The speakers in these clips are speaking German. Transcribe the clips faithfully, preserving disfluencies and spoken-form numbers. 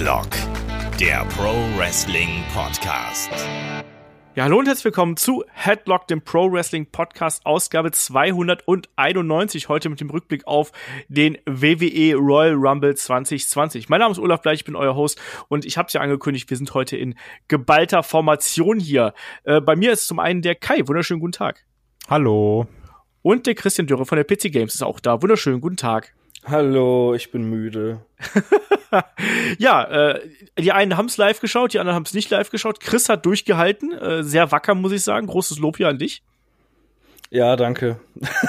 Headlock, der Pro Wrestling Podcast. Ja, hallo und herzlich willkommen zu Headlock, dem Pro Wrestling Podcast, Ausgabe zweihunderteinundneunzig. Heute mit dem Rückblick auf den W W E Royal Rumble zwanzig zwanzig. Mein Name ist Olaf Bleich, ich bin euer Host und ich habe es ja angekündigt, wir sind heute in geballter Formation hier. Äh, bei mir ist zum einen der Kai. Wunderschönen guten Tag. Hallo. Und der Christian Dürre von der P C Games ist auch da. Wunderschönen guten Tag. Hallo, ich bin müde. Ja, äh, die einen haben es live geschaut, die anderen haben es nicht live geschaut. Chris hat durchgehalten, äh, sehr wacker, muss ich sagen. Großes Lob hier an dich. Ja, danke.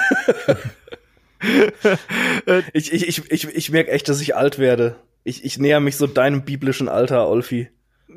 ich ich, ich, ich, ich merke echt, dass ich alt werde. Ich, ich näher mich so deinem biblischen Alter, Olfi.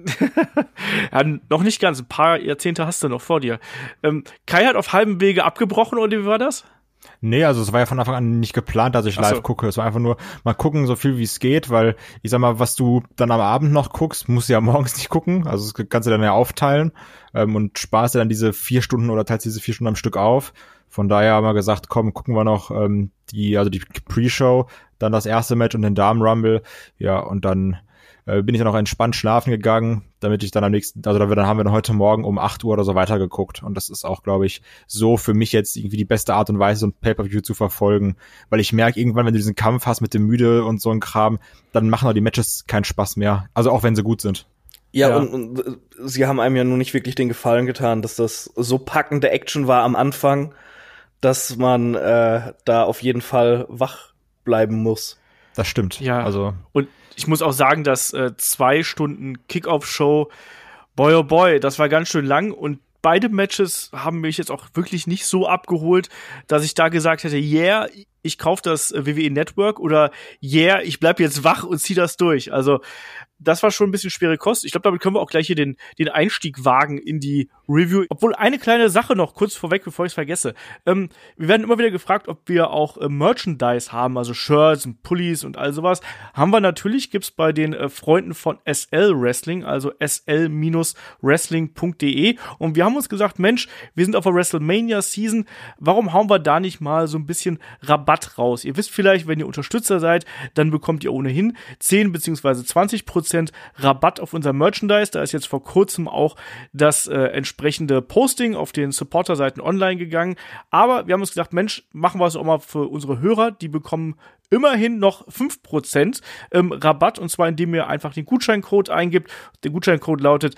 Ja, noch nicht ganz. Ein paar Jahrzehnte hast du noch vor dir. Ähm, Kai hat auf halbem Wege abgebrochen, oder wie war das? Nee, also es war ja von Anfang an nicht geplant, dass ich live so. gucke. Es war einfach nur mal gucken, so viel wie es geht, weil ich sag mal, was du dann am Abend noch guckst, musst du ja morgens nicht gucken. Also das kannst du dann ja aufteilen ähm, und sparst dir dann diese vier Stunden oder teilst diese vier Stunden am Stück auf. Von daher haben wir gesagt, komm, gucken wir noch ähm, die, also die Pre-Show, dann das erste Match und den Damen-Rumble. Ja, und dann äh, bin ich dann auch entspannt schlafen gegangen, damit ich dann am nächsten, also dann haben wir dann heute Morgen um acht Uhr oder so weitergeguckt. Und das ist auch, glaube ich, so für mich jetzt irgendwie die beste Art und Weise, so ein Pay-Per-View zu verfolgen. Weil ich merke, irgendwann, wenn du diesen Kampf hast mit dem Müde und so ein Kram, dann machen auch die Matches keinen Spaß mehr. Also auch wenn sie gut sind. Ja, ja. Und, und sie haben einem ja nur nicht wirklich den Gefallen getan, dass das so packende Action war am Anfang, dass man äh, da auf jeden Fall wach bleiben muss. Das stimmt. Ja, also und ich muss auch sagen, dass äh, zwei Stunden Kickoff-Show, boy oh boy, das war ganz schön lang und beide Matches haben mich jetzt auch wirklich nicht so abgeholt, dass ich da gesagt hätte, yeah, ich kaufe das W W E Network oder yeah, ich bleib jetzt wach und zieh das durch. Also das war schon ein bisschen schwere Kost. Ich glaube, damit können wir auch gleich hier den, den Einstieg wagen in die Review. Obwohl, eine kleine Sache noch, kurz vorweg, bevor ich es vergesse. Ähm, wir werden immer wieder gefragt, ob wir auch äh, Merchandise haben, also Shirts und Pullis und all sowas. Haben wir natürlich, gibt's bei den äh, Freunden von S L Wrestling, also s l wrestling punkt d e. Und wir haben uns gesagt, Mensch, wir sind auf der WrestleMania-Season, warum hauen wir da nicht mal so ein bisschen Rabatt raus? Ihr wisst vielleicht, wenn ihr Unterstützer seid, dann bekommt ihr ohnehin zehn beziehungsweise zwanzig Prozent Rabatt auf unser Merchandise. Da ist jetzt vor kurzem auch das äh, entsprechende Posting auf den Supporter-Seiten online gegangen. Aber wir haben uns gedacht, Mensch, machen wir es auch mal für unsere Hörer. Die bekommen immerhin noch fünf Prozent ähm, Rabatt, und zwar indem ihr einfach den Gutscheincode eingibt. Der Gutscheincode lautet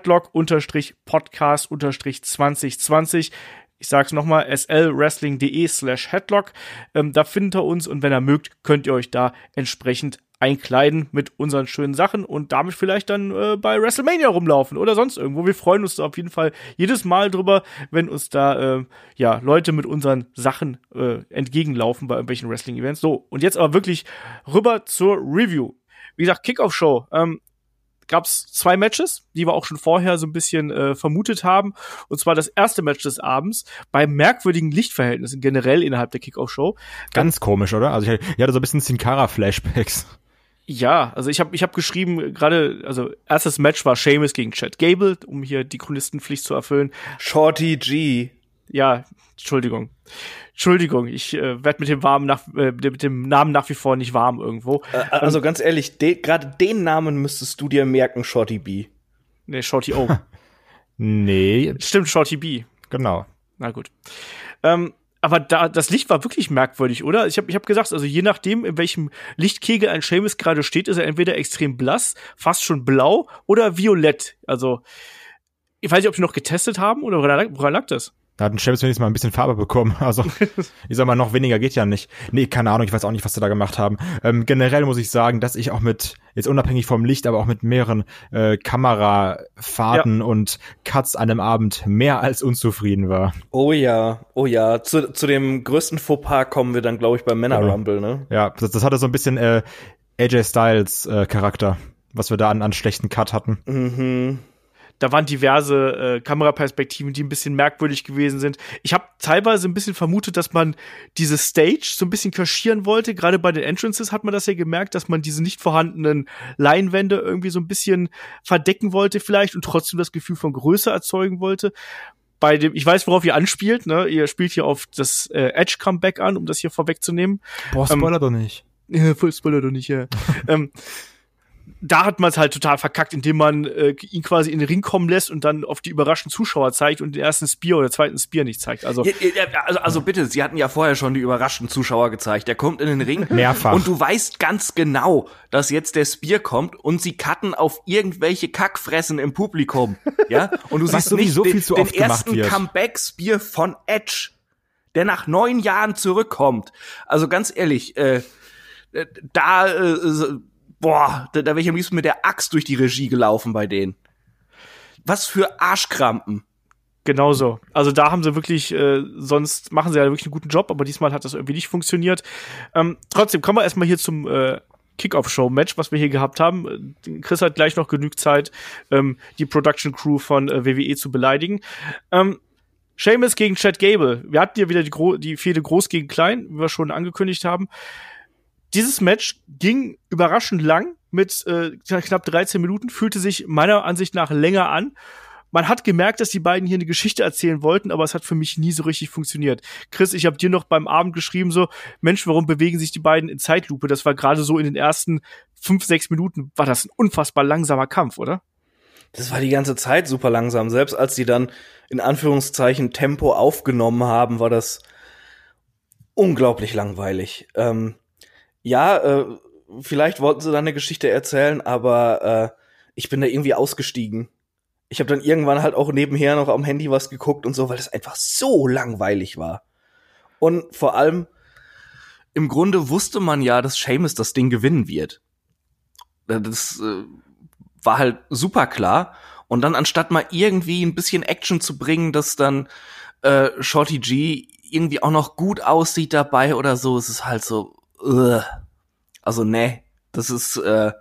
Headlock-Podcast zwanzig zwanzig. Ich sag's nochmal, slwrestling.de slash Headlock. Ähm, da findet ihr uns, und wenn ihr mögt, könnt ihr euch da entsprechend einkleiden mit unseren schönen Sachen und damit vielleicht dann äh, bei WrestleMania rumlaufen oder sonst irgendwo. Wir freuen uns da auf jeden Fall jedes Mal drüber, wenn uns da äh, ja Leute mit unseren Sachen äh, entgegenlaufen bei irgendwelchen Wrestling-Events. So, und jetzt aber wirklich rüber zur Review. Wie gesagt, Kickoff-Show. Ähm, gab's zwei Matches, die wir auch schon vorher so ein bisschen äh, vermutet haben. Und zwar das erste Match des Abends bei merkwürdigen Lichtverhältnissen generell innerhalb der Kickoff-Show. Ganz komisch, oder? Also ich, ich hatte so ein bisschen Sin Cara-Flashbacks. Ja, also ich habe ich hab geschrieben, gerade, also erstes Match war Sheamus gegen Chad Gable, um hier die Chronistenpflicht zu erfüllen. Shorty G. Ja, Entschuldigung. Entschuldigung, ich äh, werde mit dem warmen nach, äh, mit dem Namen nach wie vor nicht warm irgendwo. Äh, also ähm, ganz ehrlich, de- gerade den Namen müsstest du dir merken, Shorty B. Nee, Shorty O. Nee. Stimmt, Shorty B. Genau. Na gut. Ähm, aber da, das Licht war wirklich merkwürdig, oder? Ich habe ich hab gesagt, also je nachdem, in welchem Lichtkegel ein Sheamus gerade steht, ist er entweder extrem blass, fast schon blau oder violett. Also, ich weiß nicht, ob sie noch getestet haben oder woran, woran lag das? Da hat ein Sheamus wenigstens mal ein bisschen Farbe bekommen. Also, ich sag mal, noch weniger geht ja nicht. Nee, keine Ahnung, ich weiß auch nicht, was sie da gemacht haben. Ähm, generell muss ich sagen, dass ich auch mit, jetzt unabhängig vom Licht, aber auch mit mehreren äh, Kamerafahrten ja. und Cuts an dem Abend mehr als unzufrieden war. Oh ja, oh ja. Zu, zu dem größten Fauxpas kommen wir dann, glaube ich, beim Männer-Rumble, ne? Ja, das, das hatte so ein bisschen äh, A J Styles äh, Charakter, was wir da an, an schlechten Cut hatten. Mhm. Da waren diverse äh, Kameraperspektiven, die ein bisschen merkwürdig gewesen sind. Ich habe teilweise ein bisschen vermutet, dass man diese Stage so ein bisschen kaschieren wollte. Gerade bei den Entrances hat man das ja gemerkt, dass man diese nicht vorhandenen Leinwände irgendwie so ein bisschen verdecken wollte vielleicht und trotzdem das Gefühl von Größe erzeugen wollte. Bei dem, ich weiß, worauf ihr anspielt, ne? Ihr spielt hier auf das äh, Edge-Comeback an, um das hier vorwegzunehmen. Boah, Spoiler ähm, doch nicht. Ja, voll Spoiler doch nicht, ja. ähm, da hat man es halt total verkackt, indem man äh, ihn quasi in den Ring kommen lässt und dann auf die überraschten Zuschauer zeigt und den ersten Spear oder zweiten Spear nicht zeigt. Also, ja, ja, also, also bitte, sie hatten ja vorher schon die überraschten Zuschauer gezeigt. Der kommt in den Ring mehrfach und du weißt ganz genau, dass jetzt der Spear kommt und sie cutten auf irgendwelche Kackfressen im Publikum. Ja, und du Was siehst nicht sowieso den, viel zu den oft gemacht ersten wird. Comeback-Spear von Edge, der nach neun Jahren zurückkommt. Also ganz ehrlich, äh, da äh, boah, da, da wäre ich am liebsten mit der Axt durch die Regie gelaufen bei denen. Was für Arschkrampen. Genauso. Also da haben sie wirklich, äh, sonst machen sie ja wirklich einen guten Job, aber diesmal hat das irgendwie nicht funktioniert. Ähm, trotzdem kommen wir erstmal hier zum äh, Kickoff-Show-Match, was wir hier gehabt haben. Chris hat gleich noch genug Zeit, ähm, die Production-Crew von äh, W W E zu beleidigen. Ähm, Sheamus gegen Chad Gable. Wir hatten hier wieder die, Gro- die Fehde groß gegen klein, wie wir schon angekündigt haben. Dieses Match ging überraschend lang mit äh, knapp dreizehn Minuten, fühlte sich meiner Ansicht nach länger an. Man hat gemerkt, dass die beiden hier eine Geschichte erzählen wollten, aber es hat für mich nie so richtig funktioniert. Chris, ich habe dir noch beim Abend geschrieben so, Mensch, warum bewegen sich die beiden in Zeitlupe? Das war gerade so in den ersten fünf, sechs Minuten, war das ein unfassbar langsamer Kampf, oder? Das war die ganze Zeit super langsam. Selbst als die dann in Anführungszeichen Tempo aufgenommen haben, war das unglaublich langweilig. Ähm, ja, äh, vielleicht wollten sie dann eine Geschichte erzählen, aber äh, ich bin da irgendwie ausgestiegen. Ich habe dann irgendwann halt auch nebenher noch am Handy was geguckt und so, weil das einfach so langweilig war. Und vor allem, im Grunde wusste man ja, dass Sheamus das Ding gewinnen wird. Das äh, war halt super klar. Und dann, anstatt mal irgendwie ein bisschen Action zu bringen, dass dann äh, Shorty G irgendwie auch noch gut aussieht dabei oder so, es ist halt so, uh. also nee, das ist, äh,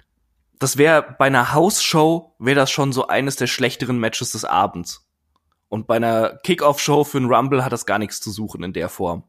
das wäre bei einer House-Show, wäre das schon so eines der schlechteren Matches des Abends. Und bei einer Kick-Off-Show für einen Rumble hat das gar nichts zu suchen in der Form.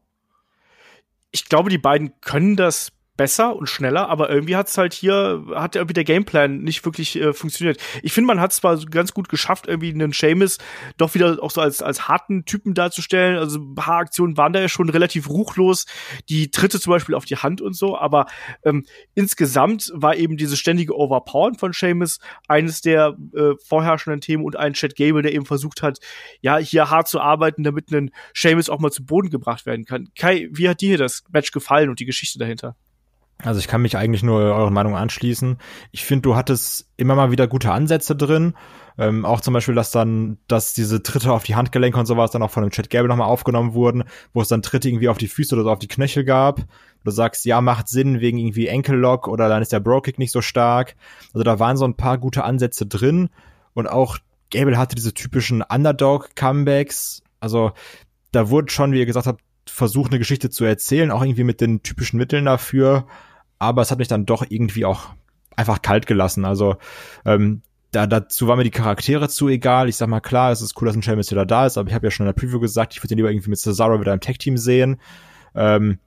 Ich glaube, die beiden können das besser und schneller, aber irgendwie hat's halt hier, hat irgendwie der Gameplan nicht wirklich äh, funktioniert. Ich finde, man hat zwar ganz gut geschafft, irgendwie einen Sheamus doch wieder auch so als als harten Typen darzustellen. Also ein paar Aktionen waren da ja schon relativ ruchlos. Die Tritte zum Beispiel auf die Hand und so, aber ähm, insgesamt war eben dieses ständige Overpowern von Sheamus eines der äh, vorherrschenden Themen und ein Chad Gable, der eben versucht hat, ja, hier hart zu arbeiten, damit ein Sheamus auch mal zu Boden gebracht werden kann. Kai, wie hat dir hier das Match gefallen und die Geschichte dahinter? Also ich kann mich eigentlich nur eurer Meinung anschließen. Ich finde, du hattest immer mal wieder gute Ansätze drin. Ähm, auch zum Beispiel, dass dann, dass diese Tritte auf die Handgelenke und sowas dann auch von dem Chad Gable nochmal aufgenommen wurden, wo es dann Tritte irgendwie auf die Füße oder so auf die Knöchel gab. Du sagst, ja, macht Sinn wegen irgendwie Enkellock oder dann ist der Bro-Kick nicht so stark. Also da waren so ein paar gute Ansätze drin. Und auch Gable hatte diese typischen Underdog-Comebacks. Also da wurde schon, wie ihr gesagt habt, versucht, eine Geschichte zu erzählen, auch irgendwie mit den typischen Mitteln dafür. Aber es hat mich dann doch irgendwie auch einfach kalt gelassen. Also ähm, da dazu waren mir die Charaktere zu egal. Ich sag mal, klar, es ist cool, dass ein Sheamus wieder da ist, aber ich habe ja schon in der Preview gesagt, ich würde ihn lieber irgendwie mit Cesaro wieder im Tag-Team sehen. Ähm,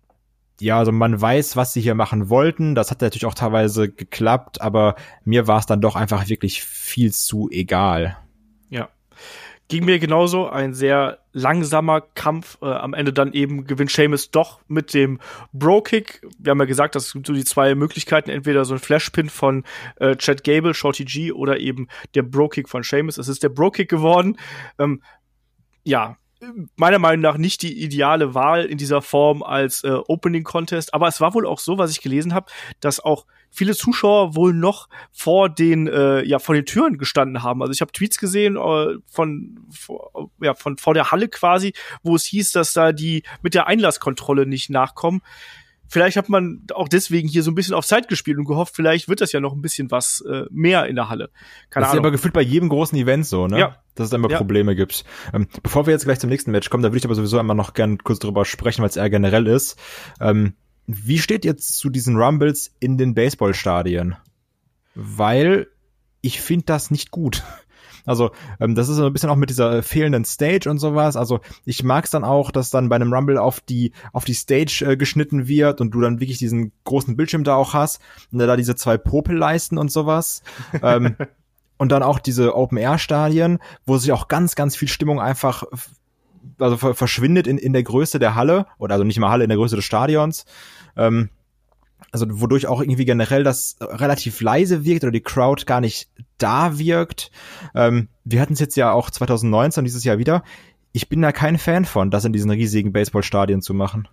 ja, also man weiß, was sie hier machen wollten. Das hat natürlich auch teilweise geklappt, aber mir war es dann doch einfach wirklich viel zu egal. Ja. Ging mir genauso, ein sehr langsamer Kampf. Äh, am Ende dann eben gewinnt Sheamus doch mit dem Bro-Kick. Wir haben ja gesagt, das sind so die zwei Möglichkeiten, entweder so ein Flashpin von äh, Chad Gable, Shorty G, oder eben der Bro-Kick von Sheamus. Es ist der Bro-Kick geworden. Ähm, ja, meiner Meinung nach nicht die ideale Wahl in dieser Form als äh, Opening-Contest, aber es war wohl auch so, was ich gelesen habe, dass auch viele Zuschauer wohl noch vor den äh, ja vor den Türen gestanden haben. Also ich habe Tweets gesehen äh, von vor, ja von vor der Halle quasi, wo es hieß, dass da die mit der Einlasskontrolle nicht nachkommen. Vielleicht hat man auch deswegen hier so ein bisschen auf Zeit gespielt und gehofft, vielleicht wird das ja noch ein bisschen was äh, mehr in der Halle. Keine das Ahnung. ist aber gefühlt bei jedem großen Event so, ne? Ja. Dass es da immer ja. Probleme gibt. Ähm, bevor wir jetzt gleich zum nächsten Match kommen, da würde ich aber sowieso einmal noch gern kurz drüber sprechen, weil es eher generell ist. Ähm, wie steht jetzt zu diesen Rumbles in den Baseballstadien? Weil ich finde das nicht gut. Also, ähm, das ist so ein bisschen auch mit dieser fehlenden Stage und sowas. Also, ich mag's dann auch, dass dann bei einem Rumble auf die auf die Stage äh, geschnitten wird und du dann wirklich diesen großen Bildschirm da auch hast und da diese zwei Popelleisten und sowas. ähm, und dann auch diese Open-Air-Stadien, wo sich auch ganz, ganz viel Stimmung einfach also ver- verschwindet in in der Größe der Halle oder also nicht mal Halle, in der Größe des Stadions. Ähm, also wodurch auch irgendwie generell das relativ leise wirkt oder die Crowd gar nicht da wirkt. Ähm, wir hatten es jetzt ja auch zwanzig neunzehn, dieses Jahr wieder. Ich bin da kein Fan von, das in diesen riesigen Baseballstadien zu machen.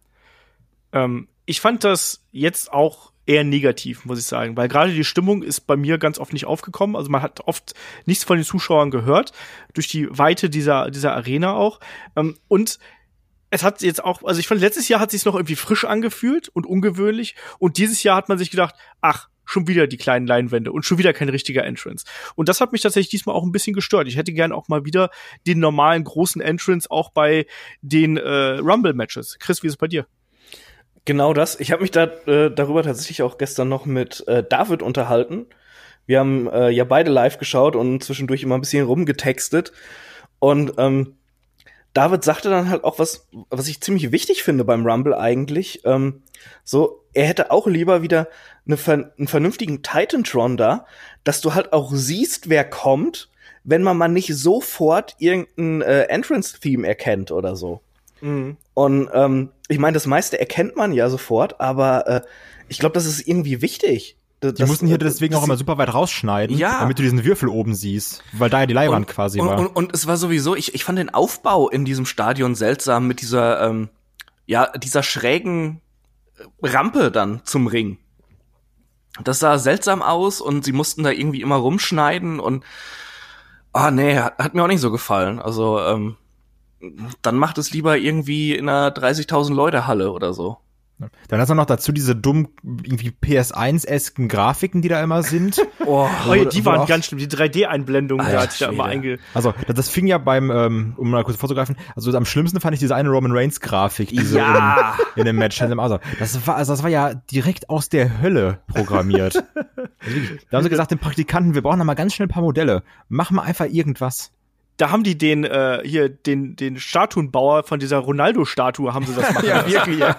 Ähm, ich fand das jetzt auch eher negativ, muss ich sagen, weil gerade die Stimmung ist bei mir ganz oft nicht aufgekommen. Also man hat oft nichts von den Zuschauern gehört, durch die Weite dieser, dieser Arena auch. Ähm, und es hat jetzt auch, also ich fand, letztes Jahr hat es sich noch irgendwie frisch angefühlt und ungewöhnlich. Und dieses Jahr hat man sich gedacht, ach, schon wieder die kleinen Leinwände und schon wieder kein richtiger Entrance. Und das hat mich tatsächlich diesmal auch ein bisschen gestört. Ich hätte gern auch mal wieder den normalen großen Entrance auch bei den äh, Rumble-Matches. Chris, wie ist es bei dir? Genau das. Ich habe mich da äh, darüber tatsächlich auch gestern noch mit äh, David unterhalten. Wir haben äh, ja beide live geschaut und zwischendurch immer ein bisschen rumgetextet. Und ähm, David sagte dann halt auch was, was ich ziemlich wichtig finde beim Rumble eigentlich. Ähm, so, er hätte auch lieber wieder eine, einen vernünftigen Titantron da, dass du halt auch siehst, wer kommt, wenn man mal nicht sofort irgendein äh, Entrance-Theme erkennt oder so. Mhm. Und ähm, ich meine, das meiste erkennt man ja sofort, aber äh, ich glaube, das ist irgendwie wichtig. Das, die mussten hier deswegen auch immer super weit rausschneiden, ja. damit du diesen Würfel oben siehst, weil da ja die Leihwand und, quasi und, war. Und, und, und es war sowieso, ich, ich fand den Aufbau in diesem Stadion seltsam mit dieser, ähm, ja, dieser schrägen Rampe dann zum Ring. Das sah seltsam aus und sie mussten da irgendwie immer rumschneiden und ah, nee, hat, hat mir auch nicht so gefallen. Also, ähm, dann macht es lieber irgendwie in einer dreißigtausend Leute Halle oder so. Dann hast du noch dazu diese dummen, irgendwie P S eins-esken Grafiken, die da immer sind. Oh, oh ja, die waren ganz schlimm. Die drei D-Einblendungen, da hatte ich da immer einge... Also, das fing ja beim, ähm, um mal kurz vorzugreifen, also am schlimmsten fand ich diese eine Roman Reigns-Grafik, diese ja. in, in dem Match. Also, das war, also das war ja direkt aus der Hölle programmiert. Also wirklich, da haben sie gesagt, den Praktikanten, wir brauchen noch mal ganz schnell ein paar Modelle. Mach mal einfach irgendwas. Da haben die den, äh, hier, den, den Statuenbauer von dieser Ronaldo-Statue, haben sie das machen ja, wirklich, ja.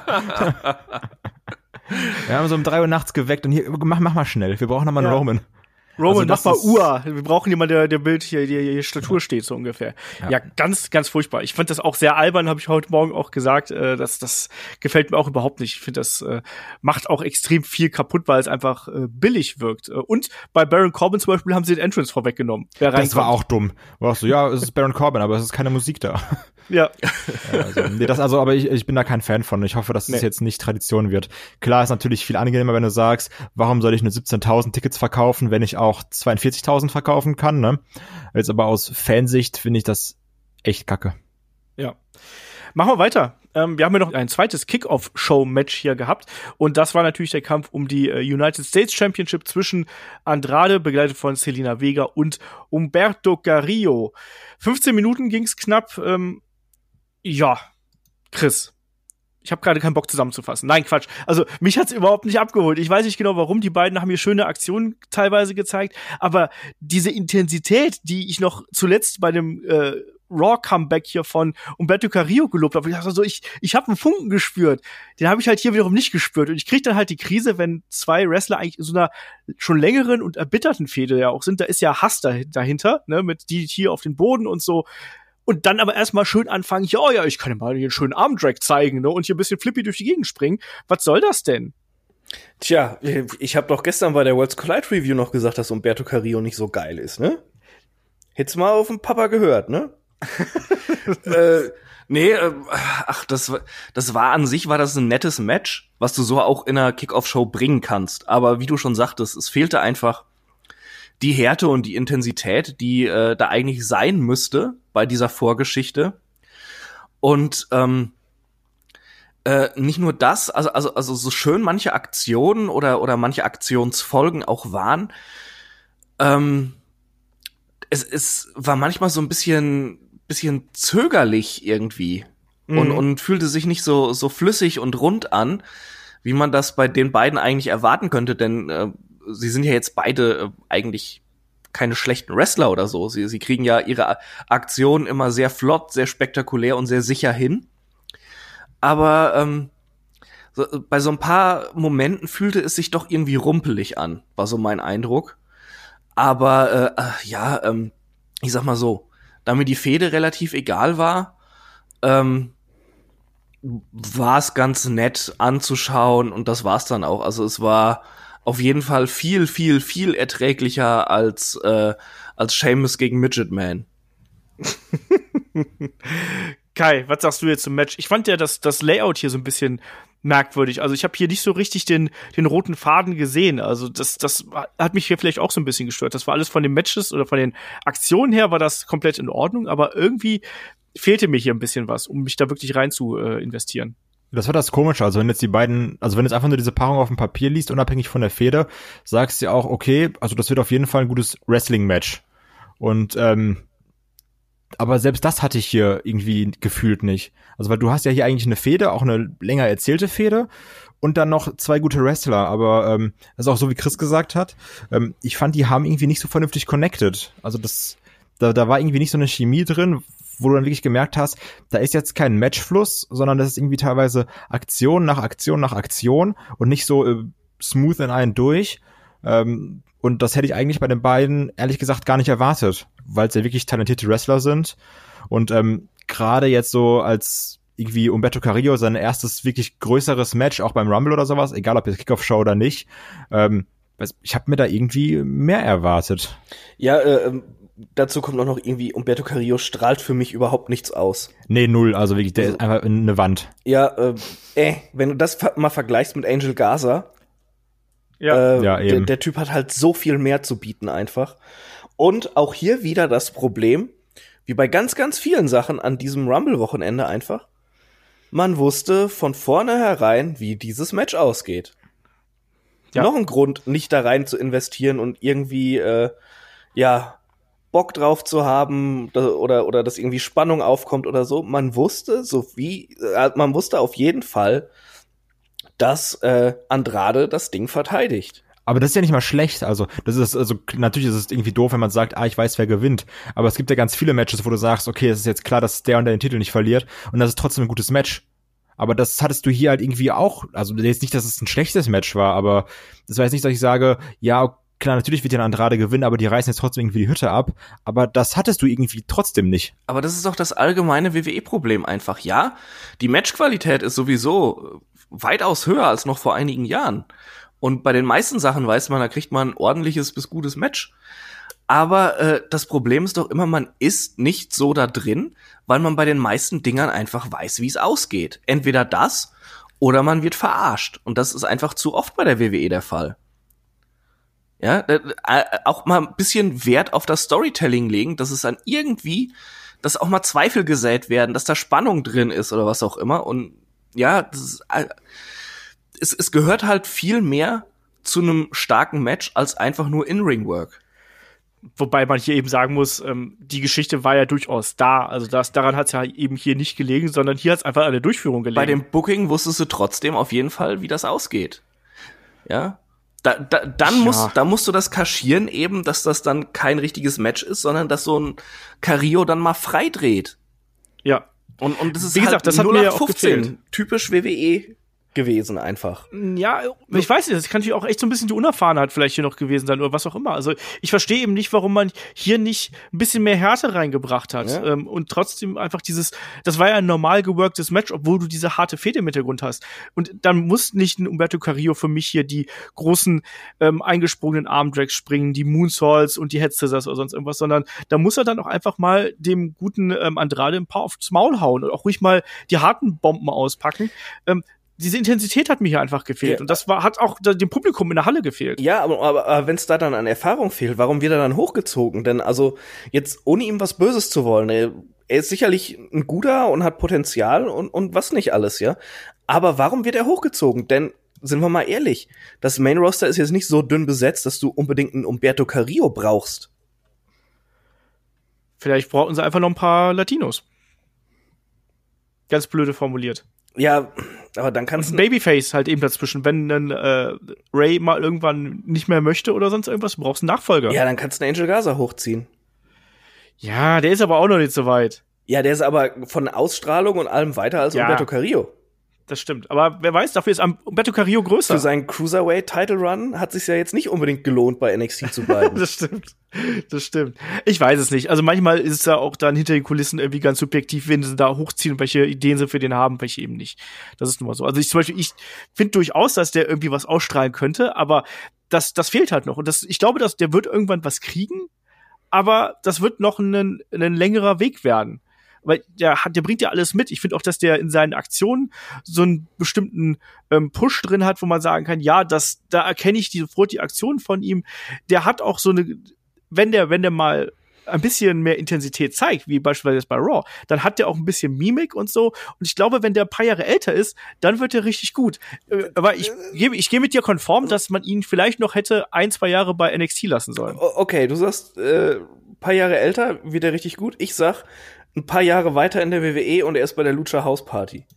Wir haben so um drei Uhr nachts geweckt und hier, mach, mach mal schnell, wir brauchen noch mal einen ja. Roman. Roman, also mach mal Uhr. Wir brauchen jemanden, der der Bild hier, die, die Statur steht, so ungefähr. Ja. ja, ganz, ganz furchtbar. Ich fand das auch sehr albern, habe ich heute Morgen auch gesagt. Äh, das, das gefällt mir auch überhaupt nicht. Ich finde, das äh, macht auch extrem viel kaputt, weil es einfach äh, billig wirkt. Und bei Baron Corbin zum Beispiel haben sie den Entrance vorweggenommen. Wer das reinkommt. War auch dumm. Warst du, ja, es ist Baron Corbin, aber es ist keine Musik da. Ja. ja also, nee, das, also, aber ich, ich bin da kein Fan von. Ich hoffe, dass es nee. jetzt nicht Tradition wird. Klar, ist natürlich viel angenehmer, wenn du sagst, warum soll ich nur siebzehntausend Tickets verkaufen, wenn ich auch zweiundvierzigtausend verkaufen kann, ne? Jetzt aber aus Fansicht finde ich das echt kacke. Ja. Machen wir weiter. Ähm, wir haben ja noch ein zweites Kick-Off-Show-Match hier gehabt. Und das war natürlich der Kampf um die äh, United States Championship zwischen Andrade, begleitet von Zelina Vega, und Humberto Carrillo. fünfzehn Minuten ging's knapp. Ähm, ja, Chris. Ich habe gerade keinen Bock zusammenzufassen. Nein, Quatsch. Also mich hat's überhaupt nicht abgeholt. Ich weiß nicht genau, warum. Die beiden haben hier schöne Aktionen teilweise gezeigt. Aber diese Intensität, die ich noch zuletzt bei dem äh, Raw-Comeback hier von Humberto Carrillo gelobt habe, ich dachte so, ich, ich habe einen Funken gespürt. Den habe ich halt hier wiederum nicht gespürt. Und ich kriege dann halt die Krise, wenn zwei Wrestler eigentlich in so einer schon längeren und erbitterten Fehde ja auch sind. Da ist ja Hass dahinter, ne, mit D D T auf den Boden und so. Und dann aber erstmal schön anfangen, ja, oh ja, ich kann dir mal hier einen schönen Armdrag zeigen, ne, und hier ein bisschen flippy durch die Gegend springen. Was soll das denn? Tja, ich habe doch gestern bei der Worlds Collide Review noch gesagt, dass Humberto Carrillo nicht so geil ist, ne? Hätt's mal auf den Papa gehört, ne? äh, nee, äh, ach, das, das war an sich, war das ein nettes Match, was du so auch in einer Kick-Off-Show bringen kannst. Aber wie du schon sagtest, es fehlte einfach die Härte und die Intensität, die äh, da eigentlich sein müsste bei dieser Vorgeschichte. Und ähm, äh, nicht nur das, also also also so schön manche Aktionen oder oder manche Aktionsfolgen auch waren, ähm, es es war manchmal so ein bisschen bisschen zögerlich irgendwie mhm. und und fühlte sich nicht so so flüssig und rund an, wie man das bei den beiden eigentlich erwarten könnte, denn äh, sie sind ja jetzt beide äh, eigentlich keine schlechten Wrestler oder so. Sie, sie kriegen ja ihre Aktionen immer sehr flott, sehr spektakulär und sehr sicher hin. Aber ähm, so, bei so ein paar Momenten fühlte es sich doch irgendwie rumpelig an, war so mein Eindruck. Aber äh, ja, ähm, ich sag mal so, da mir die Fehde relativ egal war, ähm, war es ganz nett anzuschauen und das war's dann auch. Also es war auf jeden Fall viel, viel, viel erträglicher als äh, als Sheamus gegen Midget Man. Kai, was sagst du jetzt zum Match? Ich fand ja das, das Layout hier so ein bisschen merkwürdig. Also ich habe hier nicht so richtig den, den roten Faden gesehen. Also das, das hat mich hier vielleicht auch so ein bisschen gestört. Das war alles von den Matches oder von den Aktionen her war das komplett in Ordnung, aber irgendwie fehlte mir hier ein bisschen was, um mich da wirklich rein zu äh, investieren. Das war das Komische, also wenn jetzt die beiden, also wenn jetzt einfach nur diese Paarung auf dem Papier liest, unabhängig von der Fehde, sagst du ja auch, okay, also das wird auf jeden Fall ein gutes Wrestling-Match. Und, ähm, aber selbst das hatte ich hier irgendwie gefühlt nicht. Also weil du hast ja hier eigentlich eine Fehde, auch eine länger erzählte Fehde und dann noch zwei gute Wrestler, aber ähm, das ist auch so, wie Chris gesagt hat, ähm, ich fand, die haben irgendwie nicht so vernünftig connected. Also das, da, da war irgendwie nicht so eine Chemie drin, wo du dann wirklich gemerkt hast, da ist jetzt kein Matchfluss, sondern das ist irgendwie teilweise Aktion nach Aktion nach Aktion und nicht so äh, smooth in einen durch. Ähm, und das hätte ich eigentlich bei den beiden, ehrlich gesagt, gar nicht erwartet, weil es ja wirklich talentierte Wrestler sind. Und ähm, gerade jetzt so als irgendwie Humberto Carrillo sein erstes wirklich größeres Match, auch beim Rumble oder sowas, egal ob jetzt Kickoff-Show oder nicht, ähm, ich habe mir da irgendwie mehr erwartet. Ja, äh, dazu kommt auch noch irgendwie, Humberto Carrillo strahlt für mich überhaupt nichts aus. Nee, null, also wirklich, der also, ist einfach eine Wand. Ja, äh, äh, wenn du das mal vergleichst mit Angel Garza, ja, äh, ja eben. Der, der Typ hat halt so viel mehr zu bieten einfach. Und auch hier wieder das Problem, wie bei ganz, ganz vielen Sachen an diesem Rumble-Wochenende einfach, man wusste von vornherein, wie dieses Match ausgeht. Ja. Noch ein Grund, nicht da rein zu investieren und irgendwie, äh, ja, Bock drauf zu haben oder oder dass irgendwie Spannung aufkommt oder so. Man wusste, so wie äh, man wusste auf jeden Fall, dass äh, Andrade das Ding verteidigt. Aber das ist ja nicht mal schlecht. Also das ist also natürlich ist es irgendwie doof, wenn man sagt, ah, ich weiß, wer gewinnt. Aber es gibt ja ganz viele Matches, wo du sagst, okay, es ist jetzt klar, dass der und der den Titel nicht verliert und das ist trotzdem ein gutes Match. Aber das hattest du hier halt irgendwie auch. Also jetzt nicht, dass es ein schlechtes Match war, aber das war jetzt nicht, dass ich sage, ja, klar, natürlich wird ja Andrade gewinnen, aber die reißen jetzt trotzdem irgendwie die Hütte ab. Aber das hattest du irgendwie trotzdem nicht. Aber das ist auch das allgemeine W W E-Problem einfach. Ja, die Matchqualität ist sowieso weitaus höher als noch vor einigen Jahren. Und bei den meisten Sachen weiß man, da kriegt man ein ordentliches bis gutes Match. Aber äh, das Problem ist doch immer, man ist nicht so da drin, weil man bei den meisten Dingern einfach weiß, wie es ausgeht. Entweder das oder man wird verarscht. Und das ist einfach zu oft bei der W W E der Fall. Ja, äh, auch mal ein bisschen Wert auf das Storytelling legen, dass es dann irgendwie, dass auch mal Zweifel gesät werden, dass da Spannung drin ist oder was auch immer. Und ja, das ist, äh, es, es gehört halt viel mehr zu einem starken Match als einfach nur In-Ring-Work. Wobei man hier eben sagen muss, ähm, die Geschichte war ja durchaus da. Also das, daran hat es ja eben hier nicht gelegen, sondern hier hat es einfach an der Durchführung gelegen. Bei dem Booking wusstest du trotzdem auf jeden Fall, wie das ausgeht. Ja, da, da, dann ja. musst, da musst du das kaschieren eben, dass das dann kein richtiges Match ist, sondern dass so ein Carrillo dann mal frei dreht. Ja. Und, und das ist wie halt gesagt, das hat mir ja auch gefehlt. Typisch W W E gewesen einfach. Ja, ich weiß nicht, das kann natürlich auch echt so ein bisschen die Unerfahrenheit vielleicht hier noch gewesen sein oder was auch immer. Also ich verstehe eben nicht, warum man hier nicht ein bisschen mehr Härte reingebracht hat. Ja. Ähm, und trotzdem einfach dieses, das war ja ein normal geworktes Match, obwohl du diese harte Fehde im Hintergrund hast. Und dann muss nicht ein Humberto Carrillo für mich hier die großen ähm, eingesprungenen Armdrags springen, die Moonsaults und die Head Scissors oder sonst irgendwas, sondern da muss er dann auch einfach mal dem guten ähm, Andrade ein paar aufs Maul hauen und auch ruhig mal die harten Bomben auspacken. Ähm, Diese Intensität hat mir hier einfach gefehlt. Ja. Und das war, hat auch dem Publikum in der Halle gefehlt. Ja, aber, aber, aber wenn es da dann an Erfahrung fehlt, warum wird er dann hochgezogen? Denn also jetzt, ohne ihm was Böses zu wollen, er, er ist sicherlich ein guter und hat Potenzial und, und was nicht alles, ja. Aber warum wird er hochgezogen? Denn, sind wir mal ehrlich, das Main Roster ist jetzt nicht so dünn besetzt, dass du unbedingt einen Humberto Carrillo brauchst. Vielleicht brauchen sie einfach noch ein paar Latinos. Ganz blöde formuliert. Ja, aber dann kannst du Babyface halt eben dazwischen. Wenn dann äh, Ray mal irgendwann nicht mehr möchte oder sonst irgendwas, du brauchst einen Nachfolger. Ja, dann kannst du einen Angel Garza hochziehen. Ja, der ist aber auch noch nicht so weit. Ja, der ist aber von Ausstrahlung und allem weiter als ja. Humberto Carrillo. Das stimmt. Aber wer weiß, dafür ist Humberto Carrillo größer. Für seinen Cruiserweight-Title-Run hat es sich ja jetzt nicht unbedingt gelohnt, bei N X T zu bleiben. Das stimmt. Das stimmt. Ich weiß es nicht. Also manchmal ist es ja auch dann hinter den Kulissen irgendwie ganz subjektiv, wen sie da hochziehen, welche Ideen sie für den haben, welche eben nicht. Das ist nun mal so. Also ich zum Beispiel, ich finde durchaus, dass der irgendwie was ausstrahlen könnte, aber das, das fehlt halt noch. Und das, ich glaube, dass der wird irgendwann was kriegen, aber das wird noch ein, ein längerer Weg werden. Weil der hat, der bringt ja alles mit. Ich finde auch, dass der in seinen Aktionen so einen bestimmten ähm, Push drin hat, wo man sagen kann, ja, das, da erkenne ich die, sofort die Aktionen von ihm. Der hat auch so eine, wenn der, wenn der mal ein bisschen mehr Intensität zeigt, wie beispielsweise bei Raw, dann hat der auch ein bisschen Mimik und so. Und ich glaube, wenn der ein paar Jahre älter ist, dann wird er richtig gut. Äh, aber ich gebe, ich gehe mit dir konform, dass man ihn vielleicht noch hätte ein, zwei Jahre bei N X T lassen sollen. Okay, du sagst, äh, paar Jahre älter, wird er richtig gut. Ich sag, ein paar Jahre weiter in der W W E und er ist bei der Lucha House Party.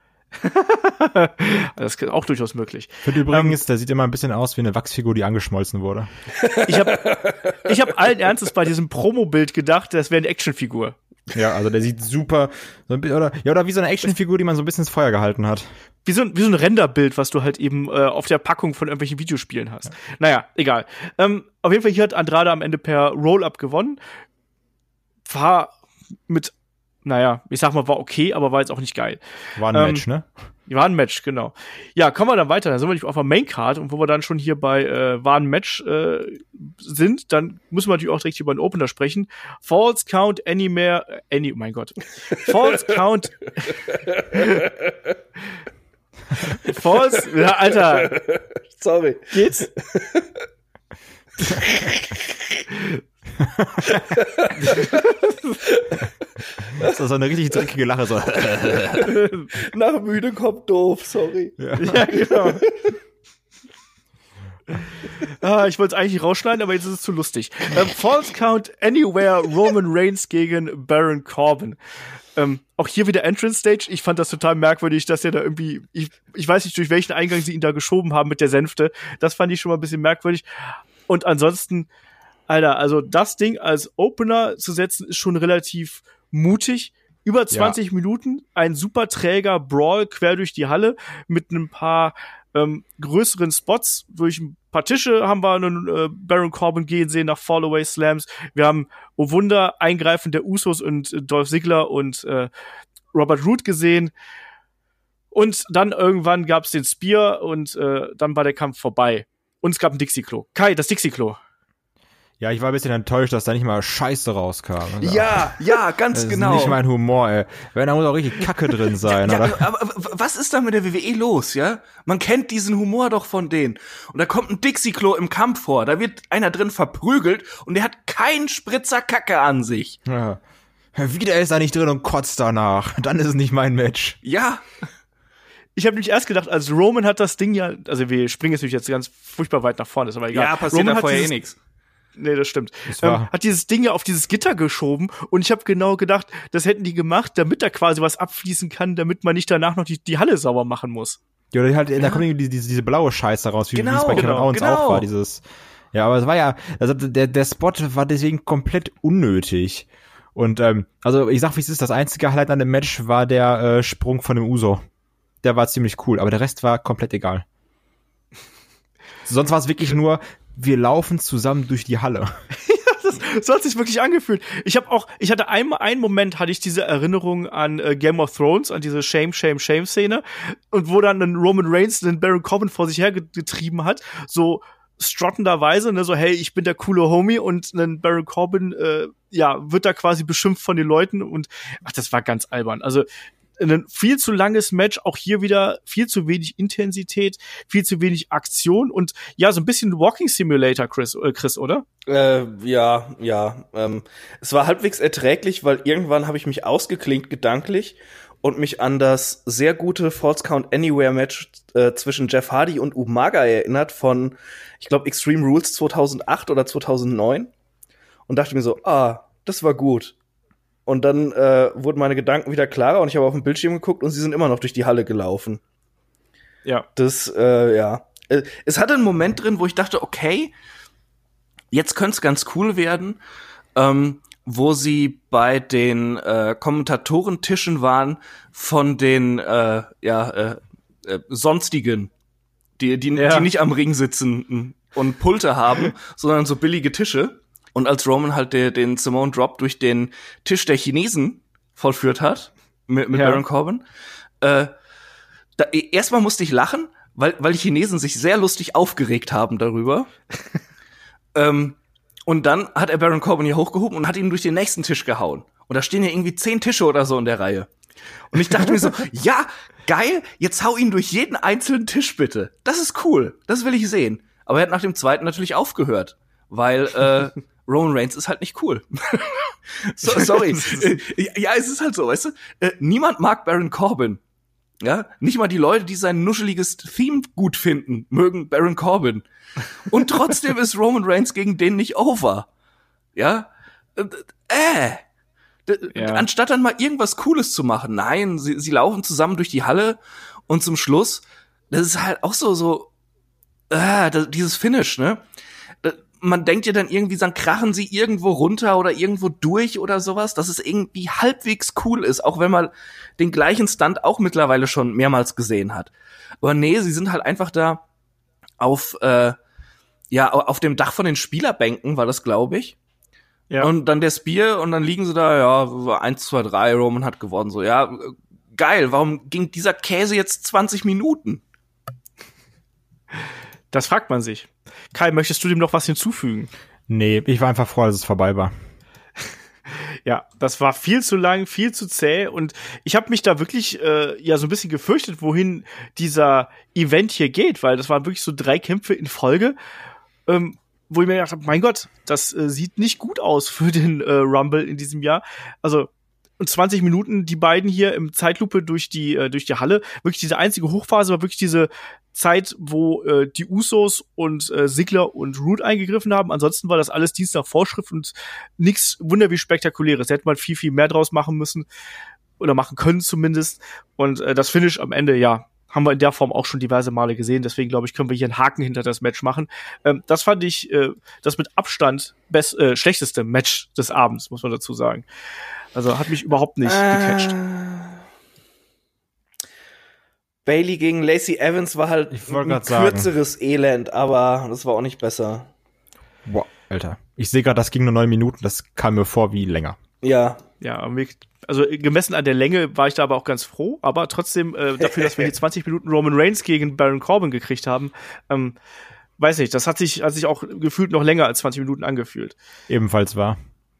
Das ist auch durchaus möglich. Für übrigens, ähm, der sieht immer ein bisschen aus wie eine Wachsfigur, die angeschmolzen wurde. Ich habe ich hab allen Ernstes bei diesem Promo-Bild gedacht, das wäre eine Actionfigur. Ja, also der sieht super, so ein bisschen, oder, ja, oder wie so eine Actionfigur, die man so ein bisschen ins Feuer gehalten hat. Wie so, wie so ein Renderbild, was du halt eben äh, auf der Packung von irgendwelchen Videospielen hast. Ja. Naja, egal. Ähm, auf jeden Fall, hier hat Andrade am Ende per Roll-Up gewonnen. War mit, naja, ich sag mal, war okay, aber war jetzt auch nicht geil. War ein ähm, Match, ne? War ein Match, genau. Ja, kommen wir dann weiter. Dann sind wir nicht auf der Maincard und wo wir dann schon hier bei äh, war ein Match äh, sind, dann müssen wir natürlich auch direkt über den Opener sprechen. Falls Count Anywhere, any, oh mein Gott. Falls Count Falls, ja, Alter. Sorry. Geht's? Das ist so eine richtig dreckige Lache. So. Nach müde kommt doof, sorry. Ja, ja genau. Ah, ich wollte es eigentlich rausschneiden, aber jetzt ist es zu lustig. Ähm, False Count Anywhere, Roman Reigns gegen Baron Corbin. Ähm, auch hier wieder Entrance Stage. Ich fand das total merkwürdig, dass er da irgendwie, ich, ich weiß nicht, durch welchen Eingang sie ihn da geschoben haben mit der Sänfte. Das fand ich schon mal ein bisschen merkwürdig. Und ansonsten, Alter, also das Ding als Opener zu setzen, ist schon relativ mutig. Über zwanzig ja. Minuten, ein super träger Brawl quer durch die Halle mit ein paar ähm, größeren Spots. Durch ein paar Tische haben wir einen äh, Baron Corbin gehen sehen nach Fallaway Slams. Wir haben, oh Wunder, Eingreifen der Usos und äh, Dolph Ziggler und äh, Robert Roode gesehen. Und dann irgendwann gab's den Spear und äh, dann war der Kampf vorbei. Und es gab ein Dixie-Klo. Kai, das Dixie-Klo. Ja, ich war ein bisschen enttäuscht, dass da nicht mal Scheiße rauskam. Ja, ja, ganz das genau. Das ist nicht mein Humor, ey. Wenn, da muss auch richtig Kacke drin sein, ja, oder? Ja, aber was ist da mit der W W E los, ja? Man kennt diesen Humor doch von denen. Und da kommt ein Dixie-Klo im Kampf vor. Da wird einer drin verprügelt und der hat keinen Spritzer Kacke an sich. Ja. Wieder ist er nicht drin und kotzt danach. Dann ist es nicht mein Match. Ja. Ich habe nämlich erst gedacht, als Roman hat das Ding ja, also wir springen jetzt natürlich jetzt ganz furchtbar weit nach vorne, ist aber egal. Ja, passiert Roman da vorher dieses, eh nix. Nee, das stimmt. Das ähm, hat dieses Ding ja auf dieses Gitter geschoben und ich habe genau gedacht, das hätten die gemacht, damit da quasi was abfließen kann, damit man nicht danach noch die, die Halle sauber machen muss. Ja, oder halt, ja. da kommt irgendwie diese, diese blaue Scheiße raus, wie genau, es bei Kevin genau, Owens genau. auch war, dieses. Ja, aber es war ja, also der, der Spot war deswegen komplett unnötig. Und, ähm, also ich sag, wie es ist, das einzige Highlight an dem Match war der äh, Sprung von dem Uso. Der war ziemlich cool, aber der Rest war komplett egal. Sonst war es wirklich nur, wir laufen zusammen durch die Halle. Das, so hat sich wirklich angefühlt. Ich habe auch, ich hatte einmal einen Moment, hatte ich diese Erinnerung an äh, Game of Thrones, an diese Shame, Shame, Shame Szene und wo dann ein Roman Reigns den Baron Corbin vor sich hergetrieben hat, so strottenderweise, ne, so hey, ich bin der coole Homie und ein Baron Corbin, äh, ja, wird da quasi beschimpft von den Leuten und ach, das war ganz albern. Also ein viel zu langes Match, auch hier wieder viel zu wenig Intensität, viel zu wenig Aktion und ja, so ein bisschen Walking Simulator, Chris, äh, Chris, oder? Äh, ja, ja. Ähm, es war halbwegs erträglich, weil irgendwann habe ich mich ausgeklinkt gedanklich und mich an das sehr gute False Count Anywhere Match äh, zwischen Jeff Hardy und Umaga erinnert von, ich glaube, Extreme Rules zweitausendacht oder zweitausendneun und dachte mir so, ah, das war gut. Und dann äh, wurden meine Gedanken wieder klarer und ich habe auf den Bildschirm geguckt und sie sind immer noch durch die Halle gelaufen. Ja. Das, äh, ja. Es hatte einen Moment drin, wo ich dachte, okay, jetzt könnte es ganz cool werden, ähm, wo sie bei den äh, Kommentatorentischen waren von den äh, ja, äh, äh, sonstigen, die, die, ja. die nicht am Ring sitzen und Pulte haben, sondern so billige Tische. Und als Roman halt der, den Samoan Drop durch den Tisch der Chinesen vollführt hat, mit, mit ja. Baron Corbin, äh, da, erstmal musste ich lachen, weil, weil die Chinesen sich sehr lustig aufgeregt haben darüber. ähm, und dann hat er Baron Corbin hier hochgehoben und hat ihn durch den nächsten Tisch gehauen. Und da stehen ja irgendwie zehn Tische oder so in der Reihe. Und ich dachte mir so, ja, geil, jetzt hau ihn durch jeden einzelnen Tisch bitte. Das ist cool, das will ich sehen. Aber er hat nach dem zweiten natürlich aufgehört, weil äh, Roman Reigns ist halt nicht cool. so, sorry. Ja, es ist halt so, weißt du, äh, niemand mag Baron Corbin. Ja, nicht mal die Leute, die sein nuscheliges Theme gut finden, mögen Baron Corbin. Und trotzdem ist Roman Reigns gegen den nicht over. Ja, äh, äh. Ja. Anstatt dann mal irgendwas Cooles zu machen. Nein, sie, sie laufen zusammen durch die Halle und zum Schluss, das ist halt auch so, so, äh, das, dieses Finish, ne? Man denkt ja dann irgendwie, dann krachen sie irgendwo runter oder irgendwo durch oder sowas, dass es irgendwie halbwegs cool ist, auch wenn man den gleichen Stunt auch mittlerweile schon mehrmals gesehen hat. Aber nee, sie sind halt einfach da auf, äh, ja, auf dem Dach von den Spielerbänken, war das, glaube ich. Ja. Und dann der Spear und dann liegen sie da, ja, eins, zwei, drei, Roman hat gewonnen, so, ja, geil, warum ging dieser Käse jetzt zwanzig Minuten? Das fragt man sich. Kai, möchtest du dem noch was hinzufügen? Nee, ich war einfach froh, als es vorbei war. Ja, das war viel zu lang, viel zu zäh und ich habe mich da wirklich äh, ja so ein bisschen gefürchtet, wohin dieser Event hier geht, weil das waren wirklich so drei Kämpfe in Folge, ähm, wo ich mir gedacht habe, mein Gott, das äh, sieht nicht gut aus für den äh, Rumble in diesem Jahr. Also und zwanzig Minuten die beiden hier im Zeitlupe durch die äh, durch die Halle. Wirklich diese einzige Hochphase war wirklich diese Zeit, wo äh, die Usos und äh, Ziggler und Roode eingegriffen haben. Ansonsten war das alles Dienst nach Vorschrift und nichts wunder wie Spektakuläres. Da hätte man viel, viel mehr draus machen müssen oder machen können zumindest. Und äh, das Finish am Ende, ja, haben wir in der Form auch schon diverse Male gesehen. Deswegen, glaube ich, können wir hier einen Haken hinter das Match machen. Ähm, das fand ich äh, das mit Abstand best, äh, schlechteste Match des Abends, muss man dazu sagen. Also hat mich überhaupt nicht äh, gecatcht. Bayley gegen Lacey Evans war halt ein kürzeres sagen. Elend, aber das war auch nicht besser. Boah, Alter. Ich sehe gerade, das ging nur neun Minuten, das kam mir vor wie länger. Ja. Ja, also gemessen an der Länge war ich da aber auch ganz froh, aber trotzdem äh, dafür, dass wir hier zwanzig Minuten Roman Reigns gegen Baron Corbin gekriegt haben, ähm, weiß nicht, das hat sich, hat sich auch gefühlt noch länger als zwanzig Minuten angefühlt. Ebenfalls war.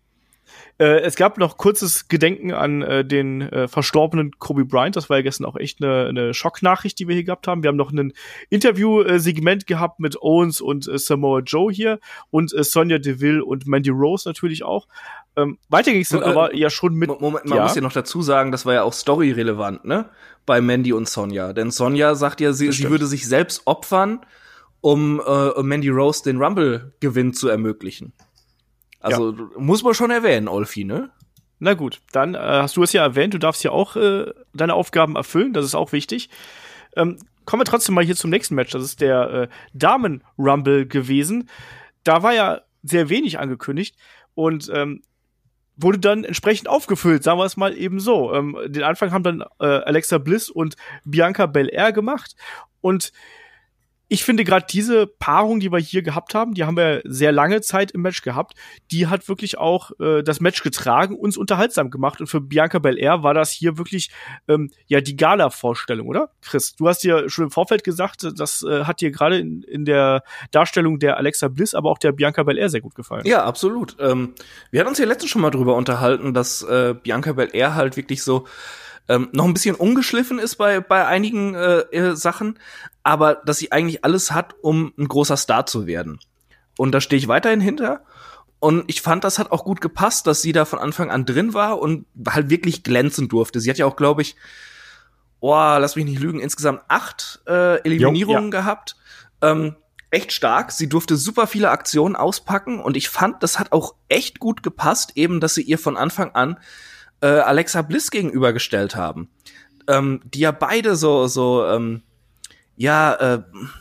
Äh, es gab noch kurzes Gedenken an äh, den äh, verstorbenen Kobe Bryant. Das war ja gestern auch echt eine, eine Schocknachricht, die wir hier gehabt haben. Wir haben noch ein Interview-Segment äh, gehabt mit Owens und äh, Samoa Joe hier und äh, Sonya Deville und Mandy Rose natürlich auch. Ähm, weiter ging es dann äh, aber ja schon mit... Moment, man ja. muss ja noch dazu sagen, das war ja auch storyrelevant, ne? Bei Mandy und Sonja. Denn Sonja sagt ja, sie, sie würde sich selbst opfern, um äh, Mandy Rose den Rumble-Gewinn zu ermöglichen. Also ja. Muss man schon erwähnen, Olfi, ne? Na gut, dann äh, hast du es ja erwähnt, du darfst ja auch äh, deine Aufgaben erfüllen, das ist auch wichtig. Ähm, kommen wir trotzdem mal hier zum nächsten Match, das ist der äh, Damen-Rumble gewesen. Da war ja sehr wenig angekündigt und ähm, wurde dann entsprechend aufgefüllt, sagen wir es mal eben so. Ähm, den Anfang haben dann äh, Alexa Bliss und Bianca Belair gemacht und ich finde gerade diese Paarung, die wir hier gehabt haben, die haben wir sehr lange Zeit im Match gehabt, die hat wirklich auch äh, das Match getragen, uns unterhaltsam gemacht und für Bianca Belair war das hier wirklich ähm, ja die Gala-Vorstellung, oder? Chris, du hast dir schon im Vorfeld gesagt, das äh, hat dir gerade in, in der Darstellung der Alexa Bliss, aber auch der Bianca Belair sehr gut gefallen. Ja, absolut. Ähm, wir hatten uns ja letztens schon mal drüber unterhalten, dass äh, Bianca Belair halt wirklich so Ähm, noch ein bisschen ungeschliffen ist bei bei einigen äh, äh, Sachen, aber dass sie eigentlich alles hat, um ein großer Star zu werden. Und da stehe ich weiterhin hinter. Und ich fand, das hat auch gut gepasst, dass sie da von Anfang an drin war und halt wirklich glänzen durfte. Sie hat ja auch, glaube ich, oh, lass mich nicht lügen, insgesamt acht äh, Eliminierungen jo, ja. gehabt. Ähm, echt stark. Sie durfte super viele Aktionen auspacken und ich fand, das hat auch echt gut gepasst, eben, dass sie ihr von Anfang an äh, Alexa Bliss gegenübergestellt haben. Ähm, die ja beide so, so, ähm, ja, äh,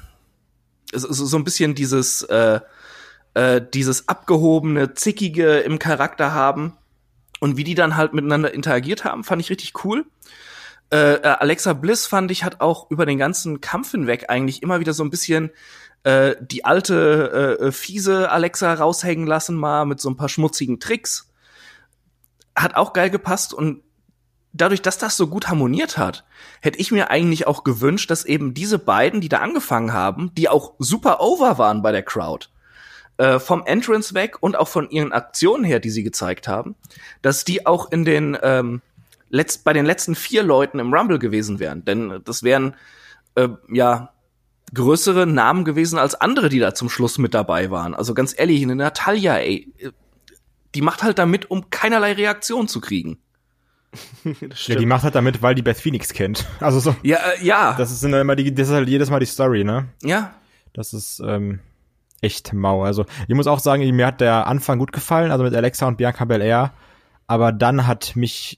so, so ein bisschen dieses, äh, äh, dieses abgehobene, zickige im Charakter haben und wie die dann halt miteinander interagiert haben, fand ich richtig cool. Äh, Alexa Bliss, fand ich, hat auch über den ganzen Kampf hinweg eigentlich immer wieder so ein bisschen äh, die alte, äh, fiese Alexa raushängen lassen, mal mit so ein paar schmutzigen Tricks. Hat auch geil gepasst und dadurch, dass das so gut harmoniert hat, hätte ich mir eigentlich auch gewünscht, dass eben diese beiden, die da angefangen haben, die auch super over waren bei der Crowd, äh, vom Entrance weg und auch von ihren Aktionen her, die sie gezeigt haben, dass die auch in den ähm, letzt, bei den letzten vier Leuten im Rumble gewesen wären. Denn das wären äh, ja größere Namen gewesen als andere, die da zum Schluss mit dabei waren. Also ganz ehrlich, eine Natalia, ey, die macht halt damit, um keinerlei Reaktion zu kriegen. Ja, die macht halt damit, weil die Beth Phoenix kennt. Also so. Ja, äh, ja. Das ist immer die, das ist halt jedes Mal die Story, ne? Ja. Das ist ähm, echt mau. Also ich muss auch sagen, mir hat der Anfang gut gefallen, also mit Alexa und Bianca Belair. Aber dann hat mich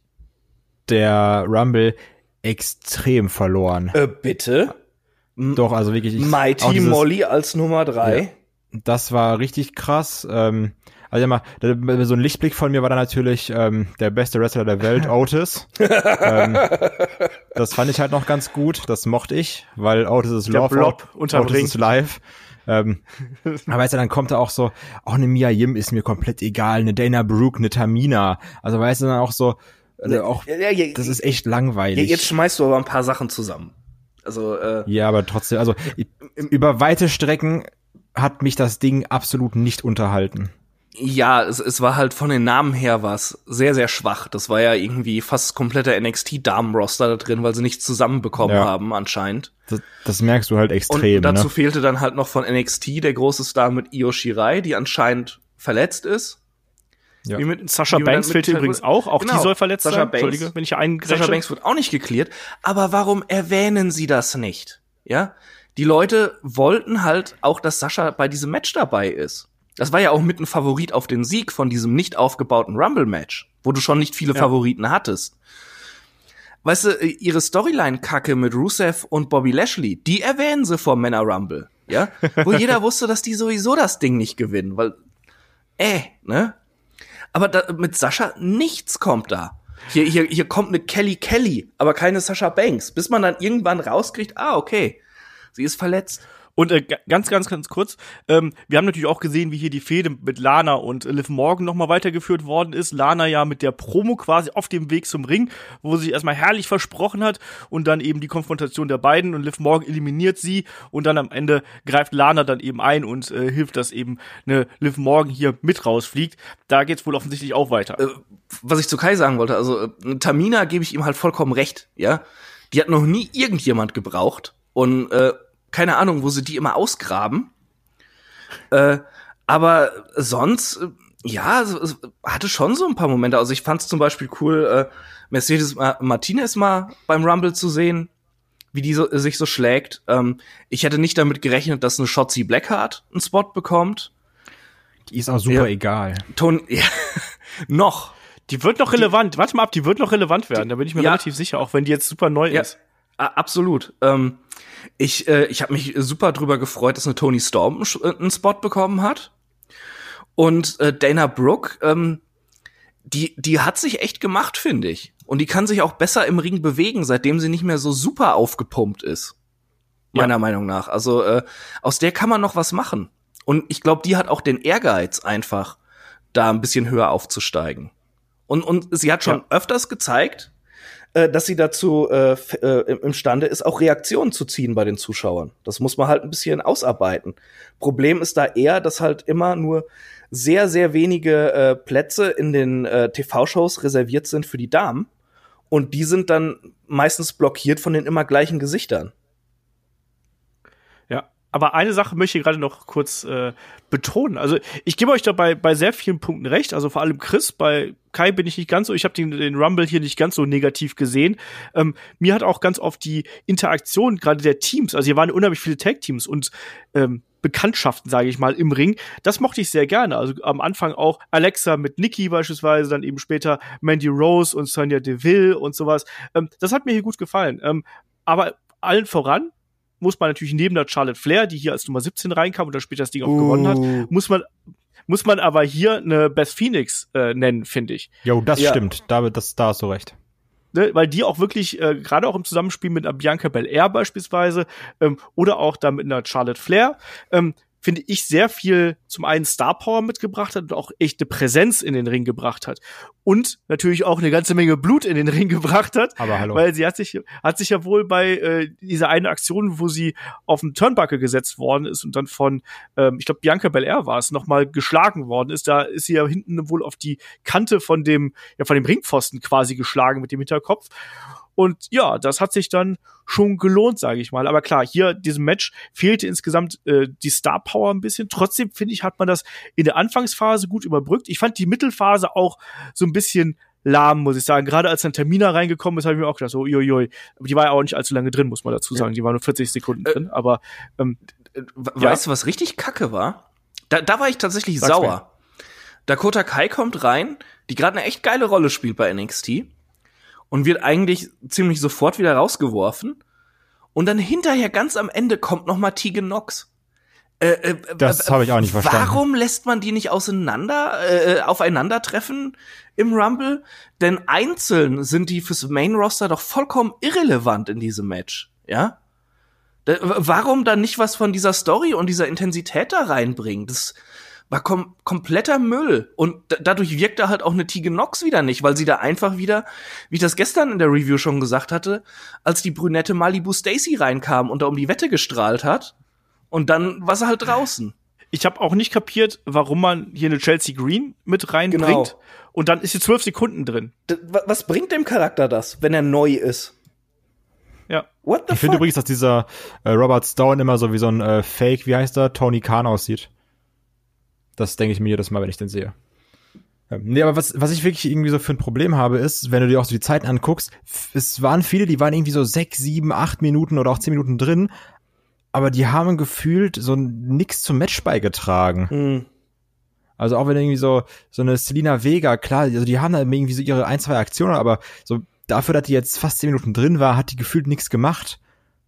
der Rumble extrem verloren. Äh, bitte? Doch, also wirklich. Ich, Mighty dieses, Molly als Nummer drei. Ja, das war richtig krass. Ähm, Also ja, mal, so ein Lichtblick von mir war dann natürlich ähm, der beste Wrestler der Welt, Otis. ähm, das fand ich halt noch ganz gut, das mochte ich, weil Otis ist der Love, Blob unterm Otis Ring. ist live. Ähm, aber weißt du, dann kommt da auch so, auch eine Mia Yim ist mir komplett egal, eine Dana Brooke, eine Tamina. Also weißt du, dann auch so, äh, auch, Ja, ja, das ist echt langweilig. Ja, jetzt schmeißt du aber ein paar Sachen zusammen. Also, äh, ja, aber trotzdem, also über weite Strecken hat mich das Ding absolut nicht unterhalten. Ja, es, es war halt von den Namen her was sehr, sehr schwach. Das war ja irgendwie fast kompletter N X T-Damen-Roster da drin, weil sie nichts zusammenbekommen ja. haben anscheinend. Das, das merkst du halt extrem. Und dazu ne? fehlte dann halt noch von N X T der große Star mit Io Shirai, die anscheinend verletzt ist. Ja. Wie mit Sasha Banks fehlte übrigens auch. Auch genau. die soll verletzt Sasha sein. Banks, Entschuldige, wenn ich hier einen Sasha Banks wird auch nicht geklärt. Aber warum erwähnen sie das nicht? Ja, die Leute wollten halt auch, dass Sasha bei diesem Match dabei ist. Das war ja auch mit ein Favorit auf den Sieg von diesem nicht aufgebauten Rumble-Match, wo du schon nicht viele ja. Favoriten hattest. Weißt du, ihre Storyline-Kacke mit Rusev und Bobby Lashley, die erwähnen sie vor Männer Rumble, ja? Wo jeder wusste, dass die sowieso das Ding nicht gewinnen, weil, äh, ne? Aber da, mit Sascha nichts kommt da. Hier, hier, hier kommt eine Kelly Kelly, aber keine Sasha Banks, bis man dann irgendwann rauskriegt, ah, okay, sie ist verletzt. Und äh, ganz, ganz, ganz kurz, ähm, wir haben natürlich auch gesehen, wie hier die Fehde mit Lana und Liv Morgan nochmal weitergeführt worden ist. Lana ja mit der Promo quasi auf dem Weg zum Ring, wo sie sich erstmal herrlich versprochen hat und dann eben die Konfrontation der beiden und Liv Morgan eliminiert sie und dann am Ende greift Lana dann eben ein und äh, hilft, dass eben eine Liv Morgan hier mit rausfliegt. Da geht's wohl offensichtlich auch weiter. Äh, was ich zu Kai sagen wollte, also äh, Tamina gebe ich ihm halt vollkommen recht, ja. Die hat noch nie irgendjemand gebraucht und äh, keine Ahnung, wo sie die immer ausgraben. Äh, aber sonst, äh, ja, es, es hatte schon so ein paar Momente. Also ich fand es zum Beispiel cool, äh, Mercedes Martinez mal beim Rumble zu sehen, wie die so, sich so schlägt. Ähm, ich hätte nicht damit gerechnet, dass eine Shotzi Blackheart einen Spot bekommt. Die ist auch super ja. egal. Ton, ja, noch. Die wird noch relevant. Die, Warte mal ab, die wird noch relevant werden. Da bin ich mir ja. relativ sicher, auch wenn die jetzt super neu ja. ist. A- absolut. Ähm, Ich, äh, ich habe mich super drüber gefreut, dass eine Toni Storm einen Spot bekommen hat. Und äh, Dana Brooke, ähm, die, die hat sich echt gemacht, finde ich. Und die kann sich auch besser im Ring bewegen, seitdem sie nicht mehr so super aufgepumpt ist. Meiner ja. Meinung nach. Also äh, aus der kann man noch was machen. Und ich glaube, die hat auch den Ehrgeiz, einfach da ein bisschen höher aufzusteigen. Und, und sie hat schon ja. öfters gezeigt, dass sie dazu äh, äh, imstande ist, auch Reaktionen zu ziehen bei den Zuschauern. Das muss man halt ein bisschen ausarbeiten. Problem ist da eher, dass halt immer nur sehr, sehr wenige äh, Plätze in den äh, T V-Shows reserviert sind für die Damen. Und die sind dann meistens blockiert von den immer gleichen Gesichtern. Ja, aber eine Sache möchte ich gerade noch kurz äh, betonen. Also ich gebe euch dabei bei sehr vielen Punkten recht. Also vor allem Chris, bei Kai bin ich nicht ganz so, ich habe den, den Rumble hier nicht ganz so negativ gesehen. Ähm, mir hat auch ganz oft die Interaktion gerade der Teams, also hier waren unheimlich viele Tag-Teams und ähm, Bekanntschaften, sage ich mal, im Ring. Das mochte ich sehr gerne. Also am Anfang auch Alexa mit Nikki beispielsweise, dann eben später Mandy Rose und Sonya Deville und sowas. Ähm, das hat mir hier gut gefallen. Ähm, aber allen voran muss man natürlich neben der Charlotte Flair, die hier als Nummer siebzehn reinkam und dann später das Ding auch uh. gewonnen hat, muss man muss man aber hier eine Beth Phoenix äh, nennen, finde ich. Jo, das ja. stimmt. Da, das, da hast du recht. ne, weil die auch wirklich, äh, gerade auch im Zusammenspiel mit einer Bianca Belair beispielsweise, ähm, oder auch da mit einer Charlotte Flair, ähm, finde ich, sehr viel zum einen Star Power mitgebracht hat und auch echte Präsenz in den Ring gebracht hat. Und natürlich auch eine ganze Menge Blut in den Ring gebracht hat. Aber hallo. Weil sie hat sich, hat sich ja wohl bei äh, dieser einen Aktion, wo sie auf den Turnbuckle gesetzt worden ist und dann von, ähm, ich glaube, Bianca Belair war es, nochmal geschlagen worden ist. Da ist sie ja hinten wohl auf die Kante von dem, ja, von dem Ringpfosten quasi geschlagen mit dem Hinterkopf. Und ja, das hat sich dann schon gelohnt, sage ich mal. Aber klar, hier diesem Match fehlte insgesamt äh, die Star Power ein bisschen. Trotzdem, finde ich, hat man das in der Anfangsphase gut überbrückt. Ich fand die Mittelphase auch so ein bisschen lahm, muss ich sagen. Gerade als dann Tamina reingekommen ist, habe ich mir auch gedacht, so, uiuiui. Aber die war ja auch nicht allzu lange drin, muss man dazu sagen. Die war nur vierzig Sekunden äh, drin. Aber ähm, weißt du, was richtig kacke war? Da, da war ich tatsächlich Sag's sauer. Mir. Dakota Kai kommt rein, die gerade eine echt geile Rolle spielt bei N X T. Und wird eigentlich ziemlich sofort wieder rausgeworfen. Und dann hinterher, ganz am Ende, kommt noch mal Tegan Nox. Äh, äh, das habe ich auch nicht verstanden. Warum lässt man die nicht auseinander, äh, aufeinandertreffen im Rumble? Denn einzeln sind die fürs Main-Roster doch vollkommen irrelevant in diesem Match. Ja? Da, warum dann nicht was von dieser Story und dieser Intensität da reinbringen? Das war kom- kompletter Müll. Und d- dadurch wirkte halt auch eine Tegan Nox wieder nicht, weil sie da einfach wieder, wie ich das gestern in der Review schon gesagt hatte, als die brünette Malibu Stacy reinkam und da um die Wette gestrahlt hat, und dann war sie halt draußen. Ich habe auch nicht kapiert, warum man hier eine Chelsea Green mit reinbringt. Genau. Und dann ist sie zwölf Sekunden drin. D- was bringt dem Charakter das, wenn er neu ist? Ja. What the ich finde übrigens, dass dieser äh, Robert Stone immer so wie so ein äh, Fake, wie heißt er, Tony Khan aussieht. Das denke ich mir jedes Mal, wenn ich den sehe. Ähm, nee, aber was, was ich wirklich irgendwie so für ein Problem habe, ist, wenn du dir auch so die Zeiten anguckst, f- es waren viele, die waren irgendwie so sechs, sieben, acht Minuten oder auch zehn Minuten drin, aber die haben gefühlt so nix zum Match beigetragen. Mhm. Also auch wenn irgendwie so, so eine Selena Vega, klar, also die haben da irgendwie so ihre ein, zwei Aktionen, aber so dafür, dass die jetzt fast zehn Minuten drin war, hat die gefühlt nichts gemacht.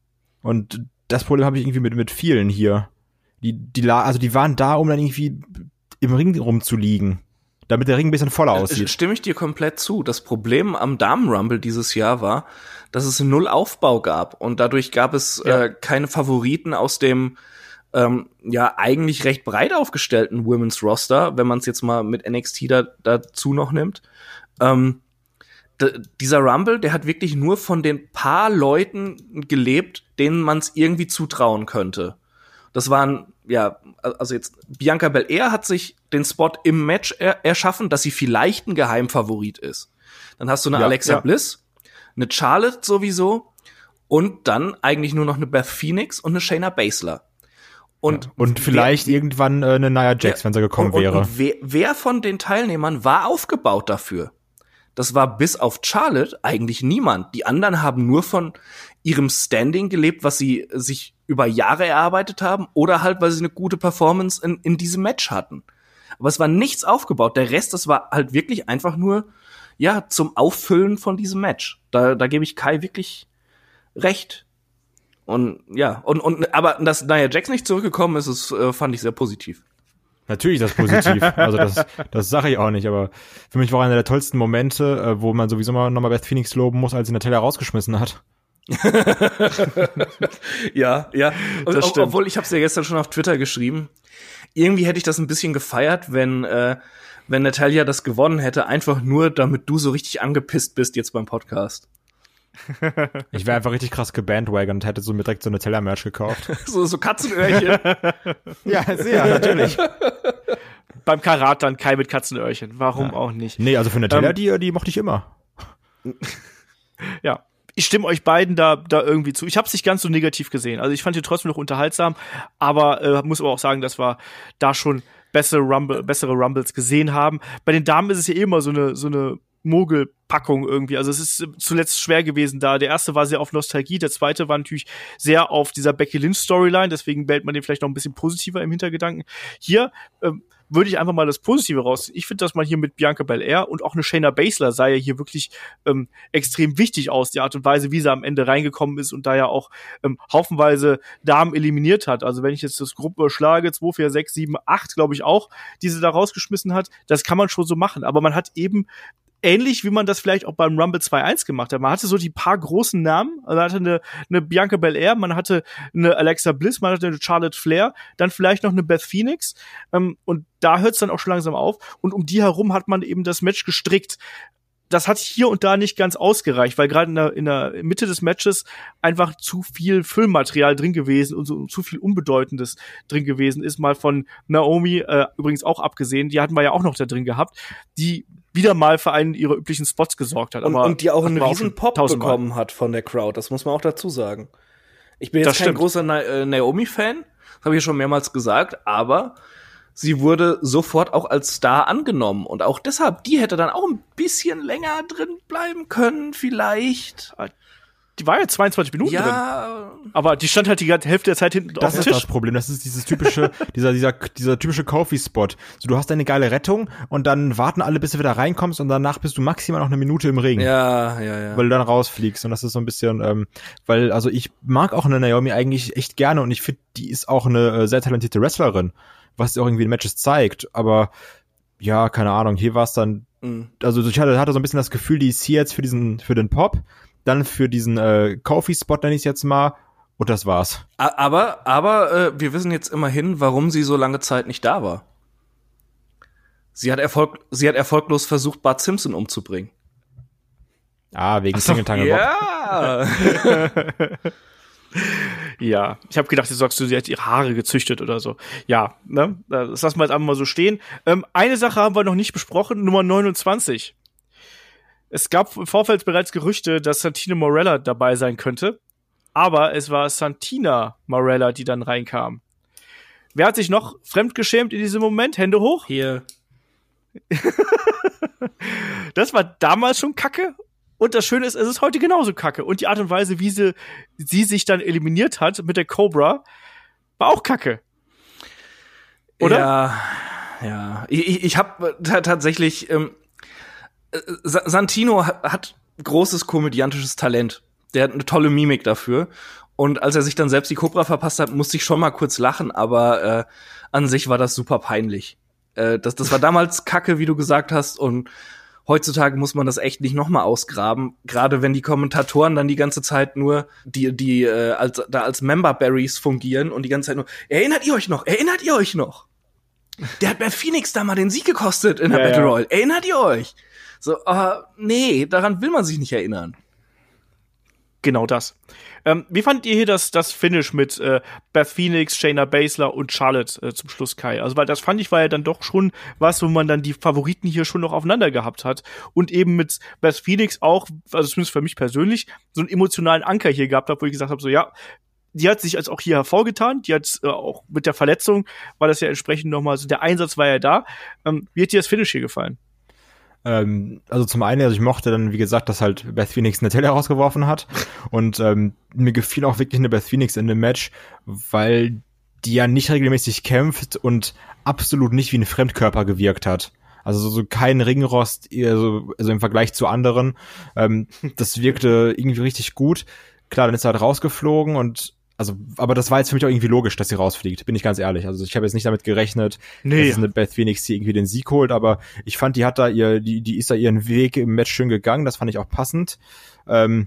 Und das Problem habe ich irgendwie mit, mit vielen hier. Die, die, also die waren da, um dann irgendwie im Ring rumzuliegen, damit der Ring ein bisschen voller aussieht. Stimme ich dir komplett zu. Das Problem am Damen-Rumble dieses Jahr war, dass es null Aufbau gab und dadurch gab es ja. äh, keine Favoriten aus dem ähm, ja eigentlich recht breit aufgestellten Women's Roster, wenn man es jetzt mal mit N X T da, dazu noch nimmt. Ähm, d- dieser Rumble, der hat wirklich nur von den paar Leuten gelebt, denen man es irgendwie zutrauen könnte. Das waren, ja, also jetzt, Bianca Belair hat sich den Spot im Match er- erschaffen, dass sie vielleicht ein Geheimfavorit ist. Dann hast du eine ja, Alexa ja. Bliss, eine Charlotte sowieso und dann eigentlich nur noch eine Beth Phoenix und eine Shayna Baszler. Und, ja. und vielleicht wer, irgendwann äh, eine Nia Jax, ja, wenn sie gekommen und, wäre. Und wer, wer von den Teilnehmern war aufgebaut dafür? Das war bis auf Charlotte eigentlich niemand. Die anderen haben nur von ihrem Standing gelebt, was sie sich über Jahre erarbeitet haben, oder halt, weil sie eine gute Performance in, in diesem Match hatten. Aber es war nichts aufgebaut. Der Rest, das war halt wirklich einfach nur, ja, zum Auffüllen von diesem Match. Da, da gebe ich Kai wirklich recht. Und ja, und, und aber dass Nia Jax nicht zurückgekommen ist, das äh, fand ich sehr positiv. Natürlich ist das positiv. Also das, das sage ich auch nicht, aber für mich war einer der tollsten Momente, äh, wo man sowieso mal nochmal Beth Phoenix loben muss, als sie Natalia rausgeschmissen hat. ja, ja. Und, Das stimmt. obwohl, ich habe es ja gestern schon auf Twitter geschrieben. Irgendwie hätte ich das ein bisschen gefeiert, wenn äh, wenn Natalia das gewonnen hätte, einfach nur, damit du so richtig angepisst bist jetzt beim Podcast. Ich wäre einfach richtig krass gebandwagon und hätte so mir direkt so eine Teller-Merch gekauft. so, so Katzenöhrchen. Ja, sehr, natürlich. Beim Karat dann Kai mit Katzenöhrchen. Warum ja. auch nicht? Nee, also für eine Teller, ähm, die, die mochte ich immer. Ja. Ich stimme euch beiden da, da irgendwie zu. Ich habe es nicht ganz so negativ gesehen. Also ich fand die trotzdem noch unterhaltsam, aber äh, muss aber auch sagen, dass wir da schon bessere, Rumble, bessere Rumbles gesehen haben. Bei den Damen ist es ja immer so eine, so eine Mogelpackung irgendwie. Also es ist zuletzt schwer gewesen da. Der erste war sehr auf Nostalgie, der zweite war natürlich sehr auf dieser Becky Lynch Storyline, deswegen wählt man den vielleicht noch ein bisschen positiver im Hintergedanken. Hier ähm, würde ich einfach mal das Positive rausziehen. Ich finde, dass man hier mit Bianca Belair und auch eine Shayna Baszler sah ja hier wirklich ähm, extrem wichtig aus, die Art und Weise, wie sie am Ende reingekommen ist und da ja auch ähm, haufenweise Damen eliminiert hat. Also wenn ich jetzt das Gruppe schlage, zwei, vier, sechs, sieben, acht, glaube ich auch, die sie da rausgeschmissen hat, das kann man schon so machen. Aber man hat eben ähnlich, wie man das vielleicht auch beim Rumble zwei eins gemacht hat. Man hatte so die paar großen Namen. Also man hatte eine, eine Bianca Belair, man hatte eine Alexa Bliss, man hatte eine Charlotte Flair, dann vielleicht noch eine Beth Phoenix. Ähm, und da hört es dann auch schon langsam auf. Und um die herum hat man eben das Match gestrickt. Das hat hier und da nicht ganz ausgereicht, weil gerade in der, in der Mitte des Matches einfach zu viel Füllmaterial drin gewesen und so zu viel Unbedeutendes drin gewesen ist. Mal von Naomi, äh, übrigens auch abgesehen, die hatten wir ja auch noch da drin gehabt, die wieder mal für einen ihrer üblichen Spots gesorgt hat. Und, Aber und die auch einen auch riesen Pop bekommen hat von der Crowd, das muss man auch dazu sagen. Ich bin jetzt das kein stimmt. großer Na- äh, Naomi-Fan, das habe ich ja schon mehrmals gesagt, aber sie wurde sofort auch als Star angenommen. Und auch deshalb, die hätte dann auch ein bisschen länger drin bleiben können, vielleicht. Die war ja zweiundzwanzig Minuten Ja. drin. Aber die stand halt die ganze Hälfte der Zeit hinten Das auf dem ist Tisch. das Problem. Das ist dieses typische, dieser, dieser, dieser typische Kofi-Spot. So, du hast eine geile Rettung und dann warten alle, bis du wieder reinkommst und danach bist du maximal noch eine Minute im Ring. Ja, ja, ja. Weil du dann rausfliegst. Und das ist so ein bisschen, ähm, weil, also ich mag auch eine Naomi eigentlich echt gerne und ich finde, die ist auch eine äh, sehr talentierte Wrestlerin, was sie auch irgendwie in Matches zeigt. Aber ja, keine Ahnung, hier war es dann, Mhm. also ich hatte, hatte so ein bisschen das Gefühl, die ist hier jetzt für diesen, für den Pop, dann für diesen äh, Kofi-Spot, nenne ich es jetzt mal, und das war's. A- Aber, aber äh, wir wissen jetzt immerhin, warum sie so lange Zeit nicht da war. Sie hat, Erfolg, sie hat erfolglos versucht, Bart Simpson umzubringen. Ah, wegen Single Tangle Bob. Ja. Ja, ich habe gedacht, du sagst, sie hat ihre Haare gezüchtet oder so. Ja, ne, das lassen wir jetzt einfach mal so stehen. Ähm, eine Sache haben wir noch nicht besprochen, Nummer neunundzwanzig. Es gab im Vorfeld bereits Gerüchte, dass Santino Marella dabei sein könnte, aber es war Santina Marella, die dann reinkam. Wer hat sich noch fremdgeschämt in diesem Moment? Hände hoch. Hier. Das war damals schon Kacke. Und das Schöne ist, es ist heute genauso kacke. Und die Art und Weise, wie sie, sie sich dann eliminiert hat mit der Cobra, war auch kacke. Oder? Ja, ja. Ich, ich, ich habe t- tatsächlich ähm, äh, Sa- Santino hat, hat großes komödiantisches Talent. Der hat eine tolle Mimik dafür. Und als er sich dann selbst die Cobra verpasst hat, musste ich schon mal kurz lachen, aber äh, an sich war das super peinlich. Äh, das, das war damals kacke, wie du gesagt hast, und heutzutage muss man das echt nicht noch mal ausgraben, gerade wenn die Kommentatoren dann die ganze Zeit nur die die äh, als da als Member Berries fungieren und die ganze Zeit nur erinnert ihr euch noch? Erinnert ihr euch noch? Der hat bei Phoenix da mal den Sieg gekostet in der Ja, Battle ja. Royale. Erinnert ihr euch? So, äh, nee, daran will man sich nicht erinnern. Genau das. Ähm, wie fandet ihr hier das, das Finish mit äh, Beth Phoenix, Shayna Baszler und Charlotte äh, zum Schluss, Kai? Also, weil das fand ich war ja dann doch schon was, wo man dann die Favoriten hier schon noch aufeinander gehabt hat. Und eben mit Beth Phoenix auch, also zumindest für mich persönlich, so einen emotionalen Anker hier gehabt habe, wo ich gesagt habe, so ja, die hat sich als auch hier hervorgetan, die hat äh, auch mit der Verletzung, war das ja entsprechend nochmal, so der Einsatz war ja da. Ähm, wie hat dir das Finish hier gefallen? Ähm, also zum einen, also ich mochte dann, wie gesagt, dass halt Beth Phoenix Natalia rausgeworfen hat. Und ähm, mir gefiel auch wirklich eine Beth Phoenix in dem Match, weil die ja nicht regelmäßig kämpft und absolut nicht wie ein Fremdkörper gewirkt hat. Also so, so kein Ringrost, also, also im Vergleich zu anderen. Ähm, das wirkte irgendwie richtig gut. Klar, dann ist er halt rausgeflogen und also, aber das war jetzt für mich auch irgendwie logisch, dass sie rausfliegt, bin ich ganz ehrlich. Also ich habe jetzt nicht damit gerechnet, Nee. dass eine Beth Phoenix hier irgendwie den Sieg holt, aber ich fand, die hat da ihr, die, die ist da ihren Weg im Match schön gegangen, das fand ich auch passend. Ähm,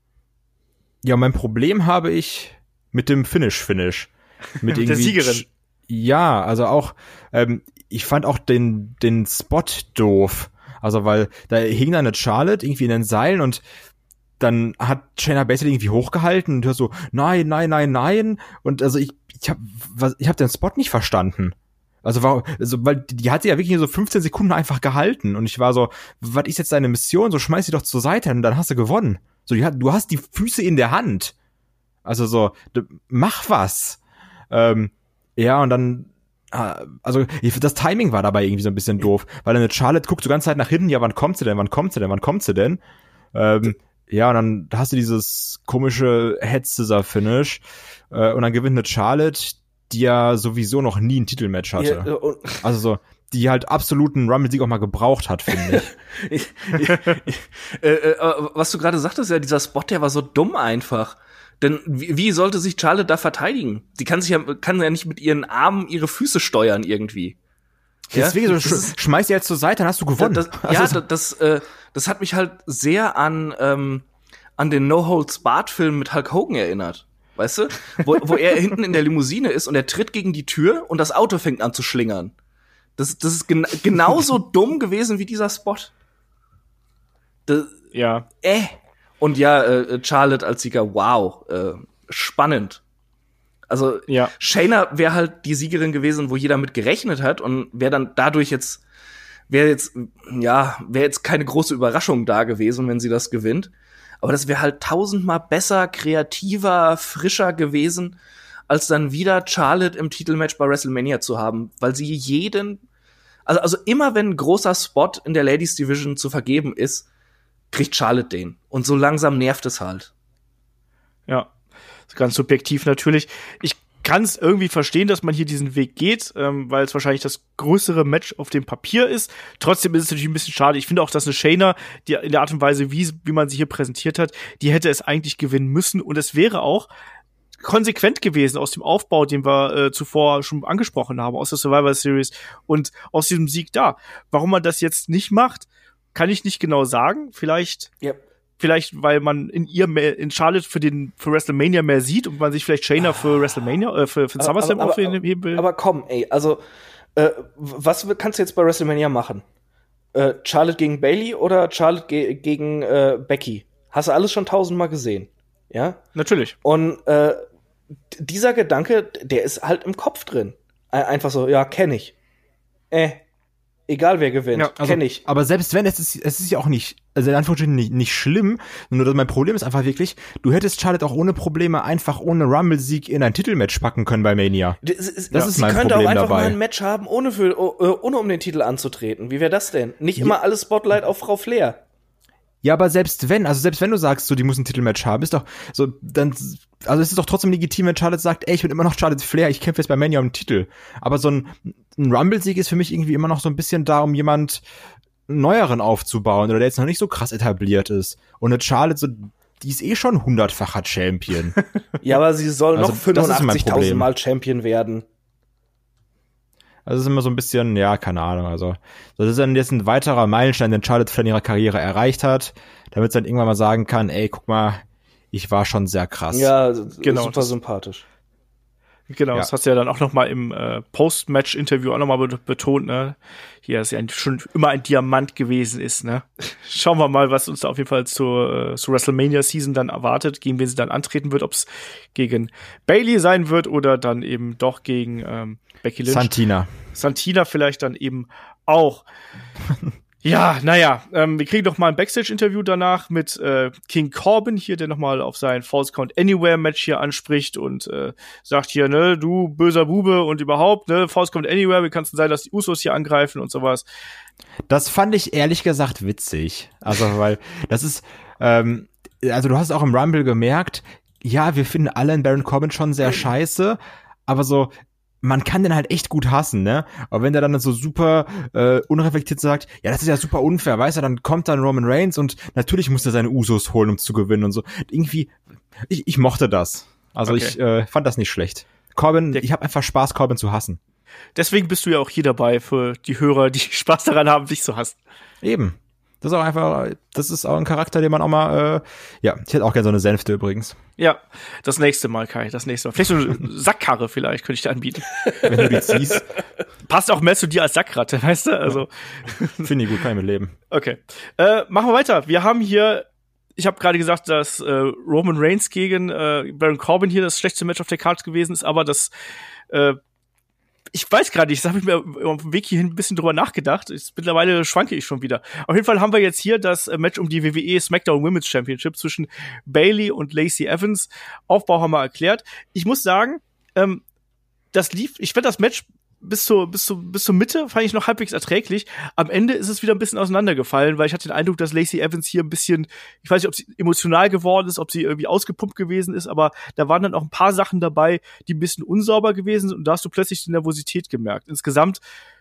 ja, mein Problem habe ich mit dem Finish-Finish. Mit, Mit der Siegerin. Ja, also auch, ähm, ich fand auch den, den Spot doof. Also, weil da hing da eine Charlotte irgendwie in den Seilen und dann hat Shayna Baszler irgendwie hochgehalten und hört so, nein, nein, nein, nein. Und also ich, ich hab, was, ich hab den Spot nicht verstanden. Also, war, also, weil die hat sie ja wirklich so fünfzehn Sekunden einfach gehalten. Und ich war so, was ist jetzt deine Mission? So, schmeiß sie doch zur Seite und dann hast du gewonnen. So, die hat, du hast die Füße in der Hand. Also so, d- mach was. Ähm, ja, und dann, äh, also ich, das Timing war dabei irgendwie so ein bisschen doof. Weil eine Charlotte guckt so ganze Zeit nach hinten, ja, wann kommt sie denn, wann kommt sie denn, wann kommt sie denn? Ähm, Ja, und dann hast du dieses komische Head-Scissor-Finish äh, und dann gewinnt eine Charlotte, die ja sowieso noch nie ein Titelmatch hatte. Ja, und Also so, die halt absoluten Rumble-Sieg auch mal gebraucht hat, finde ich. ich, ich, äh, äh, was du gerade sagtest, ja, dieser Spot, der war so dumm einfach. Denn wie, wie sollte sich Charlotte da verteidigen? Sie kann sich ja, kann ja nicht mit ihren Armen ihre Füße steuern irgendwie. Deswegen so, das sch ist- schmeiß die jetzt zur Seite, dann hast du gewonnen. Das, Also ja, so- das, das, äh, das hat mich halt sehr an, ähm, an den No-Holds-Barred-Film mit Hulk Hogan erinnert. Weißt du? Wo, wo er hinten in der Limousine ist und er tritt gegen die Tür und das Auto fängt an zu schlingern. Das, das ist gen- genauso dumm gewesen wie dieser Spot. Das, ja. Äh. Und ja, äh, Charlotte als Sieger, wow, äh, spannend. Also ja. Shayna wäre halt die Siegerin gewesen, wo jeder mit gerechnet hat und wäre dann dadurch jetzt, wäre jetzt, ja, wäre jetzt keine große Überraschung da gewesen, wenn sie das gewinnt. Aber das wäre halt tausendmal besser, kreativer, frischer gewesen, als dann wieder Charlotte im Titelmatch bei WrestleMania zu haben, weil sie jeden, also, also immer wenn ein großer Spot in der Ladies Division zu vergeben ist, kriegt Charlotte den. Und so langsam nervt es halt. Ja, ganz subjektiv natürlich. Ich kann es irgendwie verstehen, dass man hier diesen Weg geht, ähm, weil es wahrscheinlich das größere Match auf dem Papier ist. Trotzdem ist es natürlich ein bisschen schade. Ich finde auch, dass eine Shayna, die in der Art und Weise, wie, wie man sie hier präsentiert hat, die hätte es eigentlich gewinnen müssen. Und es wäre auch konsequent gewesen aus dem Aufbau, den wir äh, zuvor schon angesprochen haben, aus der Survivor Series und aus diesem Sieg da. Warum man das jetzt nicht macht, kann ich nicht genau sagen. Vielleicht, yep. vielleicht, weil man in ihr mehr, in Charlotte für den für WrestleMania mehr sieht und man sich vielleicht Shayna für WrestleMania, äh, für, für den SummerSlam aufheben will. Aber komm, ey, also äh, was kannst du jetzt bei WrestleMania machen? Äh, Charlotte gegen Bayley oder Charlotte ge- gegen äh, Becky? Hast du alles schon tausendmal gesehen, ja? Natürlich. Und äh, dieser Gedanke, der ist halt im Kopf drin. Einfach so, ja, kenn ich. Äh. Egal wer gewinnt, ja, also, kenn ich. Aber selbst wenn, es ist, es ist ja auch nicht, also in Anführungsstrichen nicht, nicht schlimm, nur mein Problem ist einfach wirklich, du hättest Charlotte auch ohne Probleme einfach ohne Rumble-Sieg in ein Titelmatch packen können bei Mania. Das ist, das ja, ist sie mein könnte Problem auch einfach dabei. mal ein Match haben, ohne, für, ohne um den Titel anzutreten. Wie wäre das denn? Nicht immer ja. alles Spotlight auf Frau Flair. Ja, aber selbst wenn, also selbst wenn du sagst, so, die muss ein Titelmatch haben, ist doch, so, dann, also es ist doch trotzdem legitim, wenn Charlotte sagt, ey, ich bin immer noch Charlotte Flair, ich kämpfe jetzt bei Mania um den Titel. Aber so ein, ein Rumble-Sieg ist für mich irgendwie immer noch so ein bisschen da, um jemand Neueren aufzubauen oder der jetzt noch nicht so krass etabliert ist. Und eine Charlotte, so, die ist eh schon hundertfacher Champion. Ja, aber sie soll also, noch fünfundachtzigtausend Mal Champion werden. Also es ist immer so ein bisschen, ja, keine Ahnung, also das ist dann jetzt ein weiterer Meilenstein, den Charlotte Flair in ihrer Karriere erreicht hat, damit sie dann irgendwann mal sagen kann, ey, guck mal, ich war schon sehr krass. Ja, genau, super das, sympathisch. Genau, ja. Das hast du ja dann auch noch mal im äh, Post-Match-Interview auch noch mal be- betont, ne? Hier ist ja ein, schon immer ein Diamant gewesen ist, ne? Schauen wir mal, was uns da auf jeden Fall zur, äh, zur WrestleMania-Season dann erwartet, gegen wen sie dann antreten wird, ob es gegen Bayley sein wird oder dann eben doch gegen ähm, Becky Lynch. Santina. Santina vielleicht dann eben auch. Ja, naja, ähm, wir kriegen doch mal ein Backstage-Interview danach mit äh, King Corbin hier, der nochmal auf sein Falls Count Anywhere-Match hier anspricht und äh, sagt hier, ne, du böser Bube und überhaupt, ne, Falls Count Anywhere, wie kann es denn sein, dass die Usos hier angreifen und sowas. Das fand ich ehrlich gesagt witzig. Also, weil das ist, ähm, also du hast auch im Rumble gemerkt, ja, wir finden alle in Baron Corbin schon sehr scheiße, aber so, man kann den halt echt gut hassen, ne? Aber wenn der dann so super äh, unreflektiert sagt, ja, das ist ja super unfair, weißt du, dann kommt dann Roman Reigns und natürlich muss er seine Usos holen, um zu gewinnen und so. Irgendwie, ich, ich mochte das. Also okay. ich äh, fand das nicht schlecht. Corbin, Der, ich habe einfach Spaß, Corbin zu hassen. Deswegen bist du ja auch hier dabei für die Hörer, die Spaß daran haben, dich zu hassen. Eben. Das ist auch einfach, das ist auch ein Charakter, den man auch mal, äh, ja, ich hätte auch gerne so eine Sänfte übrigens. Ja, das nächste Mal, Kai, das nächste Mal. Vielleicht so eine Sackkarre vielleicht, könnte ich dir anbieten. Wenn du die ziehst. Passt auch mehr zu dir als Sackratte, weißt du? Also finde ich gut, kann ich mit leben. Okay, äh, machen wir weiter. Wir haben hier, ich habe gerade gesagt, dass äh, Roman Reigns gegen äh, Baron Corbin hier das schlechteste Match auf der Karte gewesen ist, aber das äh, ich weiß gerade nicht, das habe ich mir auf dem Weg hierhin ein bisschen drüber nachgedacht. Jetzt, mittlerweile schwanke ich schon wieder. Auf jeden Fall haben wir jetzt hier das Match um die W W E SmackDown Women's Championship zwischen Bayley und Lacey Evans. Aufbau haben wir erklärt. Ich muss sagen, ähm, das lief, ich fand das Match bis zur, bis zur, bis zur Mitte fand ich noch halbwegs erträglich. Am Ende ist es wieder ein bisschen auseinandergefallen, weil ich hatte den Eindruck, dass Lacey Evans hier ein bisschen, ich weiß nicht, ob sie emotional geworden ist, ob sie irgendwie ausgepumpt gewesen ist, aber da waren dann auch ein paar Sachen dabei, die ein bisschen unsauber gewesen sind und da hast du plötzlich die Nervosität gemerkt. Insgesamt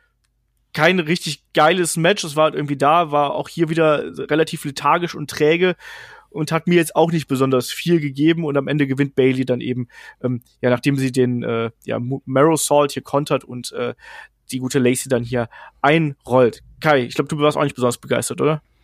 kein richtig geiles Match, es war halt irgendwie da, war auch hier wieder relativ lethargisch und träge und hat mir jetzt auch nicht besonders viel gegeben und am Ende gewinnt Bayley dann eben, ähm, ja, nachdem sie den äh, ja, Marrow Salt hier kontert und äh, die gute Lacey dann hier einrollt. Kai, ich glaube, du warst auch nicht besonders begeistert, oder?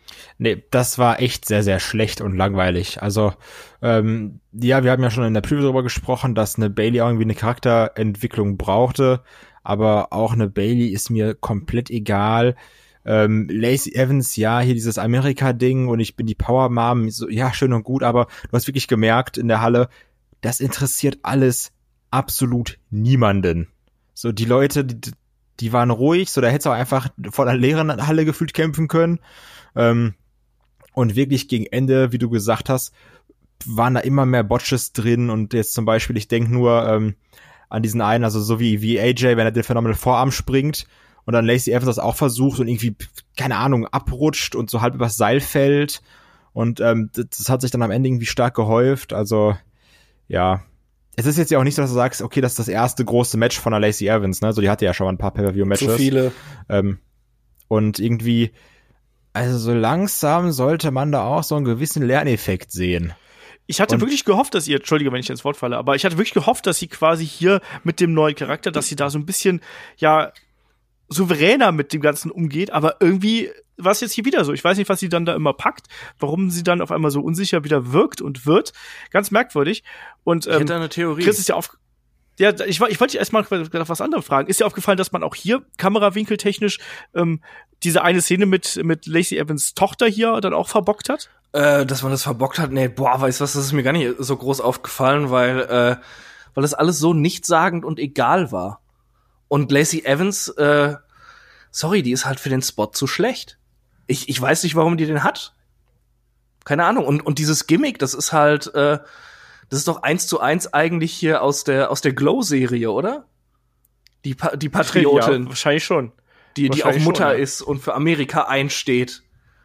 Nee, das war echt sehr, sehr schlecht und langweilig. Also, ähm, ja, wir haben ja schon in der Preview darüber gesprochen, dass eine Bayley irgendwie eine Charakterentwicklung brauchte, aber auch eine Bayley ist mir komplett egal. Ähm, Lacey Evans, ja, hier dieses Amerika-Ding und ich bin die Power-Mom, so, ja, schön und gut, aber du hast wirklich gemerkt in der Halle, das interessiert alles absolut niemanden. So, die Leute, die, die waren ruhig, so, da hättest du auch einfach vor einer leeren Halle gefühlt kämpfen können. Ähm, und wirklich gegen Ende, wie du gesagt hast, waren da immer mehr Botches drin und jetzt zum Beispiel, ich denke nur ähm, an diesen einen, also so wie, wie A J, wenn er den Phenomenal Vorarm springt und dann Lacey Evans das auch versucht und irgendwie, keine Ahnung, abrutscht und so halb übers Seil fällt und ähm, das, das hat sich dann am Ende irgendwie stark gehäuft, also ja, es ist jetzt ja auch nicht so, dass du sagst, okay, das ist das erste große Match von der Lacey Evans, ne, so die hatte ja schon mal ein paar Pay-Per-View-Matches. Zu viele. Ähm, und irgendwie, also so langsam sollte man da auch so einen gewissen Lerneffekt sehen. Ich hatte Und wirklich gehofft, dass ihr, entschuldige, wenn ich ins Wort falle, aber ich hatte wirklich gehofft, dass sie quasi hier mit dem neuen Charakter, dass sie da so ein bisschen, ja, souveräner mit dem Ganzen umgeht, aber irgendwie war es jetzt hier wieder so. Ich weiß nicht, was sie dann da immer packt, warum sie dann auf einmal so unsicher wieder wirkt und wird. Ganz merkwürdig. Und, ähm, Ich hätte eine Theorie. Chris ist ja auf, ja, ich, ich wollte dich erstmal nach was anderes fragen. Ist dir aufgefallen, dass man auch hier kamerawinkeltechnisch ähm, diese eine Szene mit, mit Lacey Evans Tochter hier dann auch verbockt hat? Äh, dass man das verbockt hat, nee, boah, weißt du was, das ist mir gar nicht so groß aufgefallen, weil, äh, weil das alles so nichtssagend und egal war. Und Lacey Evans, äh, sorry, die ist halt für den Spot zu schlecht. Ich, ich weiß nicht, warum die den hat. Keine Ahnung. Und, und dieses Gimmick, das ist halt, äh, das ist doch eins zu eins eigentlich hier aus der, aus der Glow-Serie, oder? Die, pa- die Patriotin. Ja, wahrscheinlich schon. Die, die auch Wahrscheinlich Mutter schon, ja. ist und für Amerika einsteht.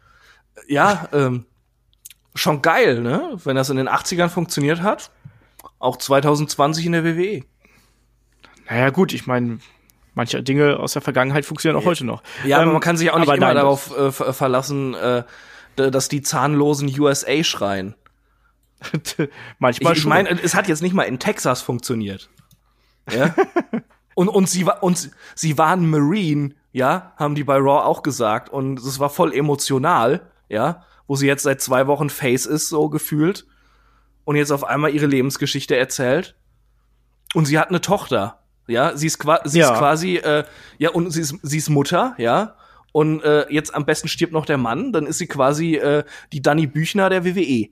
Ja, ähm, schon geil, ne? Wenn das in den achtzigern funktioniert hat. Auch zwanzig zwanzig in der W W E. Naja, gut, ich meine, manche Dinge aus der Vergangenheit funktionieren auch Ja. heute noch. Ja, Ähm, aber man kann sich auch nicht aber immer nein, darauf äh, ver- verlassen, äh, d- dass die zahnlosen U S A schreien. Manchmal Ich, ich schon. meine, es hat jetzt nicht mal in Texas funktioniert. Ja? und und sie war und sie waren Marine, ja, haben die bei Raw auch gesagt und es war voll emotional, ja, wo sie jetzt seit zwei Wochen Face ist, so gefühlt und jetzt auf einmal ihre Lebensgeschichte erzählt und sie hat eine Tochter, ja, sie ist, qua- sie Ja. ist quasi, äh, ja, und sie ist, sie ist Mutter, ja, und äh, jetzt am besten stirbt noch der Mann, dann ist sie quasi äh, die Dani Büchner der W W E.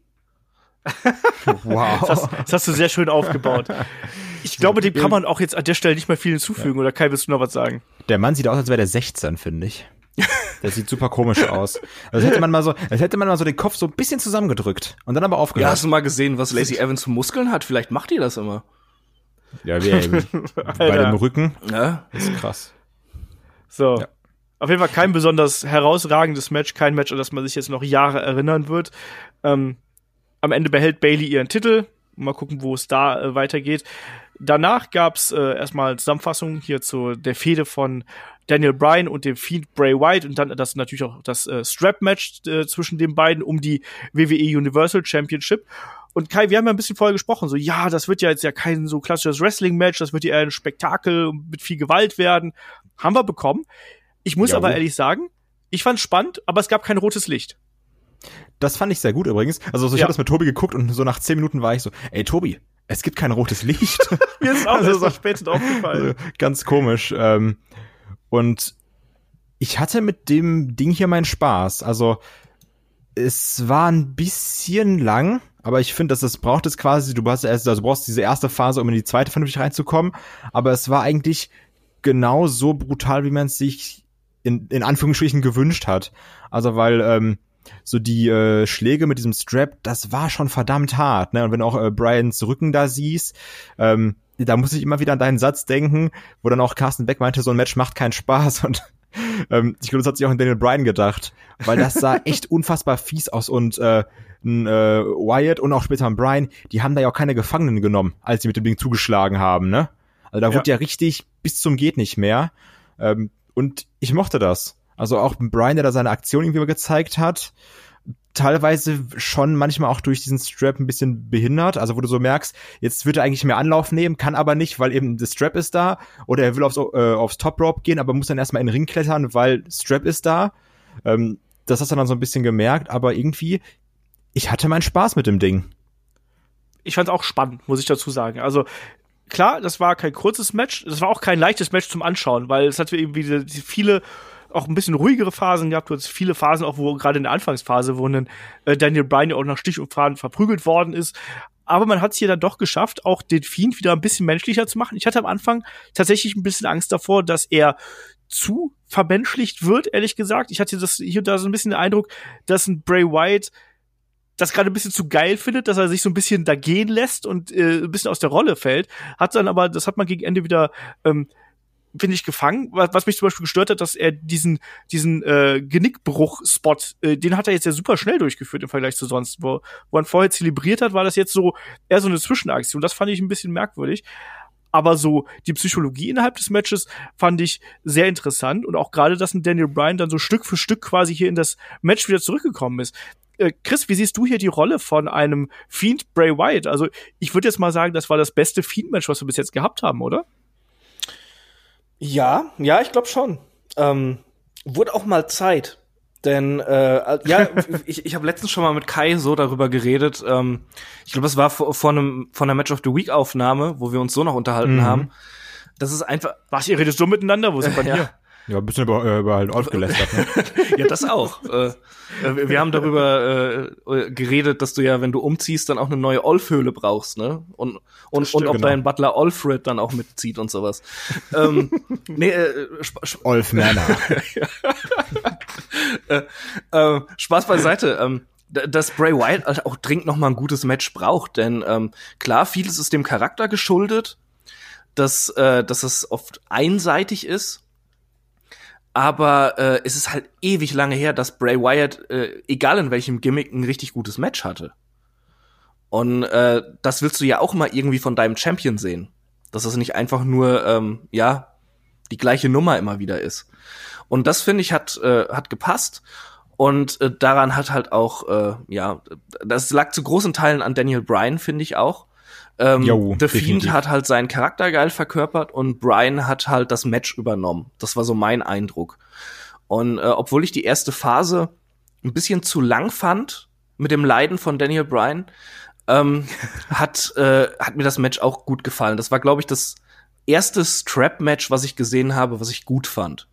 wow. Das hast, das hast du sehr schön aufgebaut. Ich glaube, dem kann man auch jetzt an der Stelle nicht mehr viel hinzufügen. Oder Kai, willst du noch was sagen? Der Mann sieht aus, als wäre der sechzehn, finde ich. Der sieht super komisch aus. Also hätte man mal so, als hätte man mal so den Kopf so ein bisschen zusammengedrückt und dann aber Ja, aufgehört. hast du mal gesehen, was Lacey Evans für Muskeln hat? Vielleicht macht die das immer. Ja, wie eben bei dem Rücken. Ja. Das ist krass. So. Ja. Auf jeden Fall kein besonders herausragendes Match. Kein Match, an das man sich jetzt noch Jahre erinnern wird. Ähm, am Ende behält Bayley ihren Titel. Mal gucken, wo es da äh, weitergeht. Danach gab's äh, erstmal Zusammenfassungen hier zu der Fehde von Daniel Bryan und dem Fiend Bray Wyatt und dann das natürlich auch das äh, Strap-Match äh, zwischen den beiden um die W W E Universal Championship. Und Kai, wir haben ja ein bisschen vorher gesprochen, so, ja, das wird ja jetzt ja kein so klassisches Wrestling-Match, das wird ja eher ein Spektakel mit viel Gewalt werden. Haben wir bekommen. Ich muss Ja, aber gut. ehrlich sagen, ich fand's spannend, aber es gab kein rotes Licht. Das fand ich sehr gut übrigens. Also so, ich Ja. habe das mit Tobi geguckt und so nach zehn Minuten war ich so, ey Tobi, es gibt kein rotes Licht. Mir ist auch Also erst so- noch später aufgefallen. Also, ganz komisch. Ähm, und ich hatte mit dem Ding hier meinen Spaß. Also es war ein bisschen lang, aber ich finde, dass es braucht es quasi, du brauchst erst, also du brauchst diese erste Phase, um in die zweite vernünftig reinzukommen. Aber es war eigentlich genau so brutal, wie man es sich in, in Anführungsstrichen gewünscht hat. Also weil ähm, so die äh, Schläge mit diesem Strap, das war schon verdammt hart, ne? Und wenn du auch äh, Bryans Rücken da siehst, ähm, da muss ich immer wieder an deinen Satz denken, wo dann auch Carsten Beck meinte, so ein Match macht keinen Spaß und ähm, ich glaube, das hat sich auch in Daniel Bryan gedacht, weil das sah echt unfassbar fies aus und äh, ein, äh, Wyatt und auch später ein Bryan, die haben da ja auch keine Gefangenen genommen, als sie mit dem Ding zugeschlagen haben, ne? Also da Ja. wurde ja richtig bis zum geht nicht mehr ähm, und ich mochte das. Also auch Bryan, der da seine Aktion irgendwie gezeigt hat, teilweise schon manchmal auch durch diesen Strap ein bisschen behindert, also wo du so merkst, jetzt wird er eigentlich mehr Anlauf nehmen, kann aber nicht, weil eben das Strap ist da, oder er will aufs, äh, aufs Top Rope gehen, aber muss dann erstmal in den Ring klettern, weil Strap ist da. Ähm, das hast du dann so ein bisschen gemerkt, aber irgendwie, ich hatte meinen Spaß mit dem Ding. Ich fand's auch spannend, muss ich dazu sagen. Also, klar, das war kein kurzes Match, das war auch kein leichtes Match zum Anschauen, weil es hat irgendwie diese, diese viele, auch ein bisschen ruhigere Phasen gehabt, du hast viele Phasen auch, wo gerade in der Anfangsphase, wo ein äh, Daniel Bryan ja auch nach Stich und Faden verprügelt worden ist. Aber man hat es hier dann doch geschafft, auch den Fiend wieder ein bisschen menschlicher zu machen. Ich hatte am Anfang tatsächlich ein bisschen Angst davor, dass er zu vermenschlicht wird, ehrlich gesagt. Ich hatte das hier und da so ein bisschen den Eindruck, dass ein Bray Wyatt das gerade ein bisschen zu geil findet, dass er sich so ein bisschen da gehen lässt und äh, ein bisschen aus der Rolle fällt. Hat dann aber, das hat man gegen Ende wieder, ähm, finde ich, gefangen. Was, was mich zum Beispiel gestört hat, dass er diesen diesen äh, Genickbruch-Spot, äh, den hat er jetzt ja super schnell durchgeführt im Vergleich zu sonst. Wo, wo er vorher zelebriert hat, war das jetzt so eher so eine Zwischenaktion. Das fand ich ein bisschen merkwürdig. Aber so die Psychologie innerhalb des Matches fand ich sehr interessant. Und auch gerade, dass ein Daniel Bryan dann so Stück für Stück quasi hier in das Match wieder zurückgekommen ist. Äh, Chris, wie siehst du hier die Rolle von einem Fiend Bray Wyatt? Also ich würde jetzt mal sagen, das war das beste Fiend-Match, was wir bis jetzt gehabt haben, oder? Ja, ja, ich glaube schon. Ähm, wurde auch mal Zeit. Denn, äh, ja, ich, ich habe letztens schon mal mit Kai so darüber geredet. Ähm, ich glaube, es war vor, vor einem von der Match of the Week Aufnahme, wo wir uns so noch unterhalten mhm. haben. Das ist einfach. Was, ihr redet so miteinander? Wo sind wir ja. hier? Ja, ein bisschen über, über halt Olf gelästert, ne? Ja, das auch. äh, wir haben darüber äh, geredet, dass du ja, wenn du umziehst, dann auch eine neue Olf-Höhle brauchst, ne? Und und, stimmt, und ob genau. dein Butler Olfred dann auch mitzieht und sowas. ähm, nee, äh, Olf Manor. äh, äh, Spaß beiseite. Ähm, dass Bray Wyatt auch dringend noch mal ein gutes Match braucht, denn ähm, klar, vieles ist dem Charakter geschuldet, dass äh, dass es oft einseitig ist. Aber äh, es ist halt ewig lange her, dass Bray Wyatt, äh, egal in welchem Gimmick, ein richtig gutes Match hatte. Und äh, das willst du ja auch mal irgendwie von deinem Champion sehen. Dass das nicht einfach nur, ähm, ja, die gleiche Nummer immer wieder ist. Und das, finde ich, hat äh, hat gepasst. Und äh, daran hat halt auch, äh, ja, das lag zu großen Teilen an Daniel Bryan, finde ich auch. Ähm, jo, The Fiend hat halt seinen Charakter geil verkörpert und Bryan hat halt das Match übernommen. Das war so mein Eindruck. Und äh, obwohl ich die erste Phase ein bisschen zu lang fand mit dem Leiden von Daniel Bryan, ähm, hat äh, hat mir das Match auch gut gefallen. Das war, glaube ich, das erste Strap-Match, was ich gesehen habe, was ich gut fand.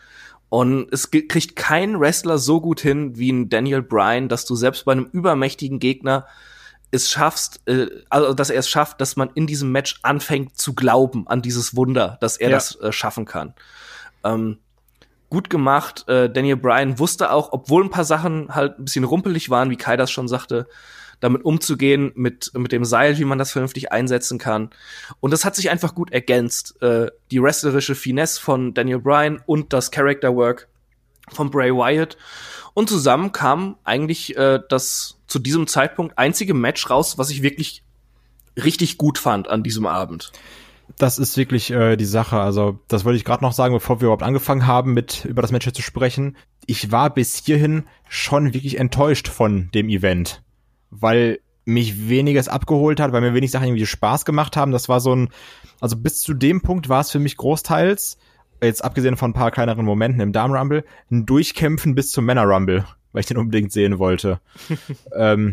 Und es kriegt kein Wrestler so gut hin wie ein Daniel Bryan, dass du selbst bei einem übermächtigen Gegner es schaffst, äh, also dass er es schafft, dass man in diesem Match anfängt zu glauben an dieses Wunder, dass er ja. das äh, schaffen kann. Ähm, gut gemacht. Äh, Daniel Bryan wusste auch, obwohl ein paar Sachen halt ein bisschen rumpelig waren, wie Kai das schon sagte, damit umzugehen, mit mit dem Seil, wie man das vernünftig einsetzen kann. Und das hat sich einfach gut ergänzt. Äh, die wrestlerische Finesse von Daniel Bryan und das Character Work von Bray Wyatt. Und zusammen kam eigentlich äh, das zu diesem Zeitpunkt einzige Match raus, was ich wirklich richtig gut fand an diesem Abend. Das ist wirklich äh, die Sache. Also das wollte ich gerade noch sagen, bevor wir überhaupt angefangen haben, mit über das Match hier zu sprechen. Ich war bis hierhin schon wirklich enttäuscht von dem Event, weil mich weniges abgeholt hat, weil mir wenig Sachen irgendwie Spaß gemacht haben. Das war so ein, also bis zu dem Punkt war es für mich großteils, jetzt abgesehen von ein paar kleineren Momenten im Damen Rumble, ein Durchkämpfen bis zum Männer Rumble, weil ich den unbedingt sehen wollte. ähm,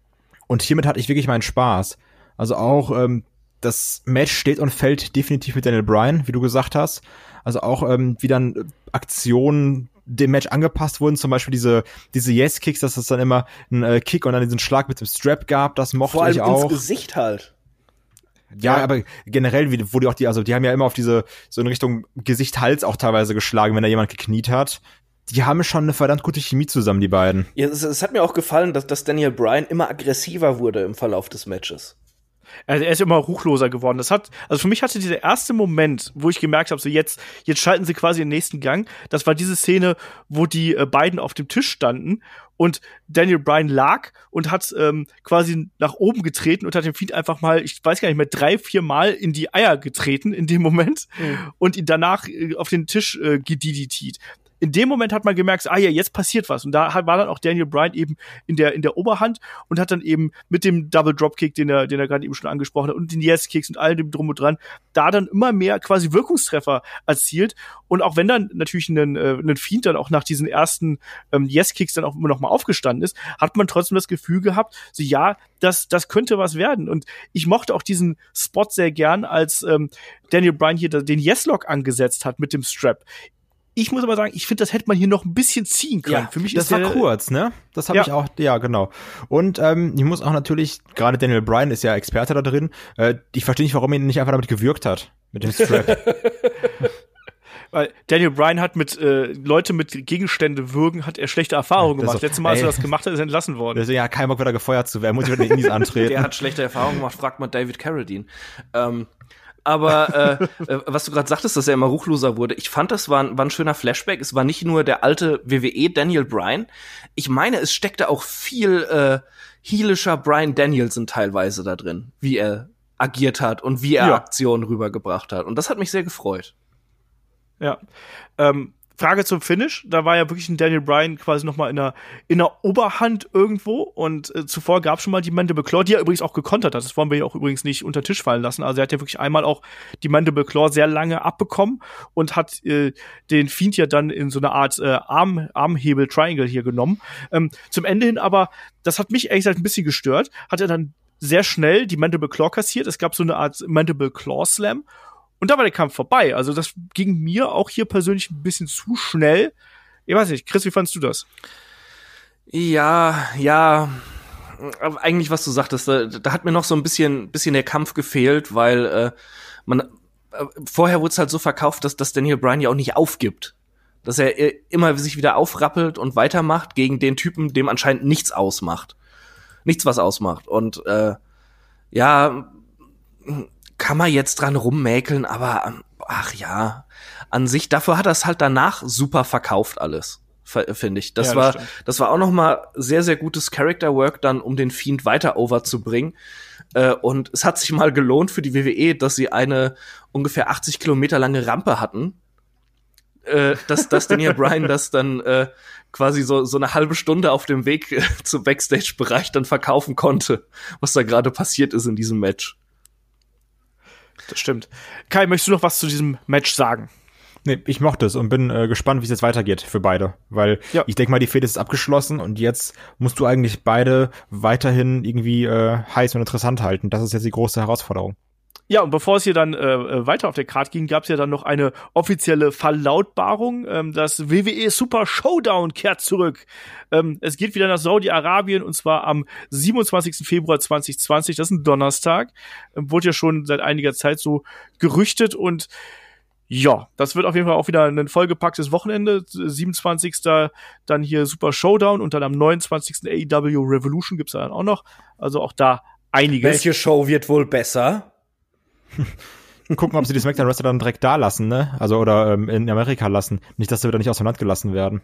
und hiermit hatte ich wirklich meinen Spaß. Also auch ähm, das Match steht und fällt definitiv mit Daniel Bryan, wie du gesagt hast. Also auch ähm, wie dann Aktionen dem Match angepasst wurden, zum Beispiel diese diese Yes-Kicks, dass es dann immer einen äh, Kick und dann diesen Schlag mit dem Strap gab, das mochte Vor allem ich auch. ins Gesicht halt. Ja, ja, aber generell, wie, wo die auch die, also die haben ja immer auf diese, so in Richtung Gesicht, Hals auch teilweise geschlagen, wenn da jemand gekniet hat. Die haben schon eine verdammt gute Chemie zusammen, die beiden. Ja, es, es hat mir auch gefallen, dass, dass Daniel Bryan immer aggressiver wurde im Verlauf des Matches. Also er ist immer ruchloser geworden. Das hat, also für mich hatte dieser erste Moment, wo ich gemerkt habe, so jetzt, jetzt schalten sie quasi den nächsten Gang. Das war diese Szene, wo die äh, beiden auf dem Tisch standen und Daniel Bryan lag und hat ähm, quasi nach oben getreten und hat den Fiend einfach mal, ich weiß gar nicht mehr, drei, vier Mal in die Eier getreten in dem Moment mhm. und ihn danach äh, auf den Tisch äh, gediditiert. in dem Moment hat man gemerkt, ah ja, jetzt passiert was. Und da war dann auch Daniel Bryan eben in der, in der Oberhand und hat dann eben mit dem Double Dropkick, den er, den er gerade eben schon angesprochen hat, und den Yes-Kicks und all dem drum und dran, da dann immer mehr quasi Wirkungstreffer erzielt. Und auch wenn dann natürlich ein, äh, ein Fiend dann auch nach diesen ersten ähm, Yes-Kicks dann auch immer noch mal aufgestanden ist, hat man trotzdem das Gefühl gehabt, so ja, das, das könnte was werden. Und ich mochte auch diesen Spot sehr gern, als ähm, Daniel Bryan hier den Yes-Lock angesetzt hat mit dem Strap. Ich muss aber sagen, ich finde, das hätte man hier noch ein bisschen ziehen können. Ja, für mich das ist war der, kurz, ne? Das habe ja. ich auch, ja, genau. Und ähm, ich muss auch natürlich, gerade Daniel Bryan ist ja Experte da drin, äh, ich verstehe nicht, warum er ihn nicht einfach damit gewürgt hat, mit dem Strap. Weil Daniel Bryan hat mit äh, Leute mit Gegenstände würgen, hat er schlechte Erfahrungen gemacht. So, Letztes Mal, als ey. er das gemacht hat, ist er entlassen worden. Deswegen, ja, kein Bock wieder gefeuert zu werden, muss ich wieder in die Indies antreten. Der hat schlechte Erfahrungen gemacht, fragt mal David Carradine. Ähm, aber äh, äh, was du gerade sagtest, dass er immer ruchloser wurde, ich fand, das war ein, war ein schöner Flashback. Es war nicht nur der alte W W E Daniel Bryan. Ich meine, es steckte auch viel äh, heelischer Bryan Danielson teilweise da drin, wie er agiert hat und wie er Ja. Aktionen rübergebracht hat. Und das hat mich sehr gefreut. Ja. Ähm, Frage zum Finish. Da war ja wirklich ein Daniel Bryan quasi noch mal in der, in der Oberhand irgendwo. Und äh, zuvor gab es schon mal die Mandible Claw, die er übrigens auch gekontert hat. Das wollen wir ja auch übrigens nicht unter den Tisch fallen lassen. Also er hat ja wirklich einmal auch die Mandible Claw sehr lange abbekommen und hat äh, den Fiend ja dann in so eine Art äh, Arm, Armhebel-Triangle hier genommen. Ähm, zum Ende hin aber, das hat mich ehrlich gesagt ein bisschen gestört, hat er dann sehr schnell die Mandible Claw kassiert. Es gab so eine Art Mandible Claw Slam. Und da war der Kampf vorbei. Also das ging mir auch hier persönlich ein bisschen zu schnell. Ich weiß nicht, Chris, wie fandst du das? Ja, ja, aber eigentlich, was du sagtest, da, da hat mir noch so ein bisschen, bisschen der Kampf gefehlt, weil äh, man äh, vorher wurde es halt so verkauft, dass, dass Daniel Bryan ja auch nicht aufgibt. Dass er äh, immer sich wieder aufrappelt und weitermacht gegen den Typen, dem anscheinend nichts ausmacht. Nichts, was ausmacht. Und äh, ja, kann man jetzt dran rummäkeln, aber ach ja, an sich, dafür hat er es halt danach super verkauft alles, finde ich. Das Ja, das war, stimmt. das war auch noch mal sehr, sehr gutes Character Work dann, um den Fiend weiter over zu bringen. Äh, und es hat sich mal gelohnt für die W W E, dass sie eine ungefähr achtzig Kilometer lange Rampe hatten, äh, dass, dass Daniel Bryan das dann äh, quasi so, so eine halbe Stunde auf dem Weg äh, zum Backstage-Bereich dann verkaufen konnte, was da gerade passiert ist in diesem Match. Das stimmt. Kai, möchtest du noch was zu diesem Match sagen? Nee, ich mochte es und bin äh, gespannt, wie es jetzt weitergeht für beide. Weil Ja. ich denke mal, die Fehde ist abgeschlossen und jetzt musst du eigentlich beide weiterhin irgendwie äh, heiß und interessant halten. Das ist jetzt die große Herausforderung. Ja, und bevor es hier dann äh, weiter auf der Card ging, gab es ja dann noch eine offizielle Verlautbarung. Ähm, das W W E Super Showdown kehrt zurück. Ähm, es geht wieder nach Saudi-Arabien und zwar am siebenundzwanzigsten Februar zweitausendzwanzig. Das ist ein Donnerstag. Ähm, wurde ja schon seit einiger Zeit so gerüchtet und ja, das wird auf jeden Fall auch wieder ein vollgepacktes Wochenende. siebenundzwanzigsten dann hier Super Showdown und dann am neunundzwanzigsten A E W Revolution gibt's dann auch noch. Also auch da einiges. Welche Show wird wohl besser? Gucken, ob sie die SmackDown-Wrestler dann direkt da lassen, ne? Also, oder ähm, in Amerika lassen. Nicht, dass sie wieder nicht aus dem Land gelassen werden.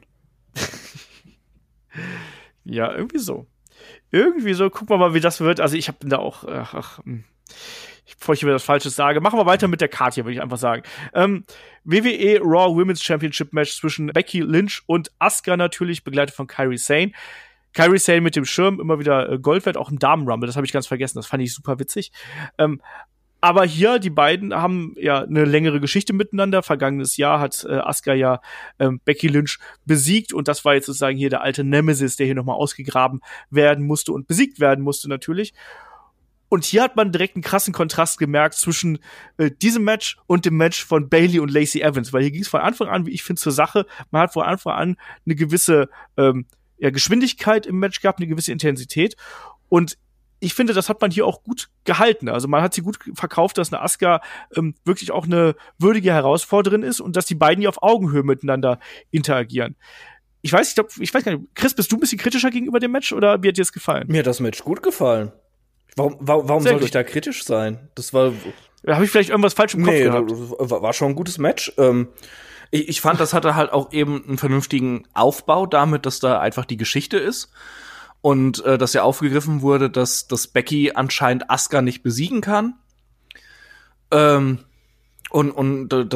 Ja, irgendwie so. Irgendwie so. Gucken wir mal, wie das wird. Also ich habe da auch, ach, ach, hm. bevor ich wieder das Falsches sage, machen wir weiter mit der Card hier, würde ich einfach sagen. Ähm, W W E Raw Women's Championship Match zwischen Becky Lynch und Asuka natürlich, begleitet von Kairi Sane. Kairi Sane mit dem Schirm, immer wieder äh, Gold wert, auch im Damen-Rumble, das habe ich ganz vergessen, das fand ich super witzig. Ähm, aber hier, die beiden haben ja eine längere Geschichte miteinander. Vergangenes Jahr hat äh, Asuka ja ähm, Becky Lynch besiegt und das war jetzt sozusagen hier der alte Nemesis, der hier nochmal ausgegraben werden musste und besiegt werden musste natürlich. Und hier hat man direkt einen krassen Kontrast gemerkt zwischen äh, diesem Match und dem Match von Bayley und Lacey Evans, weil hier ging es von Anfang an, wie ich finde, zur Sache. Man hat von Anfang an eine gewisse ähm, ja, Geschwindigkeit im Match gehabt, eine gewisse Intensität und ich finde, das hat man hier auch gut gehalten. Also man hat sie gut verkauft, dass eine Asuka ähm, wirklich auch eine würdige Herausforderin ist und dass die beiden hier auf Augenhöhe miteinander interagieren. Ich weiß, ich glaube, ich weiß gar nicht, Chris, bist du ein bisschen kritischer gegenüber dem Match oder wie hat dir das gefallen? Mir hat das Match gut gefallen. Warum, warum, warum Sehr sollte gut. ich da kritisch sein? Das war Habe ich vielleicht irgendwas falsch im Kopf nee, gehabt? das war war schon ein gutes Match. Ähm, Ich, ich fand, das hatte halt auch eben einen vernünftigen Aufbau damit, dass da einfach die Geschichte ist. Und äh, dass ja aufgegriffen wurde, dass, dass Becky anscheinend Asuka nicht besiegen kann. Ähm, und und äh, dass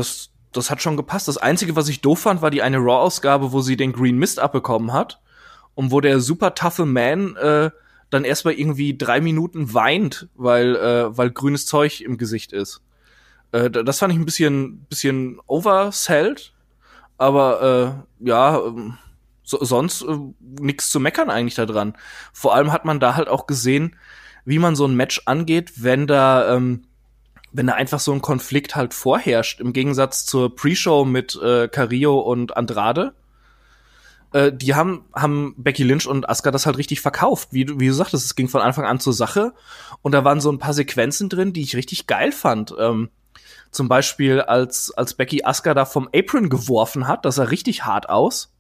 das hat schon gepasst. Das Einzige, was ich doof fand, war die eine Raw-Ausgabe, wo sie den Green Mist abbekommen hat und wo der super toughe Man äh, dann erstmal irgendwie drei Minuten weint, weil äh, weil grünes Zeug im Gesicht ist. Äh, das fand ich ein bisschen bisschen oversold, aber äh, ja, so, sonst äh, nichts zu meckern eigentlich da dran. Vor allem hat man da halt auch gesehen, wie man so ein Match angeht, wenn da ähm, wenn da einfach so ein Konflikt halt vorherrscht, im Gegensatz zur Pre-Show mit äh, Carrillo und Andrade. Äh, die haben haben Becky Lynch und Asuka das halt richtig verkauft. Wie du, wie du sagtest, es ging von Anfang an zur Sache. Und da waren so ein paar Sequenzen drin, die ich richtig geil fand. Ähm, zum Beispiel, als als Becky Asuka da vom Apron geworfen hat, das sah richtig hart aus.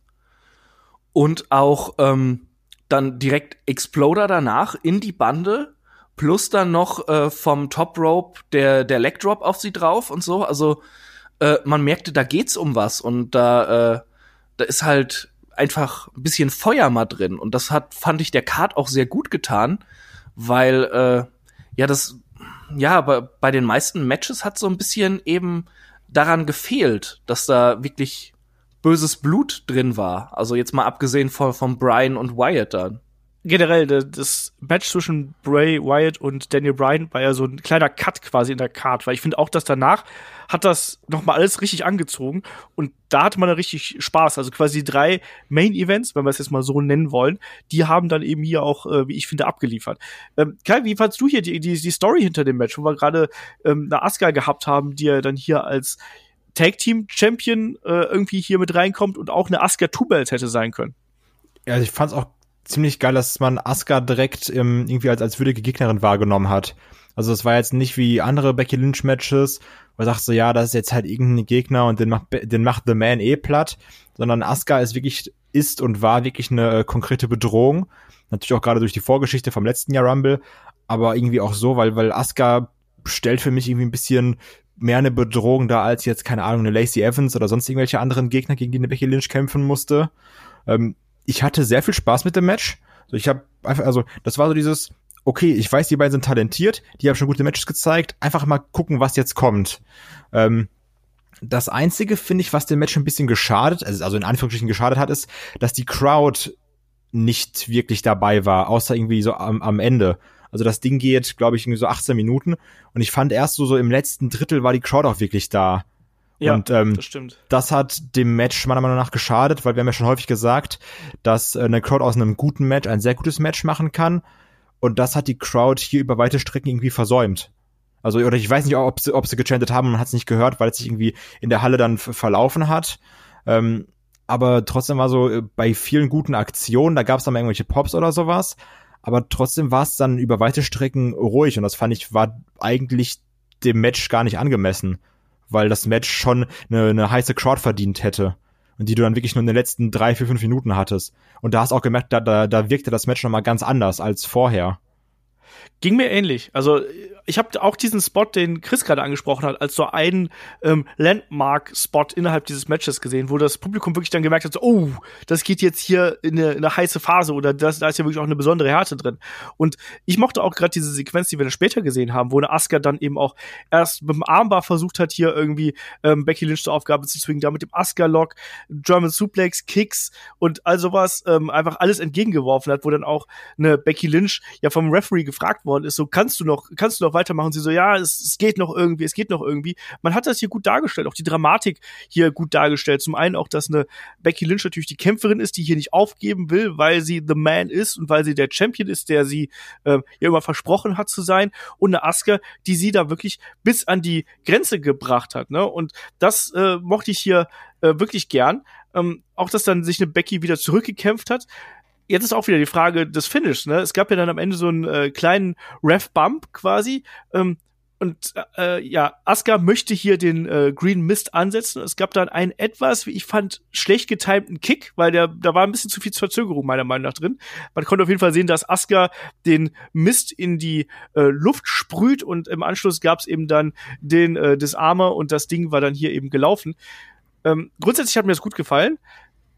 Und auch ähm, dann direkt Exploder danach in die Bande, plus dann noch äh, vom Top Rope der der Leg Drop auf sie drauf und so. Also äh, man merkte, da geht's um was und da äh, da ist halt einfach ein bisschen Feuer mal drin. Und das hat, fand ich, der Card auch sehr gut getan, weil äh, ja das ja bei, bei den meisten Matches hat so ein bisschen eben daran gefehlt, dass da wirklich böses Blut drin war. Also jetzt mal abgesehen von, von Bryan und Wyatt dann. Generell, das Match zwischen Bray Wyatt und Daniel Bryan war ja so ein kleiner Cut quasi in der Card, weil ich finde auch, dass danach hat das nochmal alles richtig angezogen und da hatte man dann richtig Spaß. Also quasi die drei Main-Events, wenn wir es jetzt mal so nennen wollen, die haben dann eben hier auch, äh, wie ich finde, abgeliefert. Ähm, Kai, wie fandst du hier die, die, die Story hinter dem Match, wo wir gerade ähm, eine Asuka gehabt haben, die ja dann hier als Tag-Team-Champion äh, irgendwie hier mit reinkommt und auch eine Asuka Two-Belt hätte sein können? Ja, ich fand's auch ziemlich geil, dass man Asuka direkt ähm, irgendwie als als würdige Gegnerin wahrgenommen hat. Also es war jetzt nicht wie andere Becky Lynch Matches, wo man sagt so, ja, das ist jetzt halt irgendein Gegner und den macht den macht The Man eh platt, sondern Asuka ist wirklich ist und war wirklich eine äh, konkrete Bedrohung. Natürlich auch gerade durch die Vorgeschichte vom letzten Jahr Rumble, aber irgendwie auch so, weil weil Asuka stellt für mich irgendwie ein bisschen mehr eine Bedrohung dar als jetzt, keine Ahnung, eine Lacey Evans oder sonst irgendwelche anderen Gegner, gegen die eine Becky Lynch kämpfen musste. Ähm, Ich hatte sehr viel Spaß mit dem Match. Also ich habe einfach, also das war so dieses, okay, ich weiß, die beiden sind talentiert, die haben schon gute Matches gezeigt, einfach mal gucken, was jetzt kommt. Ähm, das Einzige, finde ich, was dem Match ein bisschen geschadet, also in Anführungsstrichen geschadet hat, ist, dass die Crowd nicht wirklich dabei war, außer irgendwie so am, am Ende. Also das Ding geht, glaube ich, irgendwie so achtzehn Minuten und ich fand erst so, so im letzten Drittel war die Crowd auch wirklich da. Ja, und ähm, das stimmt. Das hat dem Match meiner Meinung nach geschadet, weil wir haben ja schon häufig gesagt, dass eine Crowd aus einem guten Match ein sehr gutes Match machen kann. Und das hat die Crowd hier über weite Strecken irgendwie versäumt. Also, oder ich weiß nicht, ob sie, ob sie gechantet haben, man hat es nicht gehört, weil es sich irgendwie in der Halle dann f- verlaufen hat. Ähm, aber trotzdem war so äh, bei vielen guten Aktionen, da gab es dann mal irgendwelche Pops oder sowas. Aber trotzdem war es dann über weite Strecken ruhig. Und das fand ich, war eigentlich dem Match gar nicht angemessen, weil das Match schon eine, eine heiße Crowd verdient hätte und die du dann wirklich nur in den letzten drei, vier, fünf Minuten hattest. Und da hast du auch gemerkt, da, da, da wirkte das Match nochmal ganz anders als vorher. Ging mir ähnlich. Also ich habe auch diesen Spot, den Chris gerade angesprochen hat, als so einen ähm, Landmark-Spot innerhalb dieses Matches gesehen, wo das Publikum wirklich dann gemerkt hat, so, oh, das geht jetzt hier in eine, in eine heiße Phase oder das, da ist ja wirklich auch eine besondere Härte drin. Und ich mochte auch gerade diese Sequenz, die wir dann später gesehen haben, wo eine Asuka dann eben auch erst mit dem Armbar versucht hat, hier irgendwie ähm, Becky Lynch zur Aufgabe zu zwingen, da mit dem Asuka-Lock, German Suplex, Kicks und all sowas ähm, einfach alles entgegengeworfen hat, wo dann auch eine Becky Lynch ja vom Referee gefragt worden ist, so, kannst du noch, kannst du noch weitermachen? Sie so, ja, es, es geht noch irgendwie, es geht noch irgendwie. Man hat das hier gut dargestellt, auch die Dramatik hier gut dargestellt. Zum einen auch, dass eine Becky Lynch natürlich die Kämpferin ist, die hier nicht aufgeben will, weil sie The Man ist und weil sie der Champion ist, der sie äh, ja immer versprochen hat zu sein. Und eine Asuka, die sie da wirklich bis an die Grenze gebracht hat, ne? Und das äh, mochte ich hier äh, wirklich gern. Ähm, auch, dass dann sich eine Becky wieder zurückgekämpft hat. Jetzt ist auch wieder die Frage des Finishes, ne? Es gab ja dann am Ende so einen äh, kleinen Ref-Bump quasi. Ähm, und äh, ja, Asuka möchte hier den äh, Green Mist ansetzen. Es gab dann einen etwas, wie ich fand, schlecht getimten Kick, weil der da war ein bisschen zu viel Verzögerung meiner Meinung nach drin. Man konnte auf jeden Fall sehen, dass Asuka den Mist in die äh, Luft sprüht und im Anschluss gab es eben dann den äh, Disarmer und das Ding war dann hier eben gelaufen. Ähm, grundsätzlich hat mir das gut gefallen.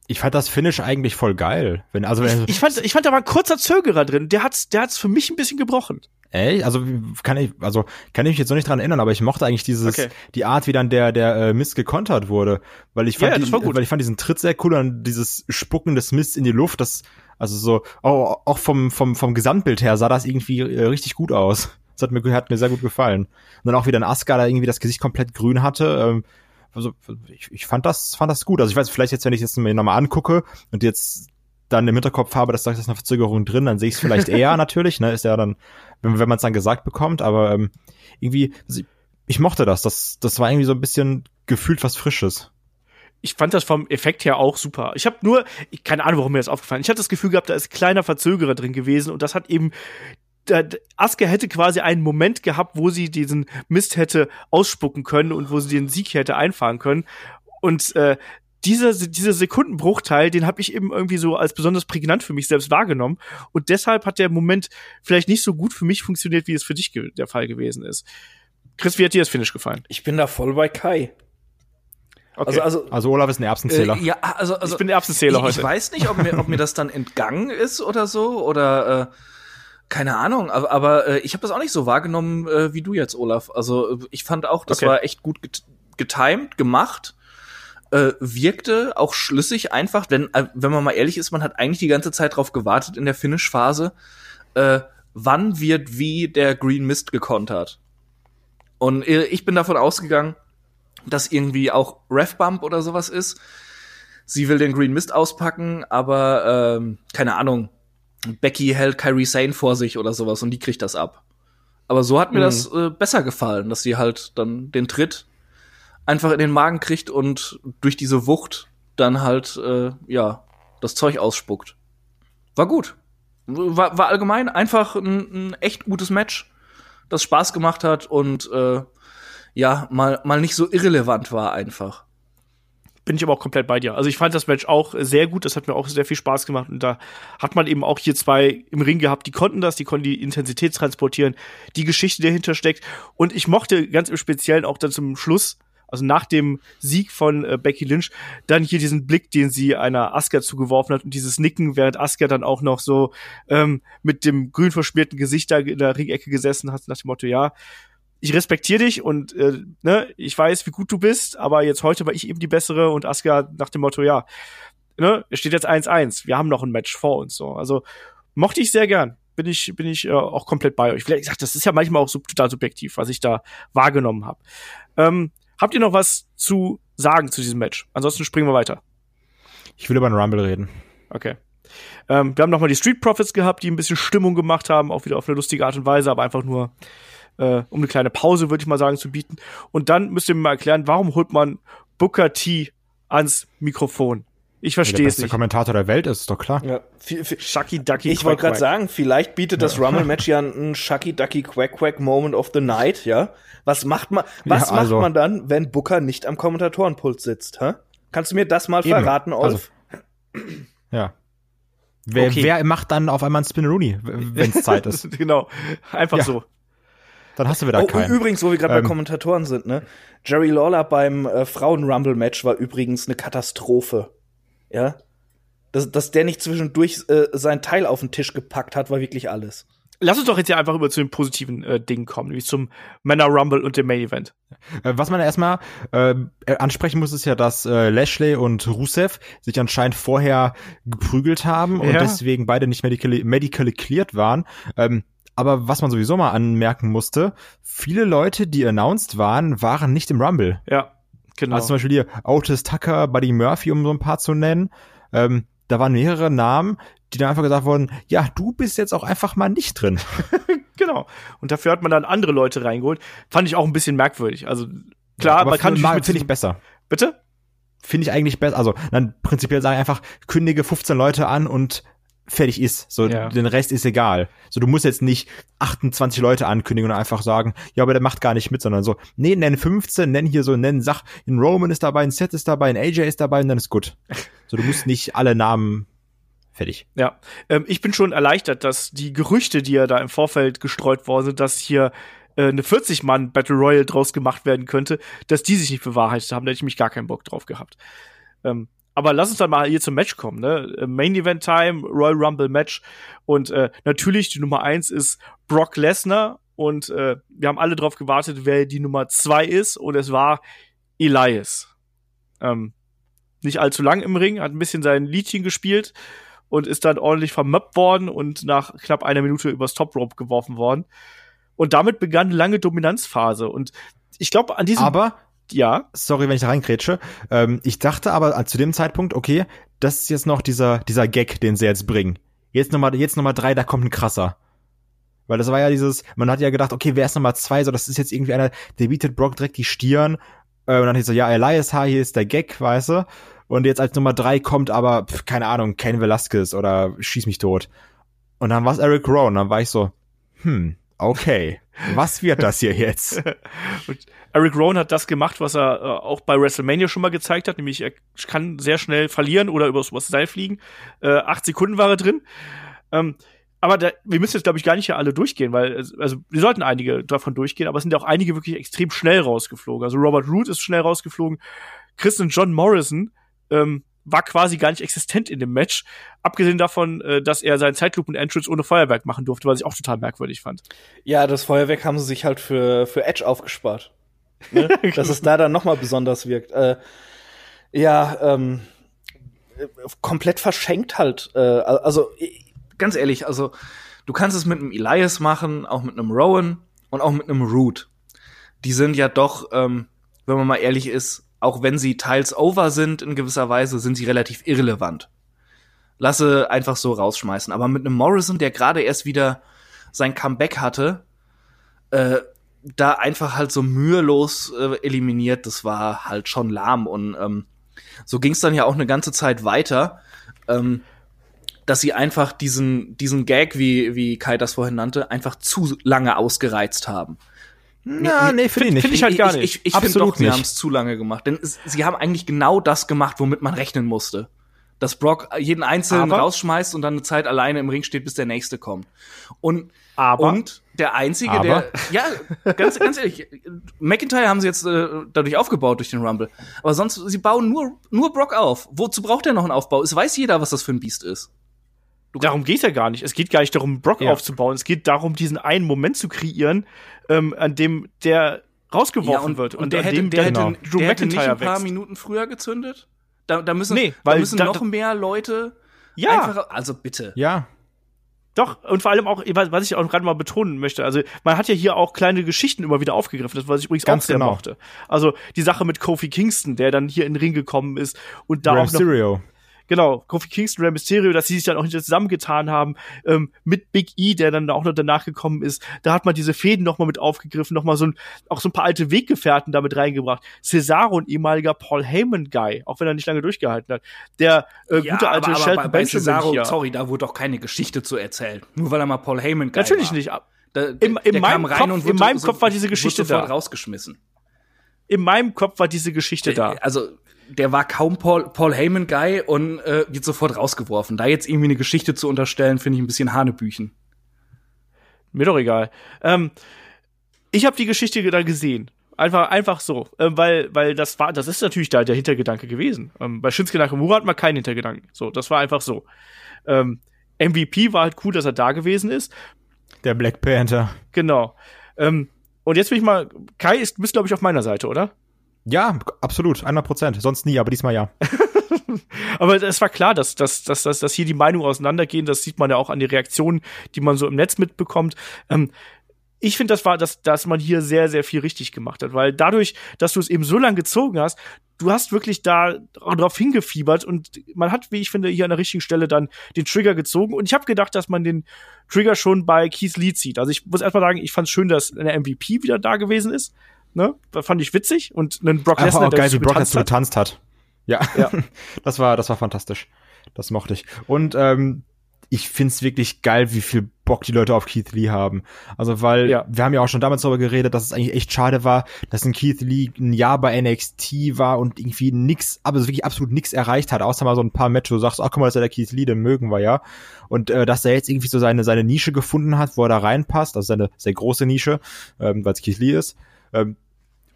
Ich fand das Finish eigentlich voll geil. Wenn, also wenn, ich, ich, fand, ich fand da war ein kurzer Zögerer drin. Der hat's, der hat's für mich ein bisschen gebrochen. Ey, also kann ich, also kann ich mich jetzt noch nicht dran erinnern, aber ich mochte eigentlich dieses, okay. die Art, wie dann der der äh, Mist gekontert wurde, weil ich fand, ja, die, weil ich fand diesen Tritt sehr cool und dieses Spucken des Mists in die Luft, das, also so, auch, auch vom vom vom Gesamtbild her sah das irgendwie äh, richtig gut aus. Das hat mir hat mir sehr gut gefallen. Und dann auch wieder ein Asuka, da irgendwie das Gesicht komplett grün hatte. Ähm, also ich, ich fand das fand das gut. Also ich weiß, vielleicht jetzt, wenn ich es mir nochmal angucke und jetzt dann im Hinterkopf habe, dass da ist eine Verzögerung drin, dann sehe ich es vielleicht eher natürlich, ne, ist ja dann, wenn, wenn man es dann gesagt bekommt, aber ähm, irgendwie, also ich, ich mochte das, das, das war irgendwie so ein bisschen gefühlt was Frisches. Ich fand das vom Effekt her auch super. Ich habe nur, ich, keine Ahnung, warum mir das aufgefallen ist. Ich hatte das Gefühl gehabt, da ist kleiner Verzögerer drin gewesen und das hat eben, da, Asuka hätte quasi einen Moment gehabt, wo sie diesen Mist hätte ausspucken können und wo sie den Sieg hätte einfahren können und äh, Dieser, dieser Sekundenbruchteil, den habe ich eben irgendwie so als besonders prägnant für mich selbst wahrgenommen. Und deshalb hat der Moment vielleicht nicht so gut für mich funktioniert, wie es für dich ge- der Fall gewesen ist. Chris, wie hat dir das Finish gefallen? Ich bin da voll bei Kai. Okay. Also, also, also Olaf ist ein Erbsenzähler. Äh, ja, also, also ich bin der Erbsenzähler ich, heute. Ich weiß nicht, ob mir, ob mir das dann entgangen ist oder so oder äh, keine Ahnung. Aber, aber äh, ich habe das auch nicht so wahrgenommen äh, wie du jetzt, Olaf. Also ich fand auch, das okay. war echt gut get- getimed, gemacht. Äh, wirkte auch schlüssig einfach, denn äh, wenn man mal ehrlich ist, man hat eigentlich die ganze Zeit drauf gewartet in der Finish-Phase, äh, wann wird wie der Green Mist gekontert. Und äh, ich bin davon ausgegangen, dass irgendwie auch Ref-Bump oder sowas ist. Sie will den Green Mist auspacken, aber ähm, keine Ahnung, Becky hält Kairi Sane vor sich oder sowas und die kriegt das ab. Aber so hat mir mhm. das äh, besser gefallen, dass sie halt dann den Tritt einfach in den Magen kriegt und durch diese Wucht dann halt, äh, ja, das Zeug ausspuckt. War gut. War, war allgemein einfach ein, ein echt gutes Match, das Spaß gemacht hat und äh, ja, mal, mal nicht so irrelevant war einfach. Bin ich aber auch komplett bei dir. Also ich fand das Match auch sehr gut, das hat mir auch sehr viel Spaß gemacht und da hat man eben auch hier zwei im Ring gehabt, die konnten das, die konnten die Intensität transportieren, die Geschichte, die dahinter steckt und ich mochte ganz im Speziellen auch dann zum Schluss, also nach dem Sieg von äh, Becky Lynch, dann hier diesen Blick, den sie einer Asuka zugeworfen hat und dieses Nicken, während Asuka dann auch noch so ähm, mit dem grün verschmierten Gesicht da in der Ringecke gesessen hat, nach dem Motto, ja, ich respektiere dich und äh, ne, ich weiß, wie gut du bist, aber jetzt heute war ich eben die Bessere und Asuka nach dem Motto, ja, ne, es steht jetzt eins eins, wir haben noch ein Match vor uns. So. Also mochte ich sehr gern. Bin ich, bin ich äh, auch komplett bei euch. Vielleicht gesagt, das ist ja manchmal auch so, total subjektiv, was ich da wahrgenommen habe. Ähm, Habt ihr noch was zu sagen zu diesem Match? Ansonsten springen wir weiter. Ich will über den Rumble reden. Okay. Ähm, wir haben nochmal die Street Profits gehabt, die ein bisschen Stimmung gemacht haben, auch wieder auf eine lustige Art und Weise, aber einfach nur, äh, um eine kleine Pause, würde ich mal sagen, zu bieten. Und dann müsst ihr mir mal erklären, warum holt man Booker T ans Mikrofon? Ich verstehe es nicht. Der beste Kommentator der Welt ist, ist doch klar. Ja, viel, viel, Shucky Ducky Ich wollte gerade sagen, vielleicht bietet das ja. Rumble-Match ja einen Shucky Ducky Quack Quack Moment of the Night, ja? Was macht man, was ja, also. macht man dann, wenn Booker nicht am Kommentatorenpult sitzt, hä? Kannst du mir das mal Eben. verraten, Olf? Also, ja. Wer, okay. wer macht dann auf einmal einen Spin-Rooney, wenn es Zeit ist? Genau, einfach ja. so. Dann hast du wieder oh, keinen. Übrigens, wo wir gerade ähm, bei Kommentatoren sind, ne? Jerry Lawler beim äh, Frauen-Rumble-Match war übrigens eine Katastrophe. Ja? Dass, dass der nicht zwischendurch äh, sein Teil auf den Tisch gepackt hat, war wirklich alles. Lass uns doch jetzt ja einfach über zu den positiven äh, Dingen kommen, wie zum Männer Rumble und dem Main Event. Äh, was man erstmal äh, ansprechen muss, ist ja, dass äh, Lashley und Rusev sich anscheinend vorher geprügelt haben und ja. deswegen beide nicht medically, medically cleared waren. Ähm, aber was man sowieso mal anmerken musste, viele Leute, die announced waren, waren nicht im Rumble. Ja, genau. Also zum Beispiel hier Otis Tucker, Buddy Murphy, um so ein paar zu nennen. Ähm, da waren mehrere Namen, die dann einfach gesagt wurden, ja, du bist jetzt auch einfach mal nicht drin. Genau. Und dafür hat man dann andere Leute reingeholt. Fand ich auch ein bisschen merkwürdig. Also klar, ja, aber man kann finde find ich besser. Bitte? Finde ich eigentlich besser. Also dann prinzipiell sagen einfach, kündige fünfzehn Leute an und fertig ist. So, ja. Den Rest ist egal. So, du musst jetzt nicht achtundzwanzig Leute ankündigen und einfach sagen, ja, aber der macht gar nicht mit, sondern so, nee, nenn fünfzehn, nenn hier so, nenn Sach, ein Roman ist dabei, ein Seth ist dabei, ein A J ist dabei und dann ist gut. So, du musst nicht alle Namen fertig. Ja, ähm, ich bin schon erleichtert, dass die Gerüchte, die ja da im Vorfeld gestreut worden sind, dass hier äh, eine vierzig Mann Battle Royale draus gemacht werden könnte, dass die sich nicht bewahrheitet haben, da hätte ich mich gar keinen Bock drauf gehabt. Ähm, aber lass uns dann mal hier zum Match kommen, ne? Main Event Time, Royal Rumble Match und äh, natürlich die Nummer eins ist Brock Lesnar und äh, wir haben alle drauf gewartet, wer die Nummer zwei ist und es war Elias. Ähm, nicht allzu lang im Ring, hat ein bisschen sein Liedchen gespielt und ist dann ordentlich vermöppt worden und nach knapp einer Minute übers Top Rope geworfen worden. Und damit begann eine lange Dominanzphase und ich glaube an diesem Aber ja. Sorry, wenn ich da reingrätsche. Ähm, ich dachte aber zu dem Zeitpunkt, okay, das ist jetzt noch dieser, dieser Gag, den sie jetzt bringen. Jetzt Nummer, jetzt Nummer drei, da kommt ein krasser. Weil das war ja dieses, man hat ja gedacht, okay, wer ist Nummer zwei? So, das ist jetzt irgendwie einer, der bietet Brock direkt die Stirn. Äh, und dann hieß so, ja, Elias H, hier ist der Gag, weißt du? Und jetzt als Nummer drei kommt aber, pf, keine Ahnung, Cain Velasquez oder Schieß mich tot. Und dann war es Eric Rowan. Dann war ich so, hm, okay, was wird das hier jetzt? Und Eric Rowan hat das gemacht, was er äh, auch bei WrestleMania schon mal gezeigt hat, nämlich er kann sehr schnell verlieren oder übers, übers Seil fliegen. Äh, acht Sekunden war er drin. Ähm, aber da, wir müssen jetzt, glaube ich, gar nicht hier alle durchgehen, weil, also wir sollten einige davon durchgehen, aber es sind ja auch einige wirklich extrem schnell rausgeflogen. Also Robert Roode ist schnell rausgeflogen. Chris und John Morrison ähm, war quasi gar nicht existent in dem Match. Abgesehen davon, äh, dass er seinen Zeitlupen-Entrance ohne Feuerwerk machen durfte, was ich auch total merkwürdig fand. Ja, das Feuerwerk haben sie sich halt für, für Edge aufgespart. Ne? Dass es da dann noch mal besonders wirkt. Äh, ja, ähm, komplett verschenkt halt. Äh, also, ganz ehrlich, also du kannst es mit einem Elias machen, auch mit einem Rowan und auch mit einem Roode. Die sind ja doch, ähm, wenn man mal ehrlich ist, auch wenn sie teils over sind in gewisser Weise, sind sie relativ irrelevant. Lasse einfach so rausschmeißen. Aber mit einem Morrison, der gerade erst wieder sein Comeback hatte, äh, da einfach halt so mühelos äh, eliminiert, das war halt schon lahm. Und ähm, so ging's dann ja auch eine ganze Zeit weiter, ähm, dass sie einfach diesen diesen Gag, wie wie Kai das vorhin nannte, einfach zu lange ausgereizt haben. Na, nee, finde ich nicht. Finde ich halt gar nicht. Ich, ich, ich finde doch, sie haben es zu lange gemacht. Denn es, sie haben eigentlich genau das gemacht, womit man rechnen musste. Dass Brock jeden Einzelnen aber rausschmeißt und dann eine Zeit alleine im Ring steht, bis der Nächste kommt. Und, aber, und der Einzige, aber. der, ja, ganz, ganz ehrlich, McIntyre haben sie jetzt äh, dadurch aufgebaut durch den Rumble. Aber sonst, sie bauen nur, nur Brock auf. Wozu braucht er noch einen Aufbau? Es weiß jeder, was das für ein Biest ist. Du, darum geht's ja gar nicht. Es geht gar nicht darum, Brock ja. aufzubauen. Es geht darum, diesen einen Moment zu kreieren, ähm, an dem der rausgeworfen ja, und, wird. Und, und der, hätte, dem, der, genau. hätte, der hätte nicht ein paar wächst. Minuten früher gezündet? Da, da müssen, nee, weil da müssen da, noch mehr Leute ja. einfach, also bitte. Ja. Doch, und vor allem auch, was ich auch gerade mal betonen möchte, also man hat ja hier auch kleine Geschichten immer wieder aufgegriffen, das was ich übrigens Ganz auch sehr genau. mochte. Also die Sache mit Kofi Kingston, der dann hier in den Ring gekommen ist und da Rey auch noch Mysterio. Genau, Kofi Kingston, Rey Mysterio, dass sie sich dann auch hinterher zusammengetan haben, ähm, mit Big E, der dann auch noch danach gekommen ist. Da hat man diese Fäden noch mal mit aufgegriffen, noch mal so ein, auch so ein paar alte Weggefährten damit reingebracht. Cesaro, ein ehemaliger Paul Heyman-Guy, auch wenn er nicht lange durchgehalten hat. Der äh, ja, gute alte aber, aber Shelton bei, bei Benjamin Cesaro, hier. sorry, da wurde doch keine Geschichte zu erzählen. Nur weil er mal Paul Heyman-Guy Natürlich war. nicht. Da, Im, in der meinem, kam rein Kopf, und wurde, in meinem so, Kopf war diese Geschichte da. rausgeschmissen. In meinem Kopf war diese Geschichte da. Also, der war kaum Paul, Paul Heyman-Guy und äh, wird sofort rausgeworfen. Da jetzt irgendwie eine Geschichte zu unterstellen, finde ich ein bisschen Hanebüchen. Mir doch egal. Ähm, ich habe die Geschichte da gesehen. Einfach, einfach so. Ähm, weil, weil das war, das ist natürlich da der Hintergedanke gewesen. Ähm, bei Shinsuke Nakamura hat man keinen Hintergedanken. So, das war einfach so. Ähm, M V P war halt cool, dass er da gewesen ist. Der Black Panther. Genau. Ähm, und jetzt will ich mal, Kai ist, bist glaube ich auf meiner Seite, oder? Ja, absolut, hundert Prozent. Sonst nie, aber diesmal ja. Aber es war klar, dass, dass, dass, dass, dass hier die Meinungen auseinandergehen. Das sieht man ja auch an den Reaktionen, die man so im Netz mitbekommt. Ähm, ich finde, das war, dass, dass man hier sehr, sehr viel richtig gemacht hat. Weil dadurch, dass du es eben so lange gezogen hast, du hast wirklich da drauf hingefiebert und man hat, wie ich finde, hier an der richtigen Stelle dann den Trigger gezogen. Und ich habe gedacht, dass man den Trigger schon bei Keith Lee zieht. Also ich muss erstmal sagen, ich fand es schön, dass der M V P wieder da gewesen ist. Ne? Das fand ich witzig. Und einen Brock Lesnar, auch der geil, wie Brock getanzt dazu getanzt hat. Ja, ja. das war das war fantastisch. Das mochte ich. Und ähm, ich find's wirklich geil, wie viel Bock die Leute auf Keith Lee haben. Also, weil ja. wir haben ja auch schon damals darüber geredet, dass es eigentlich echt schade war, dass ein Keith Lee ein Jahr bei N X T war und irgendwie nix, aber wirklich absolut nix erreicht hat, außer mal so ein paar Matches, wo du sagst, ach, guck mal, das ist ja der Keith Lee, den mögen wir ja. Und äh, dass er jetzt irgendwie so seine seine Nische gefunden hat, wo er da reinpasst, also seine sehr große Nische, ähm, weil es Keith Lee ist. Ähm,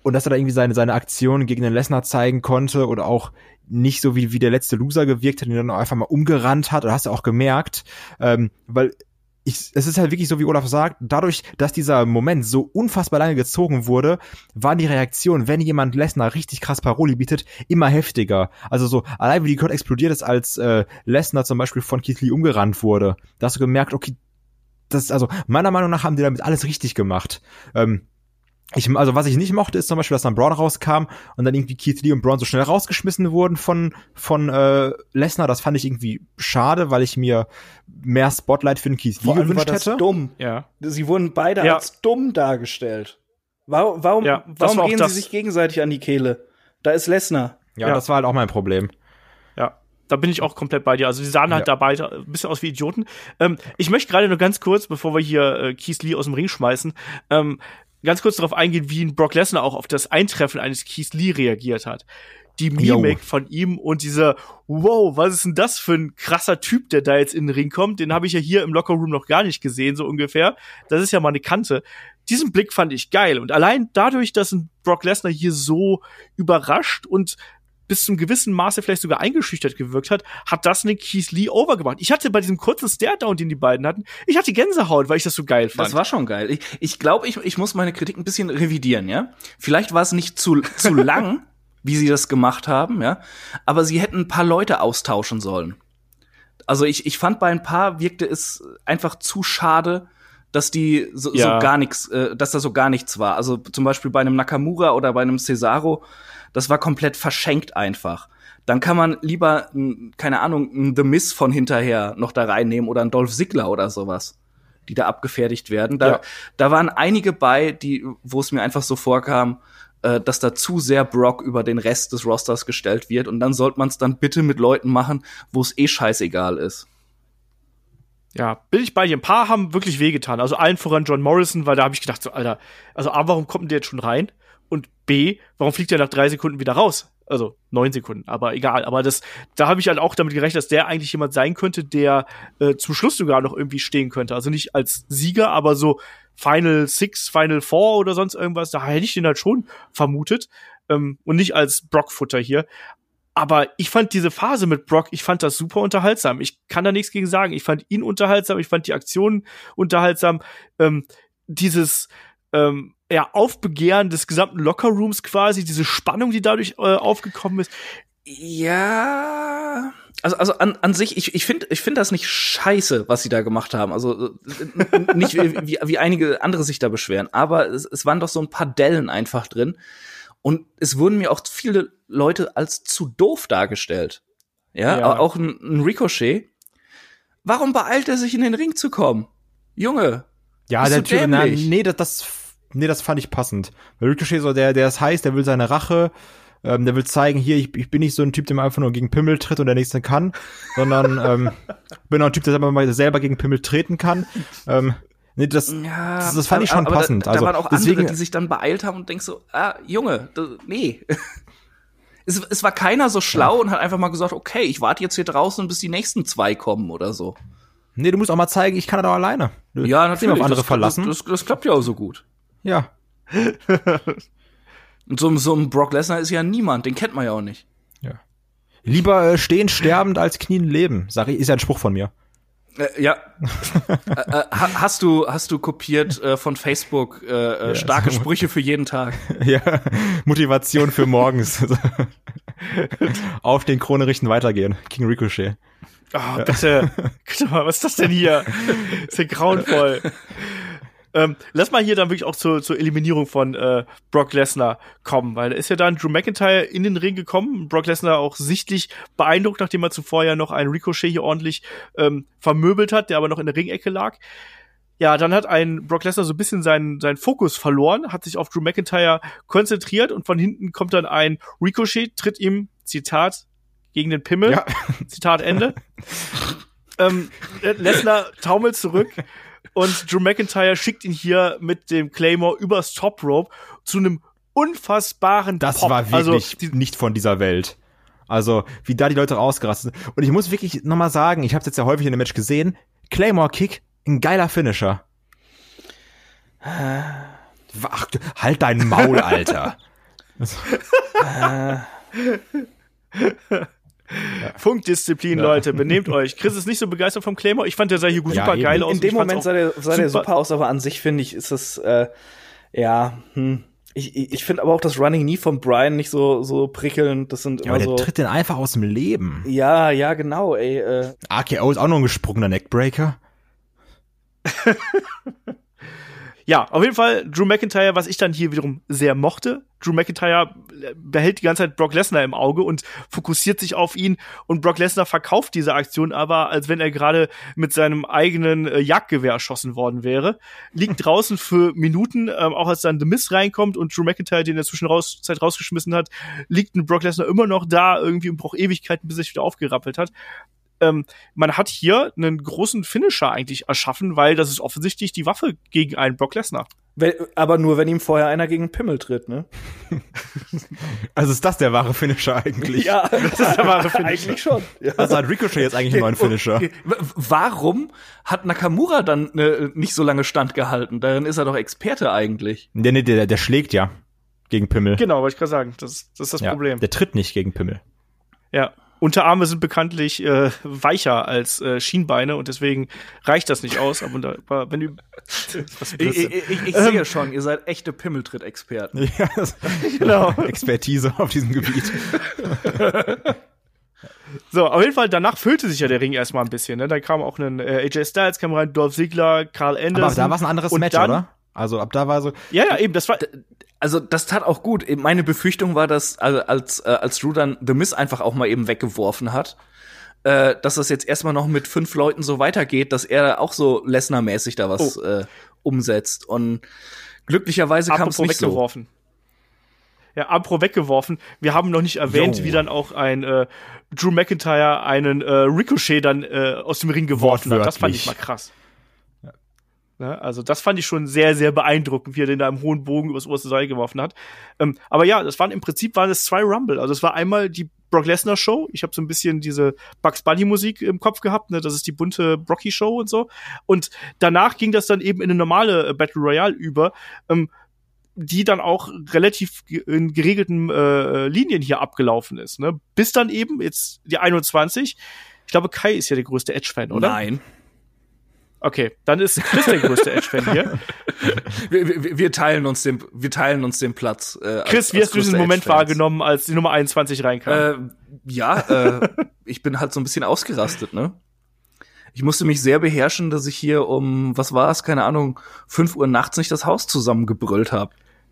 und dass er da irgendwie seine, seine Aktion gegen den Lesnar zeigen konnte oder auch nicht so wie, wie der letzte Loser gewirkt hat, den er dann einfach mal umgerannt hat, oder hast du auch gemerkt, ähm, weil ich, es ist halt wirklich so, wie Olaf sagt, dadurch, dass dieser Moment so unfassbar lange gezogen wurde, waren die Reaktionen, wenn jemand Lesnar richtig krass Paroli bietet, immer heftiger. Also so, allein wie die Crowd explodiert ist, als äh, Lesnar zum Beispiel von Keith Lee umgerannt wurde, da hast du gemerkt, okay, das, also meiner Meinung nach haben die damit alles richtig gemacht. Ähm, Ich, also was ich nicht mochte, ist zum Beispiel, dass dann Braun rauskam und dann irgendwie Keith Lee und Braun so schnell rausgeschmissen wurden von von äh, Lesnar. Das fand ich irgendwie schade, weil ich mir mehr Spotlight für den Keith Lee gewünscht war das hätte. Dumm. Ja. Sie wurden beide Ja. als dumm dargestellt. Warum, warum, Ja, das warum war auch gehen das- sie sich gegenseitig an die Kehle? Da ist Lesnar. Ja, Ja. das war halt auch mein Problem. Ja, da bin ich auch komplett bei dir. Also die sahen halt Ja. dabei ein bisschen aus wie Idioten. Ähm, ich möchte gerade nur ganz kurz, bevor wir hier äh, Keith Lee aus dem Ring schmeißen, ähm, ganz kurz darauf eingehen, wie ein Brock Lesnar auch auf das Eintreffen eines Keith Lee reagiert hat. Die Mimik Jo. von ihm und dieser, wow, was ist denn das für ein krasser Typ, der da jetzt in den Ring kommt? Den habe ich ja hier im Lockerroom noch gar nicht gesehen, so ungefähr. Das ist ja mal eine Kante. Diesen Blick fand ich geil. Und allein dadurch, dass ein Brock Lesnar hier so überrascht und bis zum gewissen Maße vielleicht sogar eingeschüchtert gewirkt hat, hat das einen Keith Lee overgebracht. Ich hatte bei diesem kurzen Stare-Down, den die beiden hatten, ich hatte Gänsehaut, weil ich das so geil fand. Das war schon geil. Ich, ich glaube, ich, ich muss meine Kritik ein bisschen revidieren, ja. Vielleicht war es nicht zu, zu lang, wie sie das gemacht haben, ja. Aber sie hätten ein paar Leute austauschen sollen. Also ich, ich fand, bei ein paar wirkte es einfach zu schade, dass die so, Ja. so gar nichts, äh, dass da so gar nichts war. Also zum Beispiel bei einem Nakamura oder bei einem Cesaro, das war komplett verschenkt einfach. Dann kann man lieber, n, keine Ahnung, ein The Miz von hinterher noch da reinnehmen oder ein Dolph Ziggler oder sowas, die da abgefertigt werden. Da, Ja. da waren einige bei, die, wo es mir einfach so vorkam, äh, dass da zu sehr Brock über den Rest des Rosters gestellt wird. Und dann sollte man es dann bitte mit Leuten machen, wo es eh scheißegal ist. Ja, bin ich bei dir. Ein paar haben wirklich wehgetan. Also allen voran John Morrison, weil da habe ich gedacht, so, Alter, also A, warum kommt denn der jetzt schon rein? Und B, warum fliegt der nach drei Sekunden wieder raus? Also neun Sekunden, aber egal. Aber das, da habe ich halt auch damit gerechnet, dass der eigentlich jemand sein könnte, der äh, zum Schluss sogar noch irgendwie stehen könnte. Also nicht als Sieger, aber so Final Six, Final Four oder sonst irgendwas. Da hätte ich den halt schon vermutet. Ähm, und nicht als Brock-Futter hier. Aber ich fand diese Phase mit Brock, ich fand das super unterhaltsam. Ich kann da nichts gegen sagen. Ich fand ihn unterhaltsam, ich fand die Aktionen unterhaltsam. Ähm, dieses ähm, ja, Aufbegehren des gesamten Lockerrooms quasi, diese Spannung, die dadurch äh, aufgekommen ist. Ja, also also an, an sich, ich ich finde ich finde das nicht scheiße, was sie da gemacht haben. Also äh, nicht wie, wie, wie einige andere sich da beschweren, aber es, es waren doch so ein paar Dellen einfach drin. Und es wurden mir auch viele Leute als zu doof dargestellt. Ja, Ja. auch ein, ein Ricochet. Warum beeilt er sich in den Ring zu kommen? Junge. Ja, Bist der du Typ, na, dämlich? nee, das, das, nee, das fand ich passend. Weil Ricochet so, der, der ist heiß, der will seine Rache, ähm, der will zeigen, hier, ich, ich bin nicht so ein Typ, der einfach nur gegen Pimmel tritt und der nächste kann, sondern ähm, bin auch ein Typ, der selber mal selber gegen Pimmel treten kann. Ähm, nee, das, Ja, das, das fand ich schon aber passend. Da, da also waren auch deswegen, andere, die sich dann beeilt haben und denkst so, ah, Junge, das, nee. es, es war keiner so schlau und hat einfach mal gesagt, okay, ich warte jetzt hier draußen, bis die nächsten zwei kommen oder so. nee, du musst auch mal zeigen, ich kann das auch alleine. Du Ja, kannst dich auf andere das, verlassen. Das, das, das klappt ja auch so gut. Ja. Und so, so ein Brock Lesnar ist ja niemand, den kennt man ja auch nicht. Ja. Lieber äh, stehen sterbend als knien leben, sag ich, ist ja ein Spruch von mir. Äh, ja. äh, äh, ha- hast du hast du kopiert äh, von Facebook äh, äh, Ja, starke so. Sprüche für jeden Tag? Ja, Motivation für morgens. Auf den Krone richten, weitergehen. King Ricochet. Oh, bitte. Guck mal, was ist das denn hier? Ist ja grauenvoll. Ähm, lass mal hier dann wirklich auch zur, zur Eliminierung von äh, Brock Lesnar kommen, weil da ist ja dann Drew McIntyre in den Ring gekommen. Brock Lesnar auch sichtlich beeindruckt, nachdem er zuvor ja noch einen Ricochet hier ordentlich ähm, vermöbelt hat, der aber noch in der Ringecke lag. Ja, dann hat ein Brock Lesnar so ein bisschen seinen, seinen Fokus verloren, hat sich auf Drew McIntyre konzentriert und von hinten kommt dann ein Ricochet, tritt ihm, Zitat, gegen den Pimmel. Ja. Zitat Ende. ähm, Lesnar taumelt zurück und Drew McIntyre schickt ihn hier mit dem Claymore übers Top Rope zu einem unfassbaren Das Pop. war wirklich Also, die, nicht von dieser Welt. Also, wie da die Leute rausgerastet sind. Und ich muss wirklich nochmal sagen, ich habe es jetzt ja häufig in dem Match gesehen, Claymore Kick, ein geiler Finisher. Ach, du- halt dein Maul, Alter. äh. Funkdisziplin, ja. Leute, benehmt euch. Chris ist nicht so begeistert vom Claymore. Ich fand, der sah hier ja, super geil in, aus. In dem Moment sah der, sah der super aus, aber an sich finde ich, ist es, äh, ja, hm. Ich, ich, ich finde aber auch das Running Knee von Bryan nicht so, so prickelnd. Das sind ja, immer aber der so. tritt den einfach aus dem Leben. Ja, ja, genau, ey. Äh. R K O ist auch noch ein gesprungener Neckbreaker. Ja, auf jeden Fall Drew McIntyre, was ich dann hier wiederum sehr mochte. Drew McIntyre behält die ganze Zeit Brock Lesnar im Auge und fokussiert sich auf ihn. Und Brock Lesnar verkauft diese Aktion aber, als wenn er gerade mit seinem eigenen äh, Jagdgewehr erschossen worden wäre. Liegt draußen für Minuten, ähm, auch als dann The Miz reinkommt und Drew McIntyre, den in der Zwischenzeit rausgeschmissen hat, liegt ein Brock Lesnar immer noch da irgendwie und braucht Ewigkeiten, bis er sich wieder aufgerappelt hat. Ähm, man hat hier einen großen Finisher eigentlich erschaffen, weil das ist offensichtlich die Waffe gegen einen Brock Lesnar. Aber nur, wenn ihm vorher einer gegen den Pimmel tritt, ne? Also ist das der wahre Finisher eigentlich? Ja, das ist der wahre Finisher. Eigentlich schon. Ja. Also hat Ricochet jetzt eigentlich einen neuen Finisher. Okay. Warum hat Nakamura dann ne, nicht so lange standgehalten? Darin ist er doch Experte eigentlich. Nee, nee, der, der schlägt ja gegen Pimmel. Genau, wollte ich gerade sagen. Das, das ist das ja, Problem. Der tritt nicht gegen Pimmel. Ja. Unterarme sind bekanntlich äh, weicher als äh, Schienbeine und deswegen reicht das nicht aus. Aber, da, aber wenn du was ich, ich, ich, ich ähm, sehe schon, ihr seid echte Pimmeltritt-Experten. Ja, genau. Expertise auf diesem Gebiet. So, auf jeden Fall, danach füllte sich ja der Ring erstmal ein bisschen. Ne? Da kam auch ein äh, A J Styles, kam rein, Dolph Ziggler, Carl Anderson. Aber da war es ein anderes Match, dann, oder? Also ab da war so. Ja, ja, eben, das war. Also das tat auch gut. Meine Befürchtung war, dass also als äh, als Drew dann The Miz einfach auch mal eben weggeworfen hat, äh, dass das jetzt erstmal noch mit fünf Leuten so weitergeht, dass er auch so Lesnar-mäßig da was oh. äh, umsetzt. Und glücklicherweise kam es nicht weggeworfen. So. Ja, apropos weggeworfen. Wir haben noch nicht erwähnt, jo. wie dann auch ein äh, Drew McIntyre einen äh, Ricochet dann äh, aus dem Ring geworfen hat. Das fand ich mal krass. Ne? Also das fand ich schon sehr, sehr beeindruckend, wie er den da im hohen Bogen übers oberste Seil geworfen hat. Ähm, aber ja, das waren im Prinzip waren es zwei Rumble. Also es war einmal die Brock Lesnar Show. Ich habe so ein bisschen diese Bugs Bunny Musik im Kopf gehabt. Ne? Das ist die bunte Brocky Show und so. Und danach ging das dann eben in eine normale äh, Battle Royale über, ähm, die dann auch relativ in geregelten äh, Linien hier abgelaufen ist. Ne? Bis dann eben jetzt die einundzwanzig. Ich glaube, Kai ist ja der größte Edge-Fan, oder? Nein. Okay, dann ist Chris der größte Edge-Fan hier. wir, wir, wir teilen uns den, wir teilen uns den Platz. Äh, Chris, als, wie hast du diesen Moment wahrgenommen, als die Nummer einundzwanzig reinkam? Äh, ja, äh, ich bin halt so ein bisschen ausgerastet, ne? Ich musste mich sehr beherrschen, dass ich hier um, was war es, keine Ahnung, fünf Uhr nachts nicht das Haus zusammengebrüllt habe.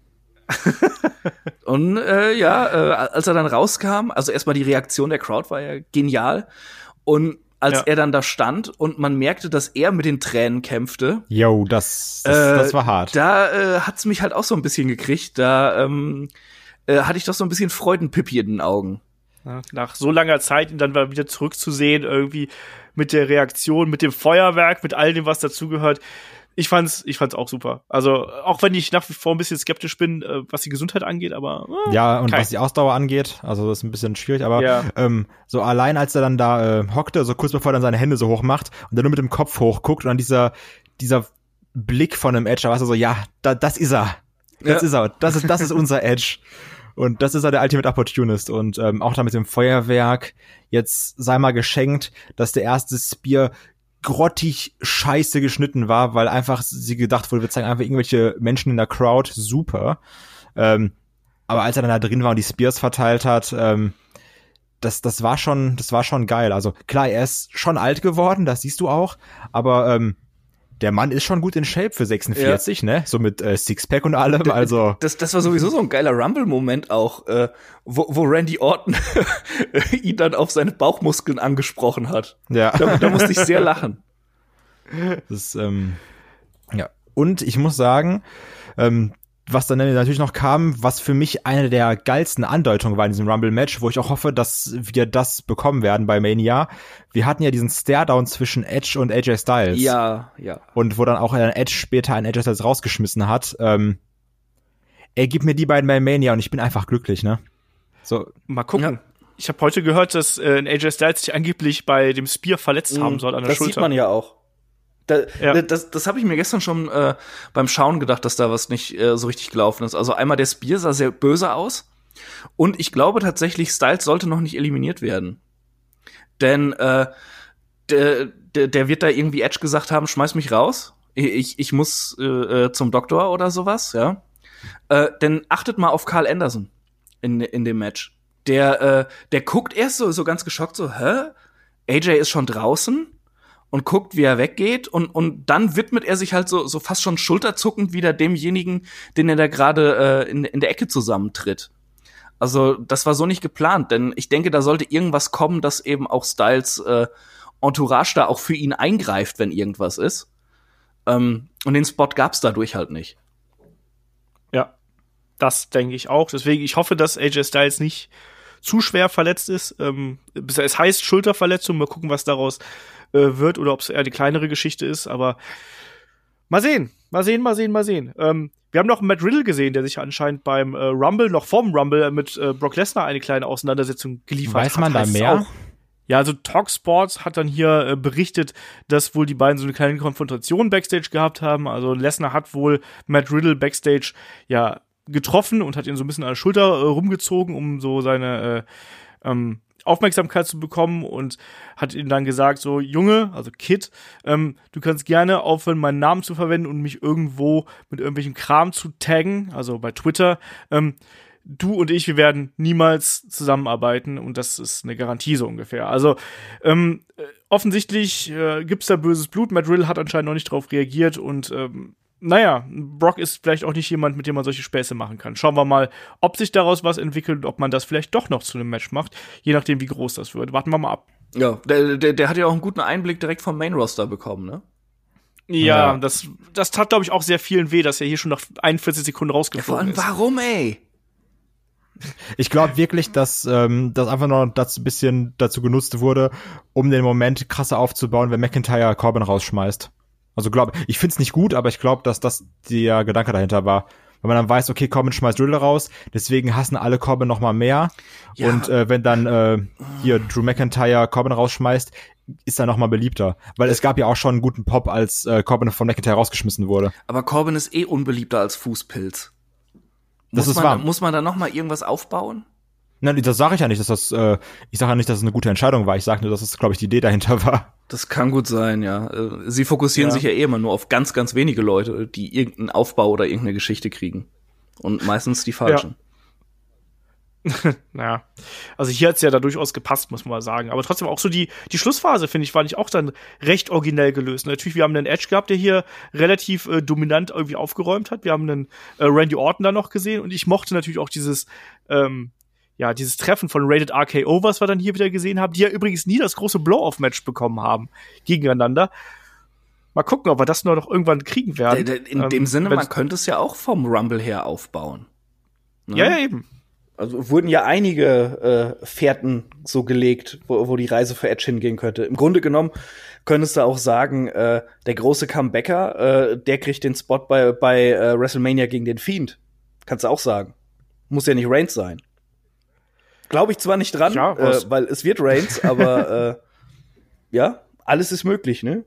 Und äh, ja, äh, als er dann rauskam, also erstmal die Reaktion der Crowd war ja genial. Und als ja. er dann da stand und man merkte, dass er mit den Tränen kämpfte. Yo, das, das, äh, das war hart. Da äh, hat's mich halt auch so ein bisschen gekriegt. Da ähm, äh, hatte ich doch so ein bisschen Freudenpipi in den Augen. Ja, nach so langer Zeit ihn dann wieder zurückzusehen, irgendwie mit der Reaktion, mit dem Feuerwerk, mit all dem, was dazugehört. Ich fand's, ich fand's auch super. Also, auch wenn ich nach wie vor ein bisschen skeptisch bin, äh, was die Gesundheit angeht, aber äh, ja, und kein. was die Ausdauer angeht, also das ist ein bisschen schwierig, aber ja. ähm, so allein als er dann da äh, hockte, so kurz bevor er dann seine Hände so hoch macht und dann nur mit dem Kopf hochguckt und dann dieser dieser Blick von einem Edge, da weißt du so, ja, da, das ist er. Das ja. ist er. Das ist, das ist unser Edge. Und das ist er, der Ultimate Opportunist. Und ähm, auch da mit dem Feuerwerk, jetzt sei mal geschenkt, dass der erste Spear grottig scheiße geschnitten war, weil einfach sie gedacht wurde, wir zeigen einfach irgendwelche Menschen in der Crowd, super. Ähm, aber als er dann da drin war und die Spears verteilt hat, ähm, das, das war schon, das war schon geil. Also klar, er ist schon alt geworden, das siehst du auch, aber ähm, der Mann ist schon gut in Shape für sechsundvierzig, ja. ne? So mit äh, Sixpack und allem, also. Das, das war sowieso so ein geiler Rumble-Moment auch, äh, wo, wo Randy Orton ihn dann auf seine Bauchmuskeln angesprochen hat. Ja. Da, da musste ich sehr lachen. Das, ähm, ja. Und ich muss sagen, ähm, was dann natürlich noch kam, was für mich eine der geilsten Andeutungen war in diesem Rumble-Match, wo ich auch hoffe, dass wir das bekommen werden bei Mania. Wir hatten ja diesen Stare-Down zwischen Edge und A J Styles. Ja, ja. Und wo dann auch ein Edge später einen A J Styles rausgeschmissen hat. Ähm, er gibt mir die beiden bei Mania und ich bin einfach glücklich, ne? So. Mal gucken. Ja. Ich habe heute gehört, dass äh, ein A J Styles sich angeblich bei dem Spear verletzt mhm, haben soll an der das Schulter. Das sieht man ja auch. Da, ja. Das, das habe ich mir gestern schon äh, beim Schauen gedacht, dass da was nicht äh, so richtig gelaufen ist. Also einmal der Spear sah sehr böse aus. Und ich glaube tatsächlich, Styles sollte noch nicht eliminiert werden. Denn äh, der, der, der wird da irgendwie Edge gesagt haben, schmeiß mich raus. Ich, ich muss äh, zum Doktor oder sowas, ja. Äh, denn achtet mal auf Carl Anderson in, in dem Match. Der, äh, der guckt erst so, so ganz geschockt so, hä? A J ist schon draußen und guckt, wie er weggeht und, und dann widmet er sich halt so, so fast schon schulterzuckend wieder demjenigen, den er da gerade äh, in, in der Ecke zusammentritt. Also das war so nicht geplant, denn ich denke, da sollte irgendwas kommen, dass eben auch Styles äh, Entourage da auch für ihn eingreift, wenn irgendwas ist. Ähm, und den Spot gab's dadurch halt nicht. Ja, das denke ich auch. Deswegen, ich hoffe, dass A J Styles nicht zu schwer verletzt ist. Ähm, es heißt Schulterverletzung, mal gucken, was daraus äh, wird oder ob es eher die kleinere Geschichte ist. Aber mal sehen, mal sehen, mal sehen, mal sehen. Ähm, wir haben noch Matt Riddle gesehen, der sich anscheinend beim äh, Rumble, noch vorm Rumble, mit äh, Brock Lesnar eine kleine Auseinandersetzung geliefert hat. Weiß man da mehr? Auch. Ja, also Talk Sports hat dann hier äh, berichtet, dass wohl die beiden so eine kleine Konfrontation Backstage gehabt haben. Also Lesnar hat wohl Matt Riddle Backstage ja getroffen und hat ihn so ein bisschen an der Schulter äh, rumgezogen, um so seine äh, ähm, Aufmerksamkeit zu bekommen und hat ihm dann gesagt, so, Junge, also Kid, ähm, du kannst gerne aufhören, meinen Namen zu verwenden und mich irgendwo mit irgendwelchem Kram zu taggen, also bei Twitter. Ähm, du und ich, wir werden niemals zusammenarbeiten und das ist eine Garantie so ungefähr. Also ähm, offensichtlich äh, gibt's da böses Blut. Matt Riddle hat anscheinend noch nicht drauf reagiert und ähm, naja, Brock ist vielleicht auch nicht jemand, mit dem man solche Späße machen kann. Schauen wir mal, ob sich daraus was entwickelt und ob man das vielleicht doch noch zu einem Match macht, je nachdem, wie groß das wird. Warten wir mal ab. Ja, der, der, der hat ja auch einen guten Einblick direkt vom Main-Roster bekommen, ne? Ja, ja. das, das tat, glaube ich, auch sehr vielen weh, dass er hier schon nach einundvierzig Sekunden rausgeflogen ja, vor allem, ist. Warum, ey? Ich glaube wirklich, dass ähm, das einfach noch das ein bisschen dazu genutzt wurde, um den Moment krasser aufzubauen, wenn McIntyre Corbin rausschmeißt. Also glaube ich finde es nicht gut, aber ich glaube, dass das der Gedanke dahinter war. Wenn man dann weiß, okay, Corbin schmeißt Riddle raus, deswegen hassen alle Corbin noch mal mehr. Ja. Und äh, wenn dann äh, hier Drew McIntyre Corbin rausschmeißt, ist er noch mal beliebter. Weil es gab ja auch schon einen guten Pop, als äh, Corbin von McIntyre rausgeschmissen wurde. Aber Corbin ist eh unbeliebter als Fußpilz. Das muss ist man, wahr. Muss man da noch mal irgendwas aufbauen? Nein, das sage ich ja nicht, dass das, äh, ich sage ja nicht, dass es eine gute Entscheidung war. Ich sage nur, dass es, glaube ich, die Idee dahinter war. Das kann gut sein, ja. Sie fokussieren ja. sich ja eh immer nur auf ganz, ganz wenige Leute, die irgendeinen Aufbau oder irgendeine Geschichte kriegen. Und meistens die falschen. Ja. Naja, also hier hat's ja da durchaus gepasst, muss man mal sagen. Aber trotzdem auch so die, die Schlussphase, finde ich, war nicht auch dann recht originell gelöst. Natürlich, wir haben einen Edge gehabt, der hier relativ äh, dominant irgendwie aufgeräumt hat. Wir haben einen äh, Randy Orton da noch gesehen. Und ich mochte natürlich auch dieses, ähm, ja, dieses Treffen von Rated R K O, was wir dann hier wieder gesehen haben, die ja übrigens nie das große Blow-Off-Match bekommen haben gegeneinander. Mal gucken, ob wir das nur noch irgendwann kriegen werden. In ähm, dem Sinne, man könnte es ja auch vom Rumble her aufbauen. Ne? Ja, ja, eben. Also wurden ja einige äh, Fährten so gelegt, wo, wo die Reise für Edge hingehen könnte. Im Grunde genommen könntest du auch sagen, äh, der große Comebacker, äh, der kriegt den Spot bei, bei äh, WrestleMania gegen den Fiend. Kannst du auch sagen. Muss ja nicht Reigns sein. Glaube ich zwar nicht dran, ja, äh, weil es wird Reigns, aber äh, ja, alles ist möglich, ne?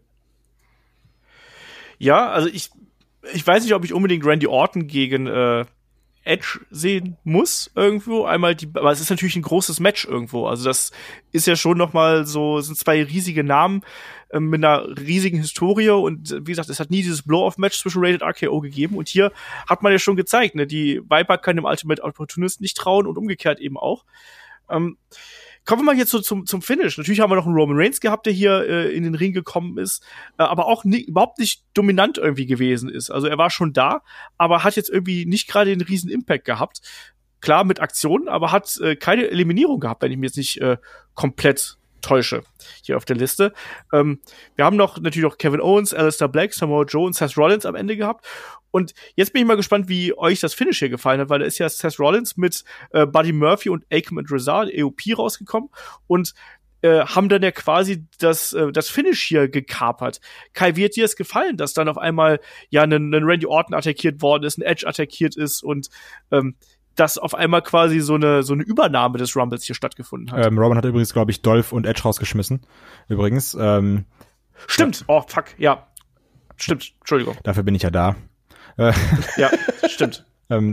Ja, also ich, ich weiß nicht, ob ich unbedingt Randy Orton gegen äh, Edge sehen muss irgendwo. Einmal die, aber es ist natürlich ein großes Match irgendwo. Also das ist ja schon noch mal so, sind zwei riesige Namen äh, mit einer riesigen Historie und wie gesagt, es hat nie dieses Blow-Off-Match zwischen Rated R K O gegeben und hier hat man ja schon gezeigt, ne, die Viper kann dem Ultimate Opportunist nicht trauen und umgekehrt eben auch. Ähm, kommen wir mal jetzt so zum, zum Finish. Natürlich haben wir noch einen Roman Reigns gehabt, der hier äh, in den Ring gekommen ist, äh, aber auch nie, überhaupt nicht dominant irgendwie gewesen ist. Also er war schon da, aber hat jetzt irgendwie nicht gerade den riesen Impact gehabt. Klar mit Aktionen, aber hat äh, keine Eliminierung gehabt, wenn ich mich jetzt nicht äh, komplett täusche hier auf der Liste. Ähm, wir haben noch natürlich noch Kevin Owens, Aleister Black, Samoa Joe und Seth Rollins am Ende gehabt. Und jetzt bin ich mal gespannt, wie euch das Finish hier gefallen hat, weil da ist ja Seth Rollins mit äh, Buddy Murphy und Akam und Rezar, E O P, rausgekommen und äh, haben dann ja quasi das äh, das Finish hier gekapert. Kai, wie hat dir das gefallen, dass dann auf einmal ja ein, ein Randy Orton attackiert worden ist, ein Edge attackiert ist und ähm, dass auf einmal quasi so eine so eine Übernahme des Rumbles hier stattgefunden hat? Ähm, Roman hat übrigens, glaube ich, Dolph und Edge rausgeschmissen. Übrigens. Ähm, Stimmt. Ja. Oh, fuck. Ja. Stimmt. Entschuldigung. Dafür bin ich ja da. Ja, stimmt. ähm,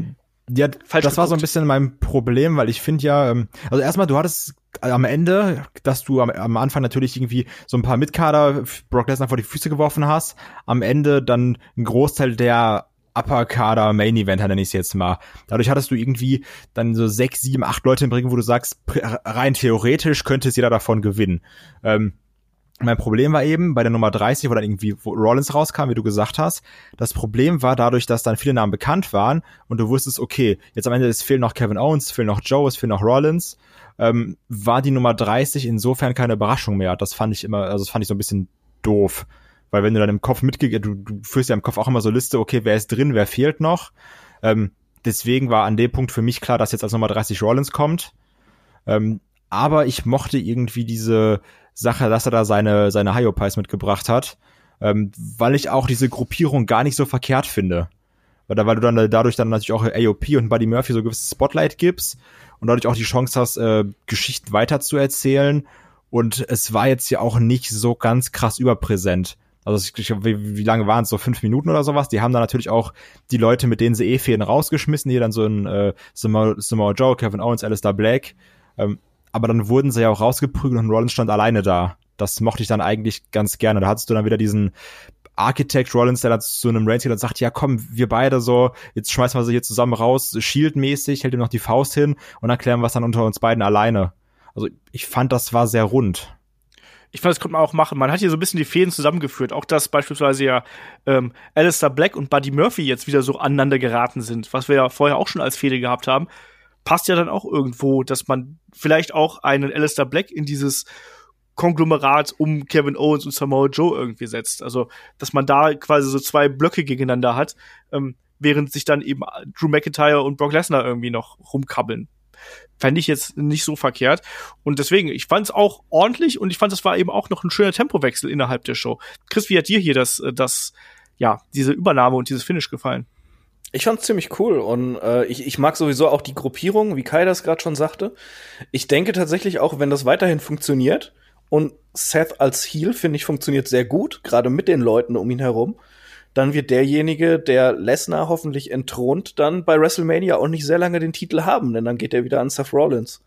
Ja, falsch das war geguckt. so ein bisschen mein Problem, weil ich finde ja, ähm, also erstmal, du hattest am Ende, dass du am, am Anfang natürlich irgendwie so ein paar Mitkader Brock Lesnar vor die Füße geworfen hast, am Ende dann ein Großteil der Upper-Kader Main Eventer, nenne ich es jetzt mal. Dadurch hattest du irgendwie dann so sechs, sieben, acht Leute im Ring, wo du sagst, rein theoretisch könnte es jeder davon gewinnen. Ähm, Mein Problem war eben bei der Nummer dreißig, wo dann irgendwie Rollins rauskam, wie du gesagt hast. Das Problem war dadurch, dass dann viele Namen bekannt waren und du wusstest, okay, jetzt am Ende es fehlen noch Kevin Owens, es fehlen noch Joe, es fehlen noch Rollins, ähm, war die Nummer dreißig insofern keine Überraschung mehr. Das fand ich immer, also das fand ich so ein bisschen doof. Weil wenn du dann im Kopf mitge... Du, du führst ja im Kopf auch immer so Liste, okay, wer ist drin, wer fehlt noch. Ähm, deswegen war an dem Punkt für mich klar, dass jetzt als Nummer dreißig Rollins kommt. Ähm, aber ich mochte irgendwie diese Sache, dass er da seine seine Hyopies mitgebracht hat, ähm, weil ich auch diese Gruppierung gar nicht so verkehrt finde. Weil, weil du dann dadurch dann natürlich auch A O P und Buddy Murphy so ein gewisses Spotlight gibst und dadurch auch die Chance hast, äh, Geschichten weiter zu erzählen. Und es war jetzt ja auch nicht so ganz krass überpräsent. Also ich, ich, wie, wie lange waren es? So fünf Minuten oder sowas? Die haben dann natürlich auch die Leute, mit denen sie eh fehlen, rausgeschmissen. Hier dann so ein äh, Samoa, Samoa Joe, Kevin Owens, Aleister Black. Ähm, aber dann wurden sie ja auch rausgeprügelt und Rollins stand alleine da. Das mochte ich dann eigentlich ganz gerne. Da hattest du dann wieder diesen Architect Rollins, der dann zu einem Reigns geht und sagt, ja komm, wir beide so, jetzt schmeißen wir sie hier zusammen raus, Shield-mäßig, hält ihm noch die Faust hin und dann klären wir es dann unter uns beiden alleine. Also ich fand, das war sehr rund. Ich fand, das konnte man auch machen. Man hat hier so ein bisschen die Fäden zusammengeführt. Auch, dass beispielsweise ja ähm, Aleister Black und Buddy Murphy jetzt wieder so aneinander geraten sind, was wir ja vorher auch schon als Fehde gehabt haben, passt ja dann auch irgendwo, dass man vielleicht auch einen Aleister Black in dieses Konglomerat um Kevin Owens und Samoa Joe irgendwie setzt. Also, dass man da quasi so zwei Blöcke gegeneinander hat, ähm, während sich dann eben Drew McIntyre und Brock Lesnar irgendwie noch rumkabbeln. Fände ich jetzt nicht so verkehrt. Und deswegen, ich fand es auch ordentlich und ich fand, es war eben auch noch ein schöner Tempowechsel innerhalb der Show. Chris, wie hat dir hier das, das, ja, diese Übernahme und dieses Finish gefallen? Ich fand's ziemlich cool und äh, ich, ich mag sowieso auch die Gruppierung, wie Kai das gerade schon sagte. Ich denke tatsächlich auch, wenn das weiterhin funktioniert und Seth als Heel, finde ich, funktioniert sehr gut, gerade mit den Leuten um ihn herum, dann wird derjenige, der Lesnar hoffentlich entthront, dann bei WrestleMania auch nicht sehr lange den Titel haben, denn dann geht er wieder an Seth Rollins.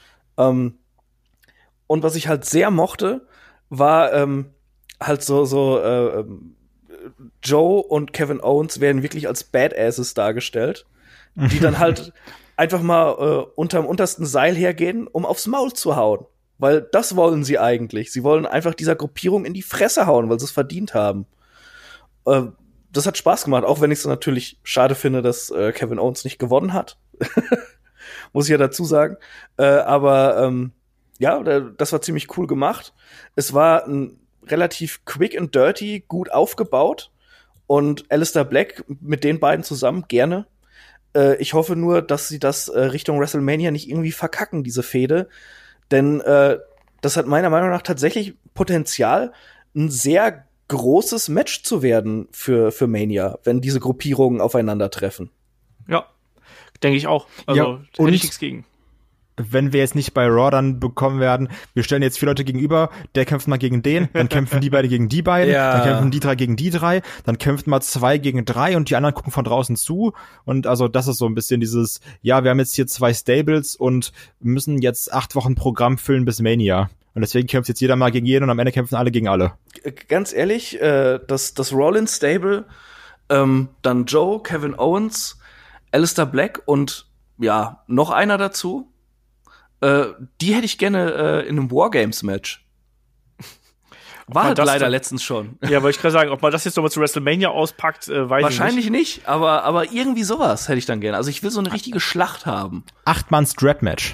Ähm, und was ich halt sehr mochte, war ähm, halt so so äh, Joe und Kevin Owens werden wirklich als Badasses dargestellt, die dann halt einfach mal äh, unterm untersten Seil hergehen, um aufs Maul zu hauen. Weil das wollen sie eigentlich. Sie wollen einfach dieser Gruppierung in die Fresse hauen, weil sie es verdient haben. Äh, das hat Spaß gemacht, auch wenn ich es natürlich schade finde, dass äh, Kevin Owens nicht gewonnen hat. Muss ich ja dazu sagen. Äh, aber ähm, ja, das war ziemlich cool gemacht. Es war ein relativ quick and dirty, gut aufgebaut. Und Aleister Black mit den beiden zusammen gerne. Äh, ich hoffe nur, dass sie das äh, Richtung WrestleMania nicht irgendwie verkacken, diese Fehde. Denn äh, das hat meiner Meinung nach tatsächlich Potenzial, ein sehr großes Match zu werden für, für Mania, wenn diese Gruppierungen aufeinandertreffen. Ja, denke ich auch. Also, ja, da hätte ich nichts gegen. Wenn wir jetzt nicht bei Raw dann bekommen werden, wir stellen jetzt vier Leute gegenüber, der kämpft mal gegen den, dann kämpfen die beide gegen die beiden, ja. Dann kämpfen die drei gegen die drei, dann kämpft mal zwei gegen drei und die anderen gucken von draußen zu. Und also das ist so ein bisschen dieses, ja, wir haben jetzt hier zwei Stables und müssen jetzt acht Wochen Programm füllen bis Mania. Und deswegen kämpft jetzt jeder mal gegen jeden und am Ende kämpfen alle gegen alle. Ganz ehrlich, äh, das, das Rollins Stable, ähm, dann Joe, Kevin Owens, Aleister Black und ja, noch einer dazu, Äh, die hätte ich gerne äh, in einem Wargames-Match. War halt leider dann, letztens schon. Ja, wollte ich gerade sagen, ob man das jetzt nochmal zu WrestleMania auspackt, äh, weiß Wahrscheinlich ich nicht. nicht, aber, aber irgendwie sowas hätte ich dann gerne. Also ich will so eine richtige Schlacht haben. Acht-Mann-Strap-Match.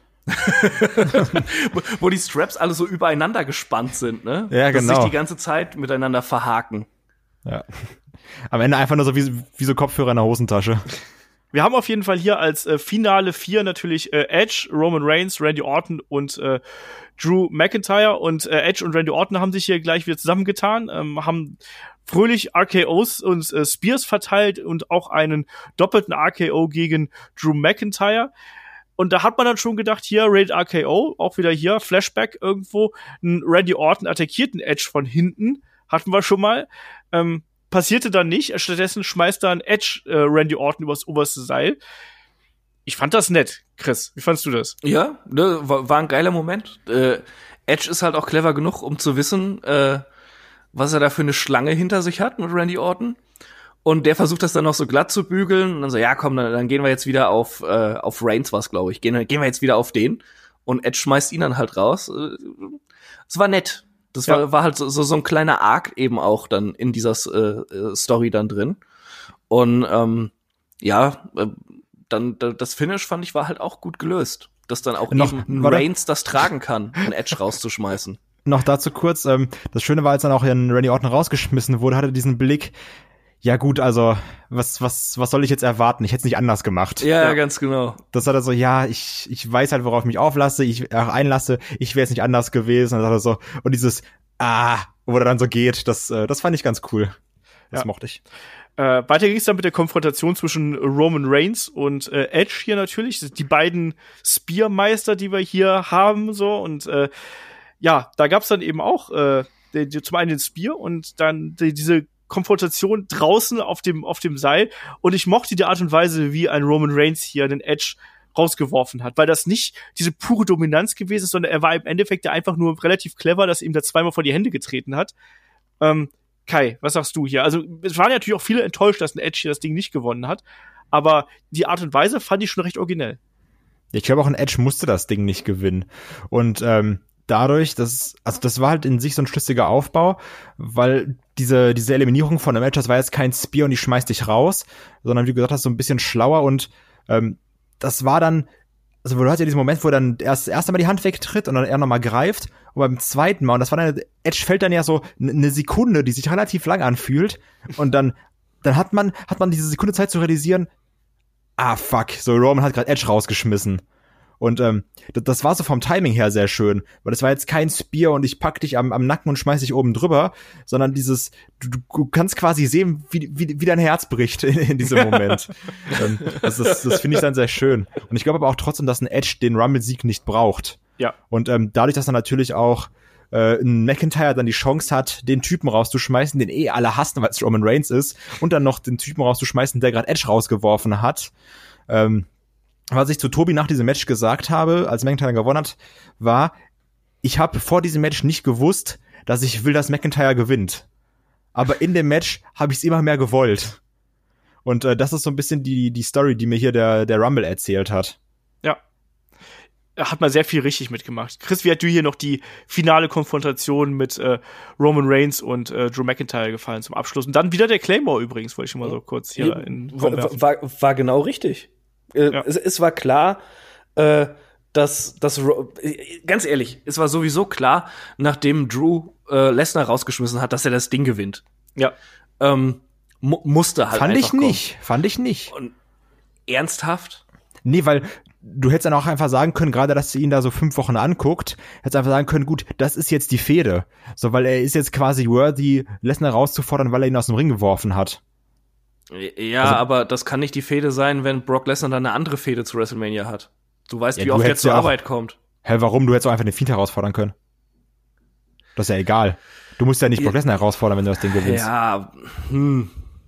Wo die Straps alle so übereinander gespannt sind, ne? Ja, genau. Dass sich die ganze Zeit miteinander verhaken. Ja. Am Ende einfach nur so wie, wie so Kopfhörer in der Hosentasche. Wir haben auf jeden Fall hier als äh, Finale vier natürlich äh, Edge, Roman Reigns, Randy Orton und äh, Drew McIntyre. Und äh, Edge und Randy Orton haben sich hier gleich wieder zusammengetan, ähm, haben fröhlich R K Os und äh, Spears verteilt und auch einen doppelten R K O gegen Drew McIntyre. Und da hat man dann schon gedacht, hier, Rated R K O, auch wieder hier, Flashback irgendwo, ein Randy Orton attackiert einen Edge von hinten, hatten wir schon mal. Ähm, passierte dann nicht. Stattdessen schmeißt dann Edge äh, Randy Orton übers oberste Seil. Ich fand das nett. Chris, wie fandst du das? Ja, ne, war, war ein geiler Moment. Äh, Edge ist halt auch clever genug, um zu wissen, äh, was er da für eine Schlange hinter sich hat mit Randy Orton. Und der versucht das dann noch so glatt zu bügeln. Und dann so, ja komm, dann, dann gehen wir jetzt wieder auf äh, auf Reigns, was glaube ich. Gehen, gehen wir jetzt wieder auf den. Und Edge schmeißt ihn dann halt raus. Es war nett. Das ja. war, war halt so, so, so ein kleiner Arc eben auch dann in dieser äh, Story dann drin. Und ähm, ja, äh, dann das Finish fand ich war halt auch gut gelöst. Dass dann auch noch, eben Reigns das tragen kann, einen Edge rauszuschmeißen. Noch dazu kurz, ähm, das Schöne war, als dann auch in Randy Orton rausgeschmissen wurde, hatte diesen Blick, ja gut, also was was was soll ich jetzt erwarten? Ich hätte es nicht anders gemacht. Ja, ja, ganz genau. Das hat er so, ja, ich ich weiß halt, worauf ich mich auflasse, ich äh, einlasse, ich wäre es nicht anders gewesen. Und dann hat er so, und dieses ah, wo er dann so geht, das äh, das fand ich ganz cool. Das ja. mochte ich. Äh, weiter ging es dann mit der Konfrontation zwischen Roman Reigns und äh, Edge hier natürlich. Die beiden Spearmeister, die wir hier haben, so. Und äh, ja, da gab's dann eben auch äh, die, die, zum einen den Spear und dann die, diese Konfrontation draußen auf dem auf dem Seil. Und ich mochte die Art und Weise, wie ein Roman Reigns hier den Edge rausgeworfen hat, weil das nicht diese pure Dominanz gewesen ist, sondern er war im Endeffekt ja einfach nur relativ clever, dass er ihm da zweimal vor die Hände getreten hat. Ähm, Kai, was sagst du hier? Also, es waren natürlich auch viele enttäuscht, dass ein Edge hier das Ding nicht gewonnen hat, aber die Art und Weise fand ich schon recht originell. Ich glaube, auch ein Edge musste das Ding nicht gewinnen. Und ähm, dadurch, das, also das war halt in sich so ein schlüssiger Aufbau, weil diese diese Eliminierung von einem Edge, das war jetzt kein Spear und ich schmeiß dich raus, sondern wie du gesagt hast, so ein bisschen schlauer und ähm, das war dann, also du hast ja diesen Moment, wo er dann erst das erste Mal die Hand wegtritt und dann er nochmal greift und beim zweiten Mal, und das war dann, Edge fällt dann ja so eine Sekunde, die sich relativ lang anfühlt und dann dann hat man hat man diese Sekunde Zeit zu realisieren, ah fuck, so Roman hat gerade Edge rausgeschmissen. Und ähm, das war so vom Timing her sehr schön, weil das war jetzt kein Spear und ich pack dich am, am Nacken und schmeiß dich oben drüber, sondern dieses, du, du kannst quasi sehen, wie, wie, wie dein Herz bricht in, in diesem Moment. ähm, das das, das finde ich dann sehr schön. Und ich glaube aber auch trotzdem, dass ein Edge den Rumble-Sieg nicht braucht. Ja. Und ähm, dadurch, dass er natürlich auch äh, ein McIntyre dann die Chance hat, den Typen rauszuschmeißen, den eh alle hassen, weil es Roman Reigns ist, und dann noch den Typen rauszuschmeißen, der gerade Edge rausgeworfen hat, ähm, was ich zu Tobi nach diesem Match gesagt habe, als McIntyre gewonnen hat, war, ich habe vor diesem Match nicht gewusst, dass ich will, dass McIntyre gewinnt. Aber in dem Match habe ich es immer mehr gewollt. Und äh, das ist so ein bisschen die die Story, die mir hier der der Rumble erzählt hat. Ja. Er hat mal sehr viel richtig mitgemacht. Chris, wie hat dir hier noch die finale Konfrontation mit äh, Roman Reigns und äh, Drew McIntyre gefallen zum Abschluss? Und dann wieder der Claymore übrigens, wollte ich schon mal so kurz hier in war, war, war genau richtig. Äh, ja. es, es war klar, äh, dass das ganz ehrlich, es war sowieso klar, nachdem Drew äh, Lesnar rausgeschmissen hat, dass er das Ding gewinnt. Ja. Ähm, mu- musste halt Fand einfach ich nicht. Kommen. Fand ich nicht. Und ernsthaft? Nee, weil du hättest dann auch einfach sagen können, gerade dass du ihn da so fünf Wochen anguckt, hättest einfach sagen können, gut, das ist jetzt die Fehde. So, weil er ist jetzt quasi worthy, Lesnar rauszufordern, weil er ihn aus dem Ring geworfen hat. Ja, also, aber das kann nicht die Fehde sein, wenn Brock Lesnar dann eine andere Fehde zu WrestleMania hat. Du weißt, ja, wie oft er zur ja Arbeit auch, kommt. Hä, warum? Du hättest auch einfach den Fiend herausfordern können. Das ist ja egal. Du musst ja nicht Brock Lesnar herausfordern, wenn du das Ding gewinnst. Ja, hm.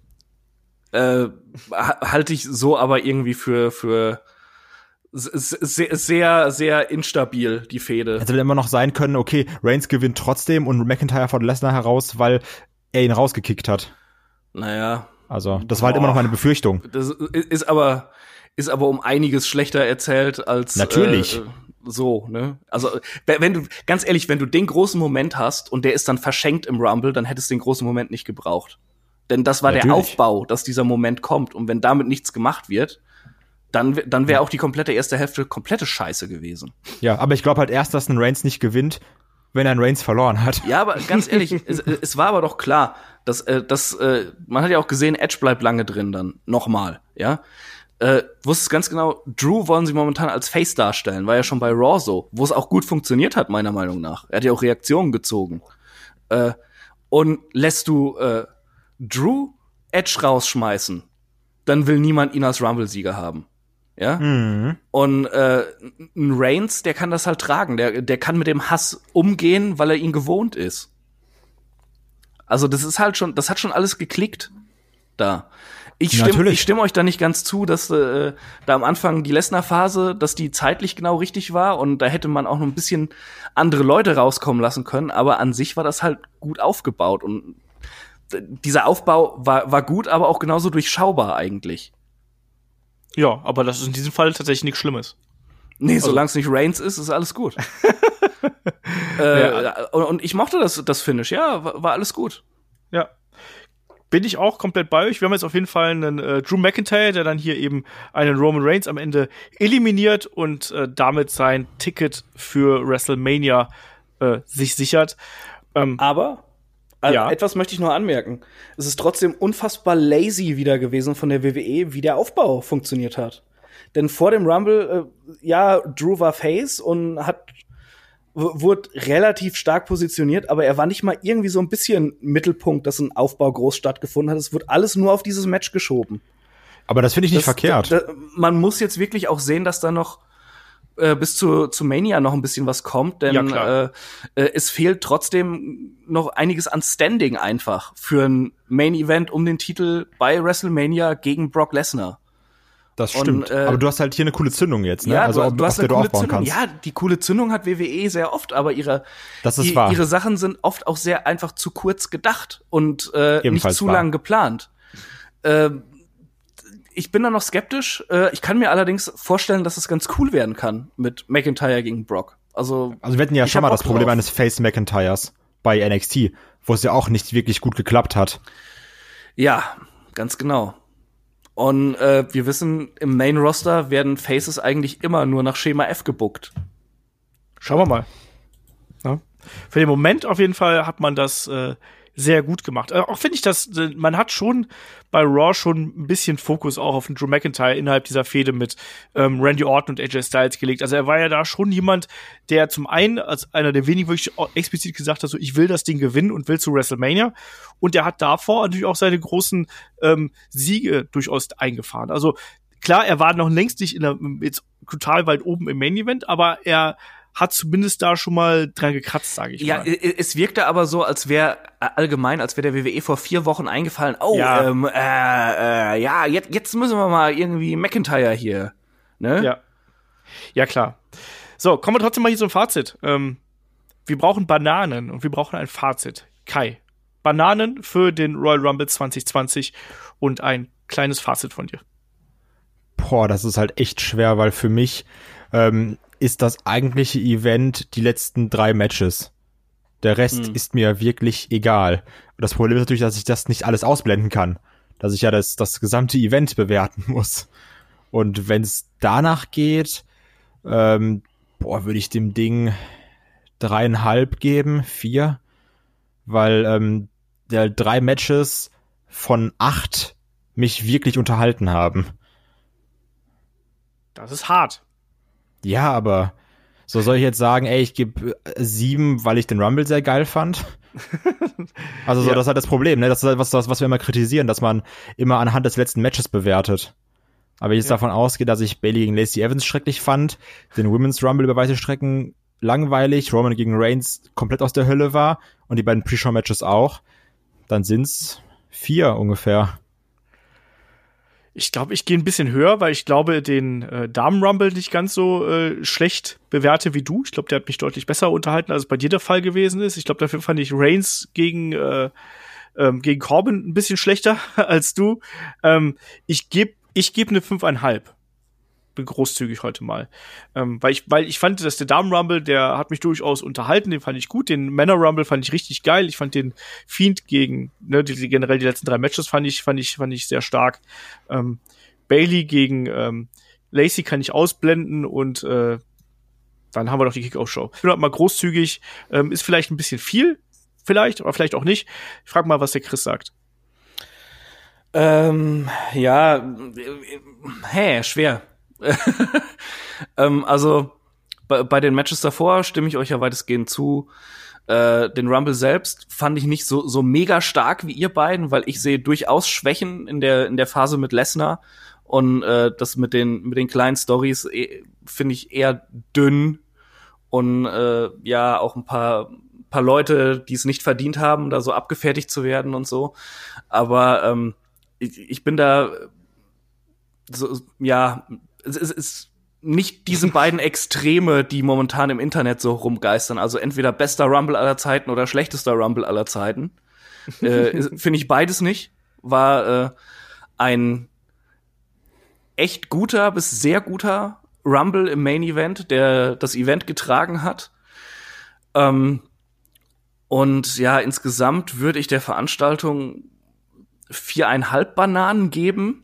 Äh, halte ich so aber irgendwie für, für sehr, sehr, sehr instabil, die Fehde. Hätte immer noch sein können, okay, Reigns gewinnt trotzdem und McIntyre fordert Lesnar heraus, weil er ihn rausgekickt hat. Naja. Also, das war halt Boah. immer noch meine Befürchtung. Das ist aber, ist aber um einiges schlechter erzählt als Natürlich. Äh, so, ne? Also, wenn du, ganz ehrlich, wenn du den großen Moment hast und der ist dann verschenkt im Rumble, dann hättest du den großen Moment nicht gebraucht. Denn das war Natürlich. der Aufbau, dass dieser Moment kommt. Und wenn damit nichts gemacht wird, dann, dann wäre auch die komplette erste Hälfte komplette Scheiße gewesen. Ja, aber ich glaube halt erst, dass ein Reigns nicht gewinnt, wenn er ein Reigns verloren hat. Ja, aber ganz ehrlich, es, es war aber doch klar, dass, äh, dass äh, man hat ja auch gesehen, Edge bleibt lange drin dann, nochmal, ja. Äh, wusstest ganz genau, Drew wollen sie momentan als Face darstellen, war ja schon bei Raw so, wo es auch gut funktioniert hat, meiner Meinung nach. Er hat ja auch Reaktionen gezogen. Äh, und lässt du äh, Drew Edge rausschmeißen, dann will niemand ihn als Rumble-Sieger haben. Ja? Mhm. Und äh, ein Reigns, der kann das halt tragen. Der, der kann mit dem Hass umgehen, weil er ihn gewohnt ist. Also das ist halt schon, das hat schon alles geklickt da. Ich stimme, ich stimme euch da nicht ganz zu, dass äh, da am Anfang die Lesnar-Phase, dass die zeitlich genau richtig war und da hätte man auch noch ein bisschen andere Leute rauskommen lassen können, aber an sich war das halt gut aufgebaut und dieser Aufbau war, war gut, aber auch genauso durchschaubar eigentlich. Ja, aber das ist in diesem Fall tatsächlich nichts Schlimmes. Nee, also, solange es nicht Reigns ist, ist alles gut. äh, ja. Und ich mochte das, das Finish, ja, war, war alles gut. Ja. Bin ich auch komplett bei euch. Wir haben jetzt auf jeden Fall einen äh, Drew McIntyre, der dann hier eben einen Roman Reigns am Ende eliminiert und äh, damit sein Ticket für WrestleMania äh, sich sichert. Ähm, Aber also ja. etwas möchte ich noch anmerken. Es ist trotzdem unfassbar lazy wieder gewesen von der W W E, wie der Aufbau funktioniert hat. Denn vor dem Rumble, äh, ja, Drew war Face und hat wurde relativ stark positioniert, aber er war nicht mal irgendwie so ein bisschen Mittelpunkt, dass ein Aufbau groß stattgefunden hat. Es wird alles nur auf dieses Match geschoben. Aber das finde ich nicht das, verkehrt. Da, da, man muss jetzt wirklich auch sehen, dass da noch äh, bis zu, zu Mania noch ein bisschen was kommt, denn ja, äh, äh, es fehlt trotzdem noch einiges an Standing einfach für ein Main-Event um den Titel bei WrestleMania gegen Brock Lesnar. Das stimmt. Und, äh, aber du hast halt hier eine coole Zündung jetzt, ne? Ja, also, du, auf, du hast auf eine der coole du aufbauen Zündung. kannst. Ja, die coole Zündung hat W W E sehr oft, aber ihre, das ist die, wahr. ihre Sachen sind oft auch sehr einfach zu kurz gedacht und äh, nicht zu wahr. lang geplant. Äh, ich bin da noch skeptisch. Äh, ich kann mir allerdings vorstellen, dass es ganz cool werden kann mit McIntyre gegen Brock. Also, also wir hatten ja schon mal das Problem drauf. eines Face McIntyres bei N X T, wo es ja auch nicht wirklich gut geklappt hat. Ja, ganz genau. Und äh, wir wissen, im Main-Roster werden Faces eigentlich immer nur nach Schema F gebuckt. Schauen wir mal. Ja. Für den Moment auf jeden Fall hat man das äh, sehr gut gemacht. Äh, auch finde ich, dass äh, man hat schon bei Raw schon ein bisschen Fokus auch auf den Drew McIntyre innerhalb dieser Fehde mit ähm, Randy Orton und A J Styles gelegt. Also er war ja da schon jemand, der zum einen als einer der wenigen wirklich explizit gesagt hat, so ich will das Ding gewinnen und will zu WrestleMania. Und der hat davor natürlich auch seine großen ähm, Siege durchaus eingefahren. Also klar, er war noch längst nicht in der, jetzt total weit oben im Main Event, aber er hat zumindest da schon mal dran gekratzt, sage ich ja, mal. Ja, es wirkte aber so, als wäre allgemein, als wäre der W W E vor vier Wochen eingefallen, oh, ja. ähm, äh, äh, ja, jetzt, jetzt müssen wir mal irgendwie McIntyre hier, ne? Ja, ja klar. So, kommen wir trotzdem mal hier zum Fazit. Ähm, wir brauchen Bananen und wir brauchen ein Fazit. Kai, Bananen für den Royal Rumble zwanzig zwanzig und ein kleines Fazit von dir. Boah, das ist halt echt schwer, weil für mich ähm, ist das eigentliche Event die letzten drei Matches. Der Rest hm. ist mir wirklich egal. Und das Problem ist natürlich, dass ich das nicht alles ausblenden kann. Dass ich ja das, das gesamte Event bewerten muss. Und wenn es danach geht, ähm, boah, würde ich dem Ding dreieinhalb geben, vier. Weil ähm, der drei Matches von acht mich wirklich unterhalten haben. Das ist hart. Ja, aber so soll ich jetzt sagen, ey, ich gebe sieben, weil ich den Rumble sehr geil fand. Also so, ja. Das ist halt das Problem, ne? Das ist halt was, was wir immer kritisieren, dass man immer anhand des letzten Matches bewertet. Aber wenn ich jetzt ja. davon ausgehe, dass ich Bayley gegen Lacey Evans schrecklich fand, den Women's Rumble über weite Strecken langweilig, Roman gegen Reigns komplett aus der Hölle war und die beiden Pre-Show-Matches auch, dann sind's vier ungefähr. Ich glaube, ich gehe ein bisschen höher, weil ich glaube, den äh, Damen-Rumble nicht ganz so äh, schlecht bewerte wie du. Ich glaube, der hat mich deutlich besser unterhalten, als es bei dir der Fall gewesen ist. Ich glaube, dafür fand ich Reigns gegen äh, ähm, gegen Corbin ein bisschen schlechter als du. Ähm, ich gebe ich geb eine fünfeinhalb. Bin großzügig heute mal. Ähm, weil ich weil ich fand, dass der Damen-Rumble, der hat mich durchaus unterhalten, den fand ich gut. Den Männer-Rumble fand ich richtig geil. Ich fand den Fiend gegen, ne, die, die, generell die letzten drei Matches fand ich fand ich fand ich sehr stark. Ähm, Bayley gegen ähm, Lacey kann ich ausblenden und äh, dann haben wir noch die Kick-Off-Show. Ich bin halt mal großzügig, ähm, ist vielleicht ein bisschen viel, vielleicht, aber vielleicht auch nicht. Ich frage mal, was der Chris sagt. Ähm, ja, hä, schwer. ähm, also bei, bei den Matches davor stimme ich euch ja weitestgehend zu. Äh, den Rumble selbst fand ich nicht so so mega stark wie ihr beiden, weil ich sehe durchaus Schwächen in der in der Phase mit Lesnar und äh, das mit den mit den kleinen Stories eh, finde ich eher dünn und äh, ja auch ein paar paar Leute, die es nicht verdient haben, da so abgefertigt zu werden und so. Aber ähm, ich, ich bin da so, ja, es ist nicht diese beiden Extreme, die momentan im Internet so rumgeistern. Also entweder bester Rumble aller Zeiten oder schlechtester Rumble aller Zeiten. äh, Finde ich beides nicht. War äh, ein echt guter bis sehr guter Rumble im Main Event, der das Event getragen hat. Ähm, und ja, insgesamt würde ich der Veranstaltung viereinhalb Bananen geben,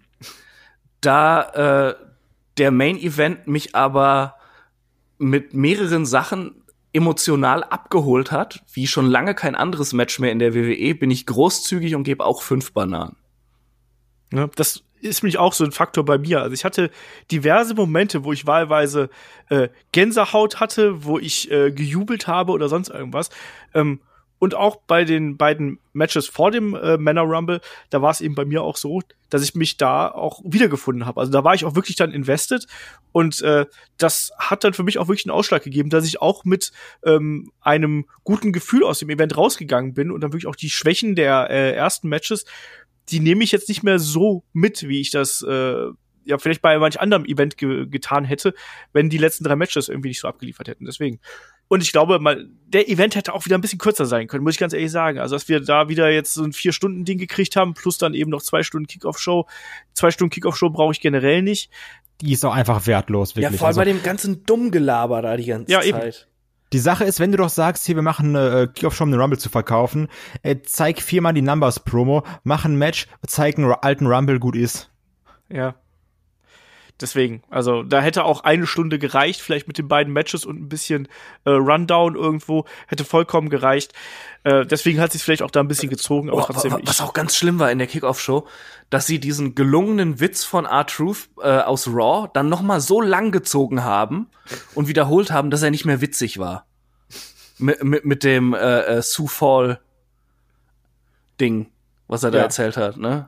da äh, der Main Event mich aber mit mehreren Sachen emotional abgeholt hat, wie schon lange kein anderes Match mehr in der W W E, bin ich großzügig und gebe auch fünf Bananen. Ja, das ist nämlich auch so ein Faktor bei mir. Also ich hatte diverse Momente, wo ich wahlweise äh, Gänsehaut hatte, wo ich äh, gejubelt habe oder sonst irgendwas. Ähm, und auch bei den beiden Matches vor dem äh, Männer Rumble, da war es eben bei mir auch so, dass ich mich da auch wiedergefunden habe. Also da war ich auch wirklich dann invested und äh, das hat dann für mich auch wirklich einen Ausschlag gegeben, dass ich auch mit ähm, einem guten Gefühl aus dem Event rausgegangen bin und dann wirklich auch die Schwächen der äh, ersten Matches, die nehme ich jetzt nicht mehr so mit, wie ich das äh, ja vielleicht bei manch anderem Event ge- getan hätte, wenn die letzten drei Matches irgendwie nicht so abgeliefert hätten. Deswegen. Und ich glaube, mal, der Event hätte auch wieder ein bisschen kürzer sein können, muss ich ganz ehrlich sagen. Also, dass wir da wieder jetzt so ein Vier-Stunden-Ding gekriegt haben, plus dann eben noch zwei Stunden Kickoff-Show. Zwei Stunden Kickoff-Show brauche ich generell nicht. Die ist auch einfach wertlos, wirklich. Ja, vor allem also, bei dem ganzen Dummgelaber da die ganze ja, Zeit. Eben. Die Sache ist, wenn du doch sagst, hier, wir machen eine äh, Kickoff-Show, um den Rumble zu verkaufen, äh, zeig viermal die Numbers-Promo, mach ein Match, zeig einen alten Rumble, gut ist. Ja. Deswegen, also da hätte auch eine Stunde gereicht, vielleicht mit den beiden Matches und ein bisschen äh, Rundown irgendwo, hätte vollkommen gereicht. Äh, deswegen hat sich vielleicht auch da ein bisschen gezogen, aber Oh, trotzdem. was auch ganz schlimm war in der Kickoff-Show, dass sie diesen gelungenen Witz von R-Truth äh, aus Raw dann noch mal so lang gezogen haben und wiederholt haben, dass er nicht mehr witzig war. Mit, mit, mit dem äh, äh, Sioux Fall Ding, was er da Ja. erzählt hat, ne?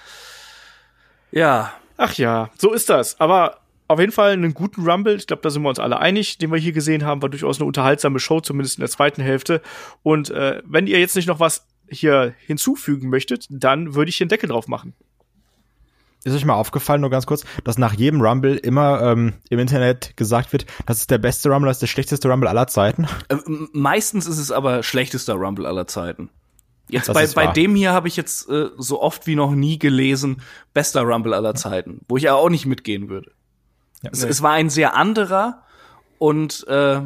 Ja. Ach ja, so ist das. Aber auf jeden Fall einen guten Rumble. Ich glaube, da sind wir uns alle einig. Den wir hier gesehen haben, war durchaus eine unterhaltsame Show, zumindest in der zweiten Hälfte. Und äh, wenn ihr jetzt nicht noch was hier hinzufügen möchtet, dann würde ich hier einen Deckel drauf machen. Ist euch mal aufgefallen, nur ganz kurz, dass nach jedem Rumble immer ähm, im Internet gesagt wird, das ist der beste Rumble, das ist der schlechteste Rumble aller Zeiten? Äh, meistens ist es aber schlechtester Rumble aller Zeiten. Jetzt Das bei, ist bei wahr. dem hier habe ich jetzt äh, so oft wie noch nie gelesen, bester Rumble aller Zeiten, wo ich ja auch nicht mitgehen würde. Ja, es, nee. es war ein sehr anderer und äh,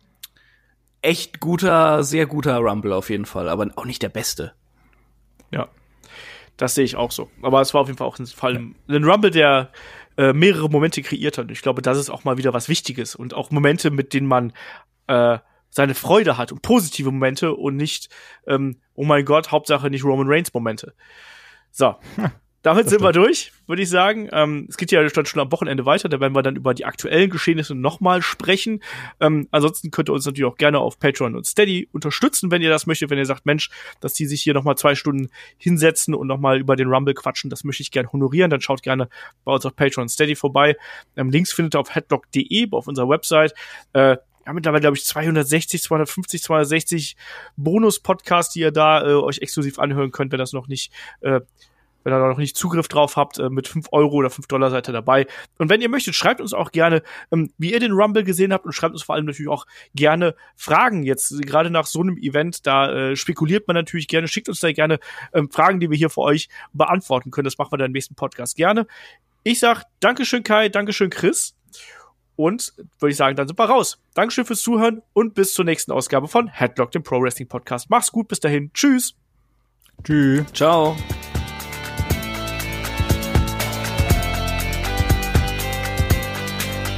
echt guter, sehr guter Rumble auf jeden Fall, aber auch nicht der beste. Ja, das sehe ich auch so. Aber es war auf jeden Fall auch ein Fall, ein Rumble, der äh, mehrere Momente kreiert hat. Und ich glaube, das ist auch mal wieder was Wichtiges und auch Momente, mit denen man äh, seine Freude hat und positive Momente und nicht, ähm, oh mein Gott, Hauptsache nicht Roman Reigns Momente. So, damit sind wir durch, würde ich sagen. Ähm, es geht ja schon, schon am Wochenende weiter, da werden wir dann über die aktuellen Geschehnisse nochmal sprechen. Ähm, ansonsten könnt ihr uns natürlich auch gerne auf Patreon und Steady unterstützen, wenn ihr das möchtet, wenn ihr sagt, Mensch, dass die sich hier nochmal zwei Stunden hinsetzen und nochmal über den Rumble quatschen, das möchte ich gerne honorieren, dann schaut gerne bei uns auf Patreon und Steady vorbei. Ähm, Links findet ihr auf headlock punkt de, auf unserer Website. Äh, Ja, mittlerweile, glaube ich, zweihundertsechzig, zweihundertfünfzig, zweihundertsechzig Bonus-Podcasts, die ihr da äh, euch exklusiv anhören könnt, wenn das noch nicht, äh, wenn ihr da noch nicht Zugriff drauf habt, äh, mit fünf Euro oder fünf Dollar seid ihr dabei. Und wenn ihr möchtet, schreibt uns auch gerne, ähm, wie ihr den Rumble gesehen habt und schreibt uns vor allem natürlich auch gerne Fragen jetzt, gerade nach so einem Event, da äh, spekuliert man natürlich gerne, schickt uns da gerne ähm, Fragen, die wir hier für euch beantworten können. Das machen wir dann im nächsten Podcast gerne. Ich sag Dankeschön Kai, Dankeschön Chris. Und würde ich sagen, dann sind wir raus. Dankeschön fürs Zuhören und bis zur nächsten Ausgabe von Headlock, dem Pro Wrestling Podcast. Mach's gut, bis dahin. Tschüss. Tschüss. Ciao.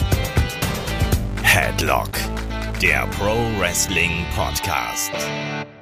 Headlock, der Pro Wrestling Podcast.